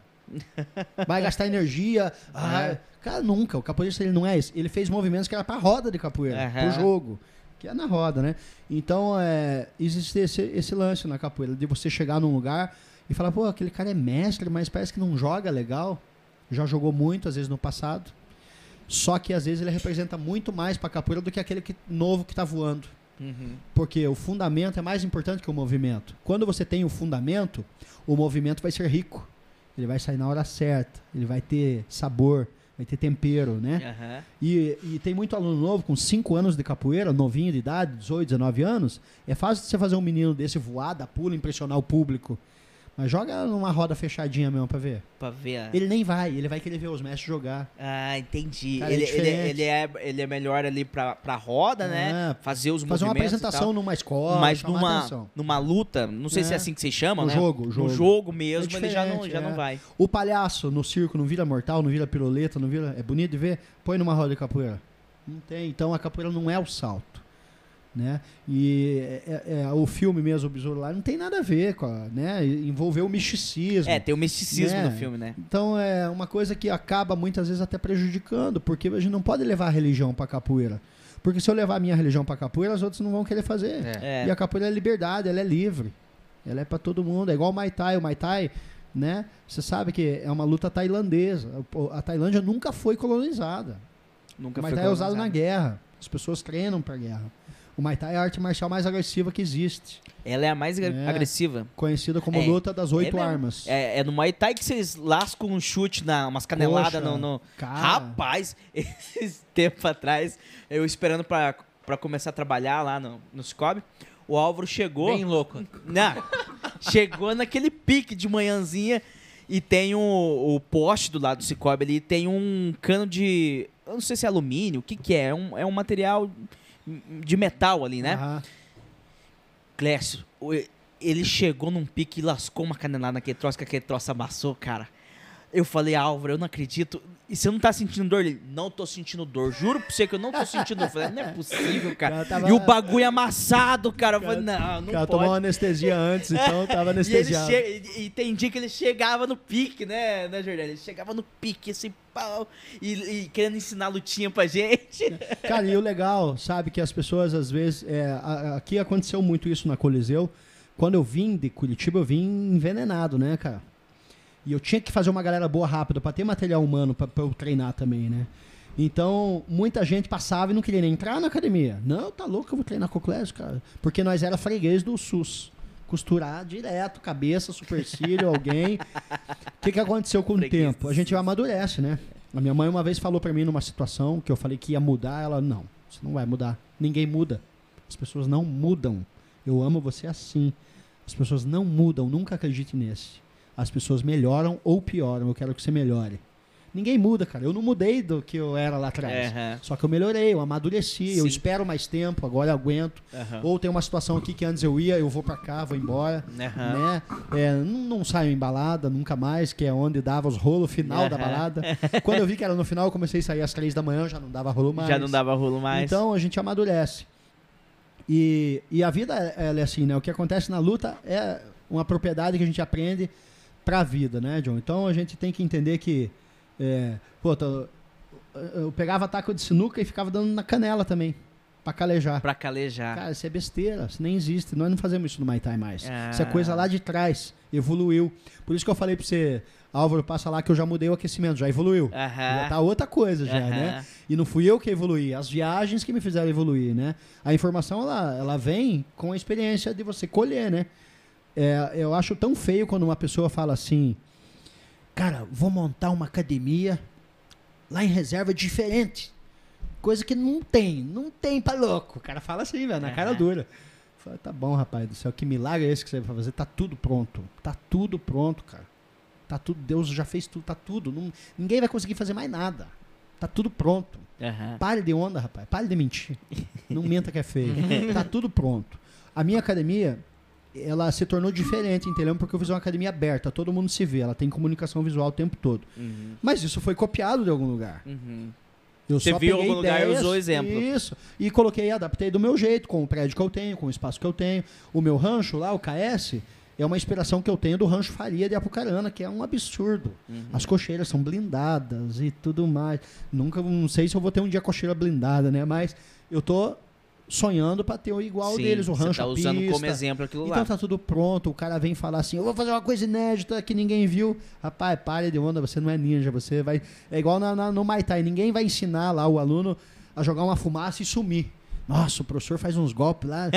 Vai gastar energia. Cara, nunca. O capoeirista ele não é isso. Ele fez movimentos que era pra roda de capoeira, pro jogo, que é na roda, né? Então, existe esse lance na capoeira, de você chegar num lugar e falar, pô, aquele cara é mestre, mas parece que não joga legal. Já jogou muito, às vezes, no passado. Só que, às vezes, ele representa muito mais pra capoeira do que aquele novo que tá voando. Uhum. Porque o fundamento é mais importante que o movimento. Quando você tem o fundamento, o movimento vai ser rico. Ele vai sair na hora certa, ele vai ter sabor, vai ter tempero, né? Uhum. E tem muito aluno novo com 5 anos de capoeira, novinho de idade, 18, 19 anos. É fácil você fazer um menino desse voar, dar pulo, impressionar o público. Mas joga numa roda fechadinha mesmo pra ver. Pra ver. Ele nem vai, ele vai querer ver os mestres jogar. Ah, entendi. Cara, Ele é melhor ali pra roda, né? Fazer os Fazer uma movimentos apresentação numa escola, mas chamar atenção. numa luta, não sei se é assim que vocês chamam, No né? jogo. No jogo mesmo, É ele já diferente, não vai. O palhaço no circo não vira mortal, não vira piruleta, não vira... É bonito de ver? Põe numa roda de capoeira. Não tem. Então a capoeira não é o salto. Né? E o filme mesmo, o Besouro lá, não tem nada a ver com né? Envolveu o misticismo. Tem o misticismo né? no filme, né? Então é uma coisa que acaba muitas vezes até prejudicando, porque a gente não pode levar a religião pra capoeira. Porque se eu levar a minha religião pra capoeira, as outras não vão querer fazer. E a capoeira é liberdade, ela é livre. Ela é pra todo mundo. É igual o Muay Thai. O Muay Thai, né? Você sabe que é uma luta tailandesa. A Tailândia nunca foi colonizada. Nunca O Muay foi Thai é usado colonizado. na guerra. As pessoas treinam pra guerra. O Muay Thai é a arte marcial mais agressiva que existe. Ela é a mais agressiva. Conhecida como luta das 8 mesmo. armas. É no Muay Thai que vocês lascam um chute, umas caneladas Poxa, no... cara. Rapaz, esses tempos atrás, eu esperando pra começar a trabalhar lá no Cicobi, o Álvaro chegou... Bem louco. Não, chegou naquele pique de manhãzinha e tem o poste do lado do Cicobi ali, tem um cano de... Eu não sei se é alumínio, o que é? É um material de metal ali, né? Aham. Clécio, ele chegou num pique e lascou uma canelada naquele troço, que aquele troço amassou, cara. Eu falei, Álvaro, eu não acredito. E você não tá sentindo dor? Ele, não tô sentindo dor. Juro pra você que eu não tô sentindo dor. Eu falei, não é possível, cara. Tava... E o bagulho amassado, cara. Eu falei, não O cara pode. tomou uma anestesia antes, então tava anestesiado. E tem dia que ele chegava no pique, né, Jordânia? Ele chegava no pique, assim, pau, e querendo ensinar lutinha pra gente. Cara, e o legal, sabe, que as pessoas, às vezes... aqui aconteceu muito isso na Coliseu. Quando eu vim de Curitiba, eu vim envenenado, né, cara? E eu tinha que fazer uma galera boa rápido pra ter material humano pra eu treinar também, né? Então, muita gente passava e não queria nem entrar na academia. Não, tá louco, eu vou treinar com o Clésio, cara. Porque nós era freguês do SUS. Costurar direto, cabeça, supercílio, alguém. O que aconteceu com o tempo? A gente amadurece, né? A minha mãe uma vez falou pra mim numa situação que eu falei que ia mudar. Ela, não, você não vai mudar. Ninguém muda. As pessoas não mudam. Eu amo você assim. As pessoas não mudam, nunca acredite nesse. As pessoas melhoram ou pioram. Eu quero que você melhore. Ninguém muda, cara. Eu não mudei do que eu era lá atrás. Uhum. Só que eu melhorei, eu amadureci. Sim. Eu espero mais tempo, agora eu aguento. Uhum. Ou tem uma situação aqui que antes eu ia, eu vou pra cá, vou embora. Né? Não saio em balada nunca mais, que é onde dava os rolos final da balada. Quando eu vi que era no final, eu comecei a sair às 3 da manhã, já não dava rolo mais. Já não dava rolo mais. Então a gente amadurece. E a vida ela é assim, né? O que acontece na luta é uma propriedade que a gente aprende pra vida, né, John? Então a gente tem que entender que eu pegava taco de sinuca e ficava dando na canela também, pra calejar. Pra calejar. Cara, isso é besteira, isso nem existe. Nós não fazemos isso no Muay Thai mais. Isso é coisa lá de trás, evoluiu. Por isso que eu falei pra você, Álvaro, passa lá que eu já mudei o aquecimento, já evoluiu. Já tá outra coisa já, né? E não fui eu que evoluí, as viagens que me fizeram evoluir, né? A informação, ela vem com a experiência de você colher, né? Eu acho tão feio quando uma pessoa fala assim, cara, vou montar uma academia lá em reserva diferente. Coisa que não tem pra louco. O cara fala assim, velho, na cara dura. Fala, tá bom, rapaz do céu, que milagre é esse que você vai fazer? Tá tudo pronto. Tá tudo pronto, cara. Tá tudo, Deus já fez tudo, tá tudo. Ninguém vai conseguir fazer mais nada. Tá tudo pronto. Pare de onda, rapaz. Pare de mentir. Não minta que é feio. Tá tudo pronto. A minha academia, ela se tornou diferente, entendeu? Porque eu fiz uma academia aberta, todo mundo se vê, ela tem comunicação visual o tempo todo. Mas isso foi copiado de algum lugar. Eu Você só viu peguei algum lugar e ideias, usou o exemplo. Isso. E coloquei, adaptei do meu jeito, com o prédio que eu tenho, com o espaço que eu tenho. O meu rancho lá, o KS, é uma inspiração que eu tenho do Rancho Faria de Apucarana, que é um absurdo. As cocheiras são blindadas e tudo mais. Não sei se eu vou ter um dia cocheira blindada, né? Mas eu tô sonhando para ter o igual Sim, deles, o rancho, você tá a usando pista. como exemplo aquilo Então lá. tá tudo pronto, o cara vem falar assim, eu vou fazer uma coisa inédita que ninguém viu. Rapaz, pare de onda, você não é ninja, você vai... É igual no Muay Thai, ninguém vai ensinar lá o aluno a jogar uma fumaça e sumir. Nossa, o professor faz uns golpes lá.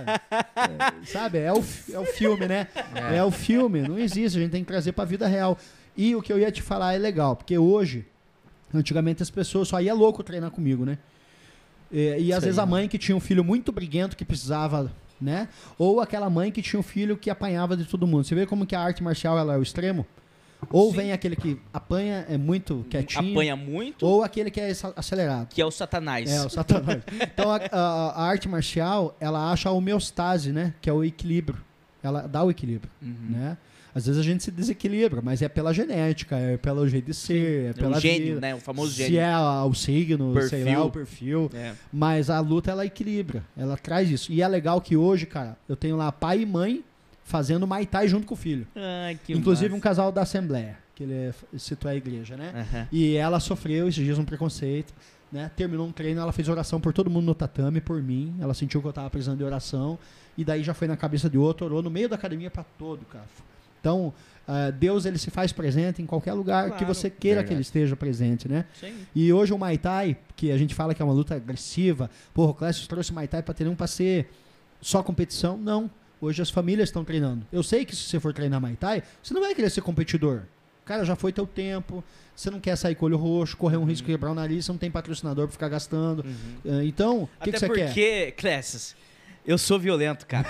Sabe, é o filme, né? É o filme, não existe, a gente tem que trazer pra vida real. E o que eu ia te falar é legal, porque hoje, antigamente as pessoas só iam louco treinar comigo, né? E às vezes a mãe que tinha um filho muito briguento que precisava, né? Ou aquela mãe que tinha um filho que apanhava de todo mundo. Você vê como que a arte marcial ela é o extremo? Ou vem aquele que apanha, é muito quietinho. Apanha muito, Ou aquele que é acelerado. que é o Satanás. É, o Satanás. Então a arte marcial, ela acha a homeostase, né? Que é o equilíbrio. Ela dá o equilíbrio, né? Às vezes a gente se desequilibra, mas é pela genética, é pelo jeito de ser, é pela gênio, vida. né? O famoso Se gênio. é o signo, sei lá, Perfil. o perfil. É. Mas a luta, ela equilibra. Ela traz isso. E é legal que hoje, cara, eu tenho lá pai e mãe fazendo Muay Thai junto com o filho. Ai, que Inclusive um massa. casal da Assembleia, que ele citou a igreja, né? Aham. E ela sofreu esses dias um preconceito, né? Terminou um treino, ela fez oração por todo mundo no tatame, por mim. Ela sentiu que eu tava precisando de oração. E daí já foi na cabeça de outro, orou no meio da academia pra todo, cara. Então, Deus, ele se faz presente em qualquer lugar Claro, que você queira que ele esteja presente, né? Sim. E hoje o Muay Thai, que a gente fala que é uma luta agressiva, porra, o Clécio trouxe o Muay Thai pra ser só competição. Não. Hoje as famílias estão treinando. Eu sei que se você for treinar Muay Thai, você não vai querer ser competidor. Cara, já foi teu tempo, você não quer sair com o olho roxo, correr um risco de quebrar o nariz, você não tem patrocinador pra ficar gastando. Então, o que Até você quer? porque, Clécius, eu sou violento, cara.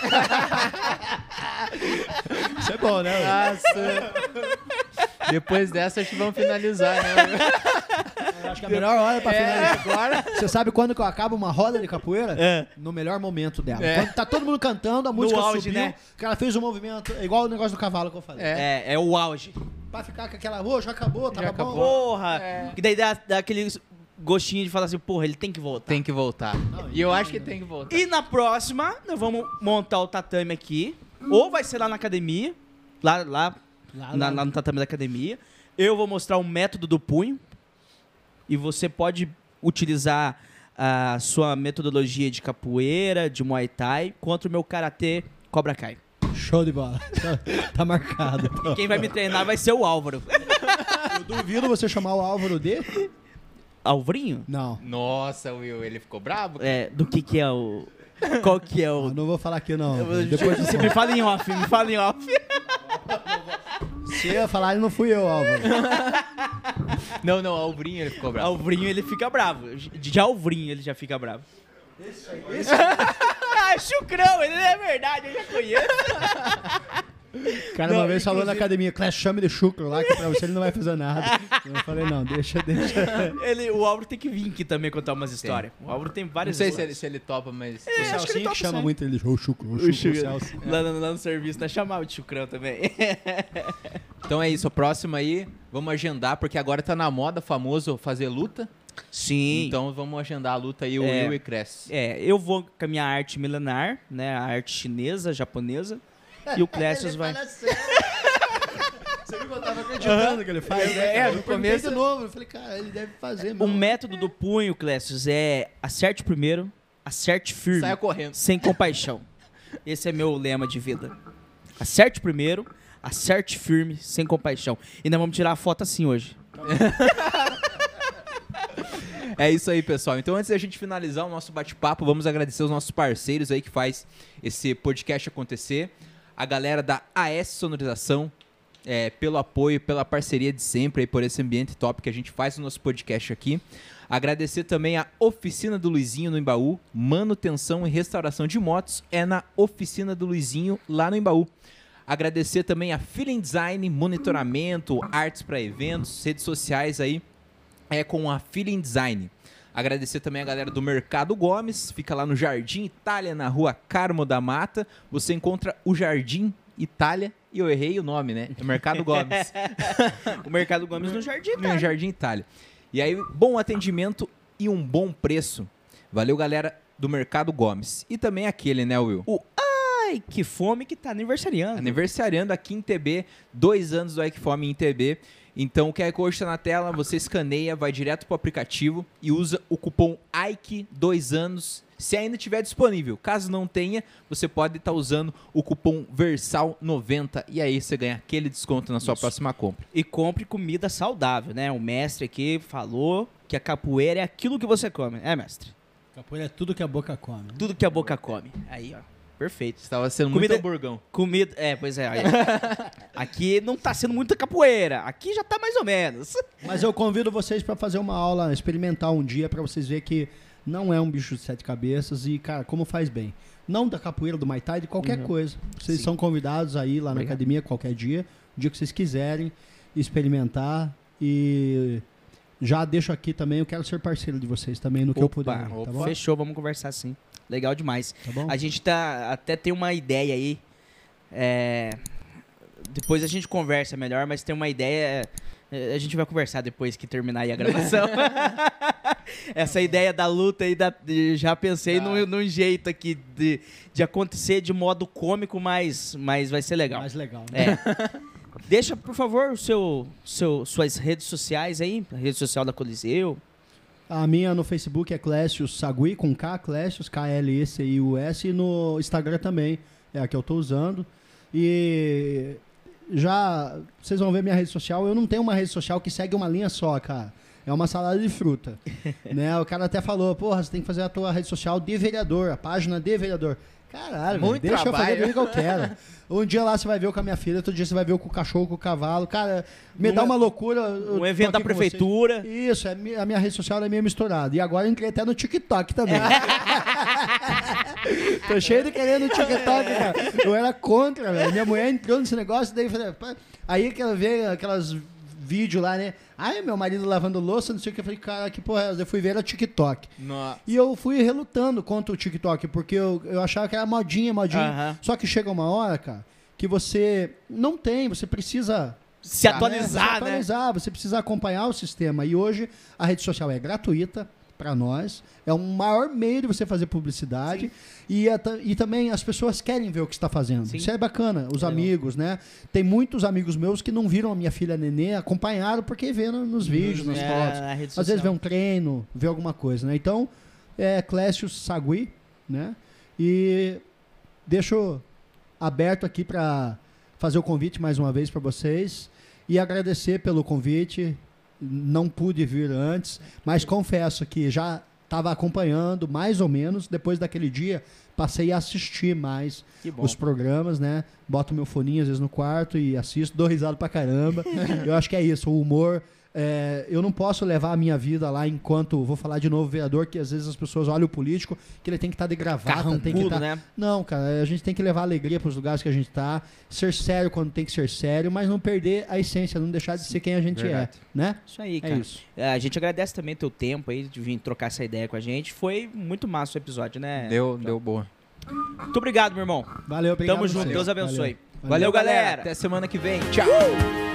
Isso é bom, né? Nossa. Depois dessa, acho que vamos finalizar, né? Eu acho que é a melhor hora pra finalizar agora. Você sabe quando que eu acabo uma roda de capoeira? É. No melhor momento dela. É. Quando tá todo mundo cantando, a música auge, subiu, né? o cara fez um movimento, é igual o negócio do cavalo que eu falei. É o auge. Pra ficar com aquela, já acabou, tava Já bom. acabou. Porra! É. Que daí dá aquele gostinho de falar assim, porra, ele tem que voltar. Tem que voltar. E eu acho que tem que voltar. E na próxima, nós vamos montar o tatame aqui. Ou vai ser lá na academia. Lá no tatame da academia. Eu vou mostrar o método do punho. E você pode utilizar a sua metodologia de capoeira, de Muay Thai, contra o meu karatê Cobra Kai. Show de bola. Tá marcado. E quem vai me treinar vai ser o Álvaro. Eu duvido você chamar o Álvaro de... Alvarinho? Não. Nossa, Will, ele ficou bravo? É, do que é o... Qual que é Eu o... não vou falar aqui, não. Depois Depois você me fala em off, me fala em off. se eu ia falar, não fui eu, Álvaro. Não, Alvrinho, ele ficou bravo. Alvrinho, ele fica bravo. De Alvrinho, ele já fica bravo. Ah, chucrão, ele é verdade, eu já conheço. O cara Não, uma vez falou na inclusive- academia, Clash, chame de chucro lá, que pra você ele não vai fazer nada. Eu falei, não, deixa. O Álvaro tem que vir aqui também contar umas histórias. O Álvaro tem Não várias sei histórias. se ele topa, mas... O acho que ele Celcinho topa que chama sim. muito ele de o chucro, o Celso. Lá no serviço, nós chamava de chucrão também. Então é isso, a próxima aí, vamos agendar, porque agora tá na moda famoso fazer luta. Sim. Então vamos agendar a luta aí, o É. Will e Cresce. Eu vou com a minha arte milenar, né? A arte chinesa, japonesa. E o Clécius vai... Você viu que eu tava acreditando que ele faz, né? É, Eu no perguntei começo- de novo, eu falei, cara, ele deve fazer. O método do punho, Clécius, é acerte primeiro, acerte firme, Saia correndo. sem compaixão. Esse é meu lema de vida. Acerte primeiro, acerte firme, sem compaixão. E nós vamos tirar a foto assim hoje. É isso aí, pessoal. Então, antes da gente finalizar o nosso bate-papo, vamos agradecer os nossos parceiros aí que faz esse podcast acontecer. A galera da AS Sonorização, pelo apoio, pela parceria de sempre, aí, por esse ambiente top que a gente faz no nosso podcast aqui. Agradecer também a Oficina do Luizinho no Embaú. Manutenção e restauração de motos é na Oficina do Luizinho, lá no Embaú. Agradecer também a Feeling Design, monitoramento, artes para eventos, redes sociais aí, com a Feeling Design. Agradecer também a galera do Mercado Gomes, fica lá no Jardim Itália, na rua Carmo da Mata. Você encontra o Jardim Itália, e eu errei o nome, né? É Mercado Gomes. O Mercado Gomes no Jardim, No Jardim Itália. E aí, bom atendimento e um bom preço. Valeu, galera do Mercado Gomes. E também aquele, né, Will? Ai, que fome que tá aniversariando. Aniversariando aqui em TB, 2 anos do Ai Que Fome em TB. Então o QR Code está na tela, você escaneia, vai direto pro aplicativo e usa o cupom AIKE 2 anos, se ainda estiver disponível. Caso não tenha, você pode estar usando o cupom VERSAL90 e aí você ganha aquele desconto na sua próxima compra. E compre comida saudável, né? O mestre aqui falou que a capoeira é aquilo que você come. É, mestre? Capoeira é tudo que a boca come. Tudo que a boca come. Aí, ó. Perfeito. Estava sendo Comida- muito hamburgão. Comida. É, pois é. Aí. Aqui não tá sendo muita capoeira. Aqui já tá mais ou menos. Mas eu convido vocês para fazer uma aula experimental um dia para vocês verem que não é um bicho de 7 cabeças e, cara, como faz bem. Não da capoeira, do Muay Thai, de qualquer coisa. Vocês Sim. são convidados aí lá na Obrigado. academia qualquer dia, o dia que vocês quiserem experimentar e já deixo aqui também, eu quero ser parceiro de vocês também no que eu puder, tá bom? Fechou, vamos conversar sim. Legal demais. Tá bom? A gente até tem uma ideia aí. Depois a gente conversa melhor, mas tem uma ideia. A gente vai conversar depois que terminar aí a gravação. Essa ideia da luta aí, já pensei num jeito aqui de acontecer de modo cômico, mas vai ser legal. Mais legal, né? É. Deixa, por favor, suas redes sociais aí, a rede social da Coliseu. A minha no Facebook é Clécius Sagui, com K, Clécius, K-L-E-C-I-U-S, e no Instagram também, é a que eu tô usando. E já, vocês vão ver minha rede social, eu não tenho uma rede social que segue uma linha só, cara. É uma salada de fruta. Né? O cara até falou, porra, você tem que fazer a tua rede social de vereador, a página de vereador. Caralho, velho, Muito deixa trabalho. eu fazer do jeito que eu quero. Um dia lá você vai ver eu com a minha filha, outro dia você vai ver eu com o cachorro, com o cavalo. Cara, me dá uma loucura. eu Um tô evento da aqui com prefeitura. vocês. Isso, a minha rede social é meio misturada. E agora eu entrei até no TikTok também. Tô cheio de querendo no TikTok, cara. Eu era contra, velho. Minha mulher entrou nesse negócio, daí eu falei, pá. Aí que ela vê aquelas vídeos lá, né? Ai, meu marido lavando louça, não sei o que. Eu falei, cara, que porra é essa? Eu fui ver, era TikTok. Nossa. E eu fui relutando contra o TikTok, porque eu achava que era modinha. Aham. Só que chega uma hora, cara, que você não tem, você precisa Se atualizar, se atualizar, você precisa acompanhar o sistema. E hoje a rede social é gratuita para nós, é o maior meio de você fazer publicidade e também as pessoas querem ver o que está fazendo. Sim. Isso é bacana, os amigos, né? Tem muitos amigos meus que não viram a minha filha Nenê, acompanharam porque vê nos vídeos, nas fotos. na rede Às vezes vê social. um treino, vê alguma coisa, né? Então, é Clécius Sagui, né? E deixo aberto aqui para fazer o convite mais uma vez para vocês e agradecer pelo convite. Não pude vir antes, mas confesso que já estava acompanhando mais ou menos. Depois daquele dia, passei a assistir mais Que bom. os programas, né? Boto meu foninho às vezes no quarto e assisto, dou risada pra caramba. Eu acho que é isso, o humor. Eu não posso levar a minha vida lá enquanto, vou falar de novo, vereador, que às vezes as pessoas olham o político, que ele tem que estar de gravata, tem que Carrancudo, estar... né? Não, cara, a gente tem que levar alegria para os lugares que a gente tá, ser sério quando tem que ser sério, mas não perder a essência, não deixar de ser quem a gente verdade. é, né? Isso aí, É cara. isso. A gente agradece também teu tempo aí de vir trocar essa ideia com a gente. Foi muito massa o episódio, né? Deu boa. Muito obrigado, meu irmão. Valeu, obrigado. Tamo a junto. você. Deus abençoe. Valeu. Valeu, galera. Até semana que vem. Tchau.